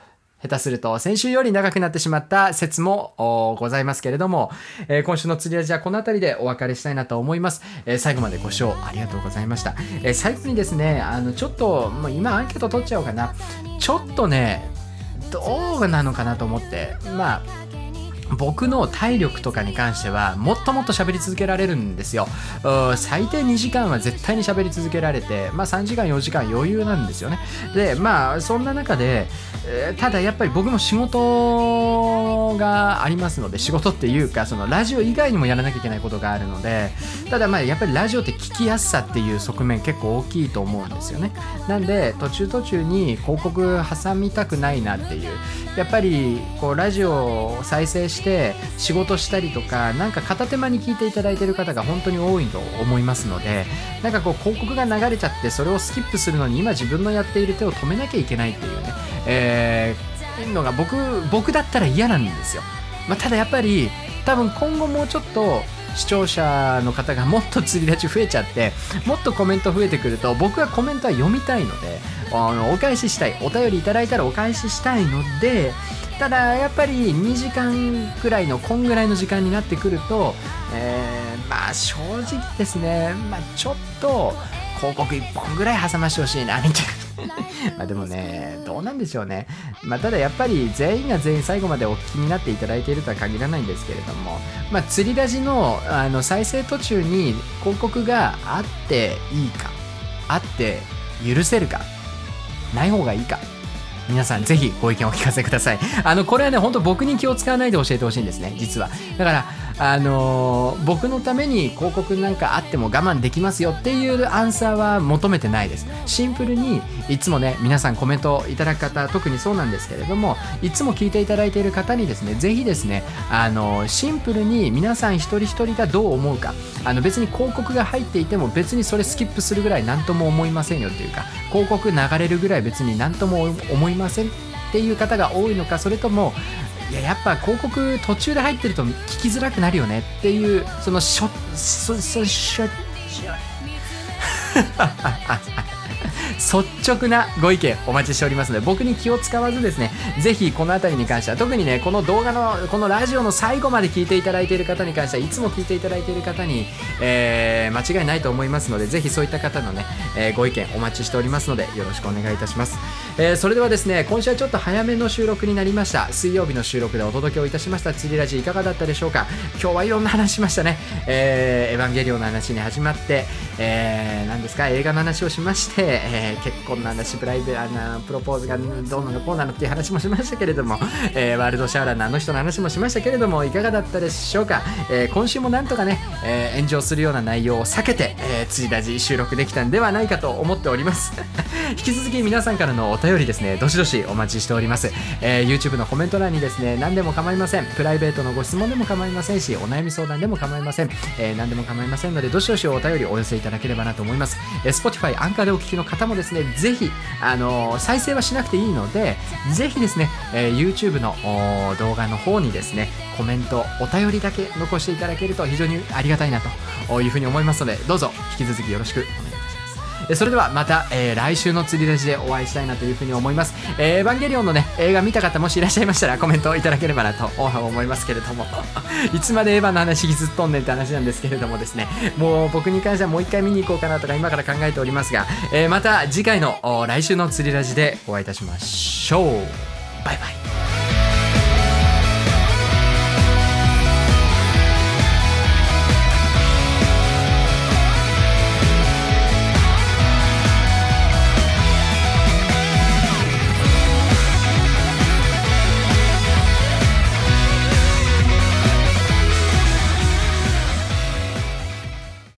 下手すると先週より長くなってしまった説もございますけれども、えー、今週の釣りラジはこの辺りでお別れしたいなと思います。えー、最後までご視聴ありがとうございました。えー、最後にですね、あのちょっともう今アンケート取っちゃおうかな。ちょっとね、どうなのかなと思って、まあ僕の体力とかに関してはもっともっと喋り続けられるんですよ。最低にじかんは絶対に喋り続けられて、まあさんじかんよじかん余裕なんですよね。でまあそんな中で、えー、ただやっぱり僕も仕事がありますので、仕事っていうかそのラジオ以外にもやらなきゃいけないことがあるので、ただまあやっぱりラジオって聞きやすさっていう側面結構大きいと思うんですよね。なんで途中途中に広告挟みたくないなっていう、やっぱりこうラジオを再生して仕事したりとか、なんか片手間に聞いていただいている方が本当に多いと思いますので、なんかこう広告が流れちゃってそれをスキップするのに今自分のやっている手を止めなきゃいけないっていうね、えー、のが僕僕だったら嫌なんですよ。まあ、ただやっぱり多分今後もうちょっと視聴者の方がもっと釣りラジ増えちゃって、もっとコメント増えてくると、僕はコメントは読みたいので、あのお返ししたい、お便りいただいたらお返ししたいので、ただやっぱりにじかんくらいのこんぐらいの時間になってくると、えー、まあ正直ですね、まあちょっと広告いっぽんぐらい挟ましてほしいなみたいなまあでもね、どうなんでしょうね。まあただやっぱり全員が全員最後までお聞きになっていただいているとは限らないんですけれども、まあ釣りラジのあの再生途中に広告があっていいか、あって許せるか、ない方がいいか、皆さんぜひご意見をお聞かせください。あのこれはね、本当僕に気を使わないで教えてほしいんですね、実は。だからあのー、僕のために広告なんかあっても我慢できますよっていうアンサーは求めてないです。シンプルにいつもね、皆さんコメントいただく方、特にそうなんですけれども、いつも聞いていただいている方にですね、ぜひですね、あのー、シンプルに皆さん一人一人がどう思うか、あの別に広告が入っていても別にそれスキップするぐらい何とも思いませんよっていうか、広告流れるぐらい別に何とも思いませんっていう方が多いのか、それともいややっぱ広告途中で入ってると聞きづらくなるよねっていう、そのしょそそしょ率直なご意見お待ちしておりますので、僕に気を使わずですね、ぜひこの辺りに関しては、特にねこの動画のこのラジオの最後まで聞いていただいている方に関しては、いつも聞いていただいている方に、えー、間違いないと思いますので、ぜひそういった方のね、えー、ご意見お待ちしておりますのでよろしくお願いいたします。えー、それではですね、今週はちょっと早めの収録になりました。水曜日の収録でお届けをいたしました釣りラジ、いかがだったでしょうか。今日はいろんな話しましたね。えー、エヴァンゲリオンの話に始まって、えー、何ですか、映画の話をしまして、えー、結婚の話、プライベートプロポーズがどうなのこうなのっていう話もしましたけれども、えー、ワールドシャーラーのあの人の話もしましたけれども、いかがだったでしょうか。えー、今週もなんとかね、えー、炎上するような内容を避けて、えー、釣りラジ収録できたんではないかと思っております引き続き皆さんからのお便りですね、どしどしお待ちしております。えー、YouTube のコメント欄にですね、何でも構いません。プライベートのご質問でも構いませんし、お悩み相談でも構いません。えー、何でも構いませんので、どしどしお便りお寄せいただければなと思います。えー、Spotify、アンカーでお聞きの方もですね、ぜひ、あのー、再生はしなくていいので、ぜひですね、えー、YouTube の動画の方にですね、コメント、お便りだけ残していただけると非常にありがたいなというふうに思いますので、どうぞ引き続きよろしくお願いします。それではまた、えー、来週の釣りラジでお会いしたいなというふうに思います。えー、エヴァンゲリオンのね映画見た方もしいらっしゃいましたらコメントをいただければなと思いますけれどもいつまでエヴァの話引きずっとんねんって話なんですけれどもですね、もう僕に関してはもう一回見に行こうかなとか今から考えておりますが、えー、また次回の来週の釣りラジでお会いいたしましょう。バイバイ。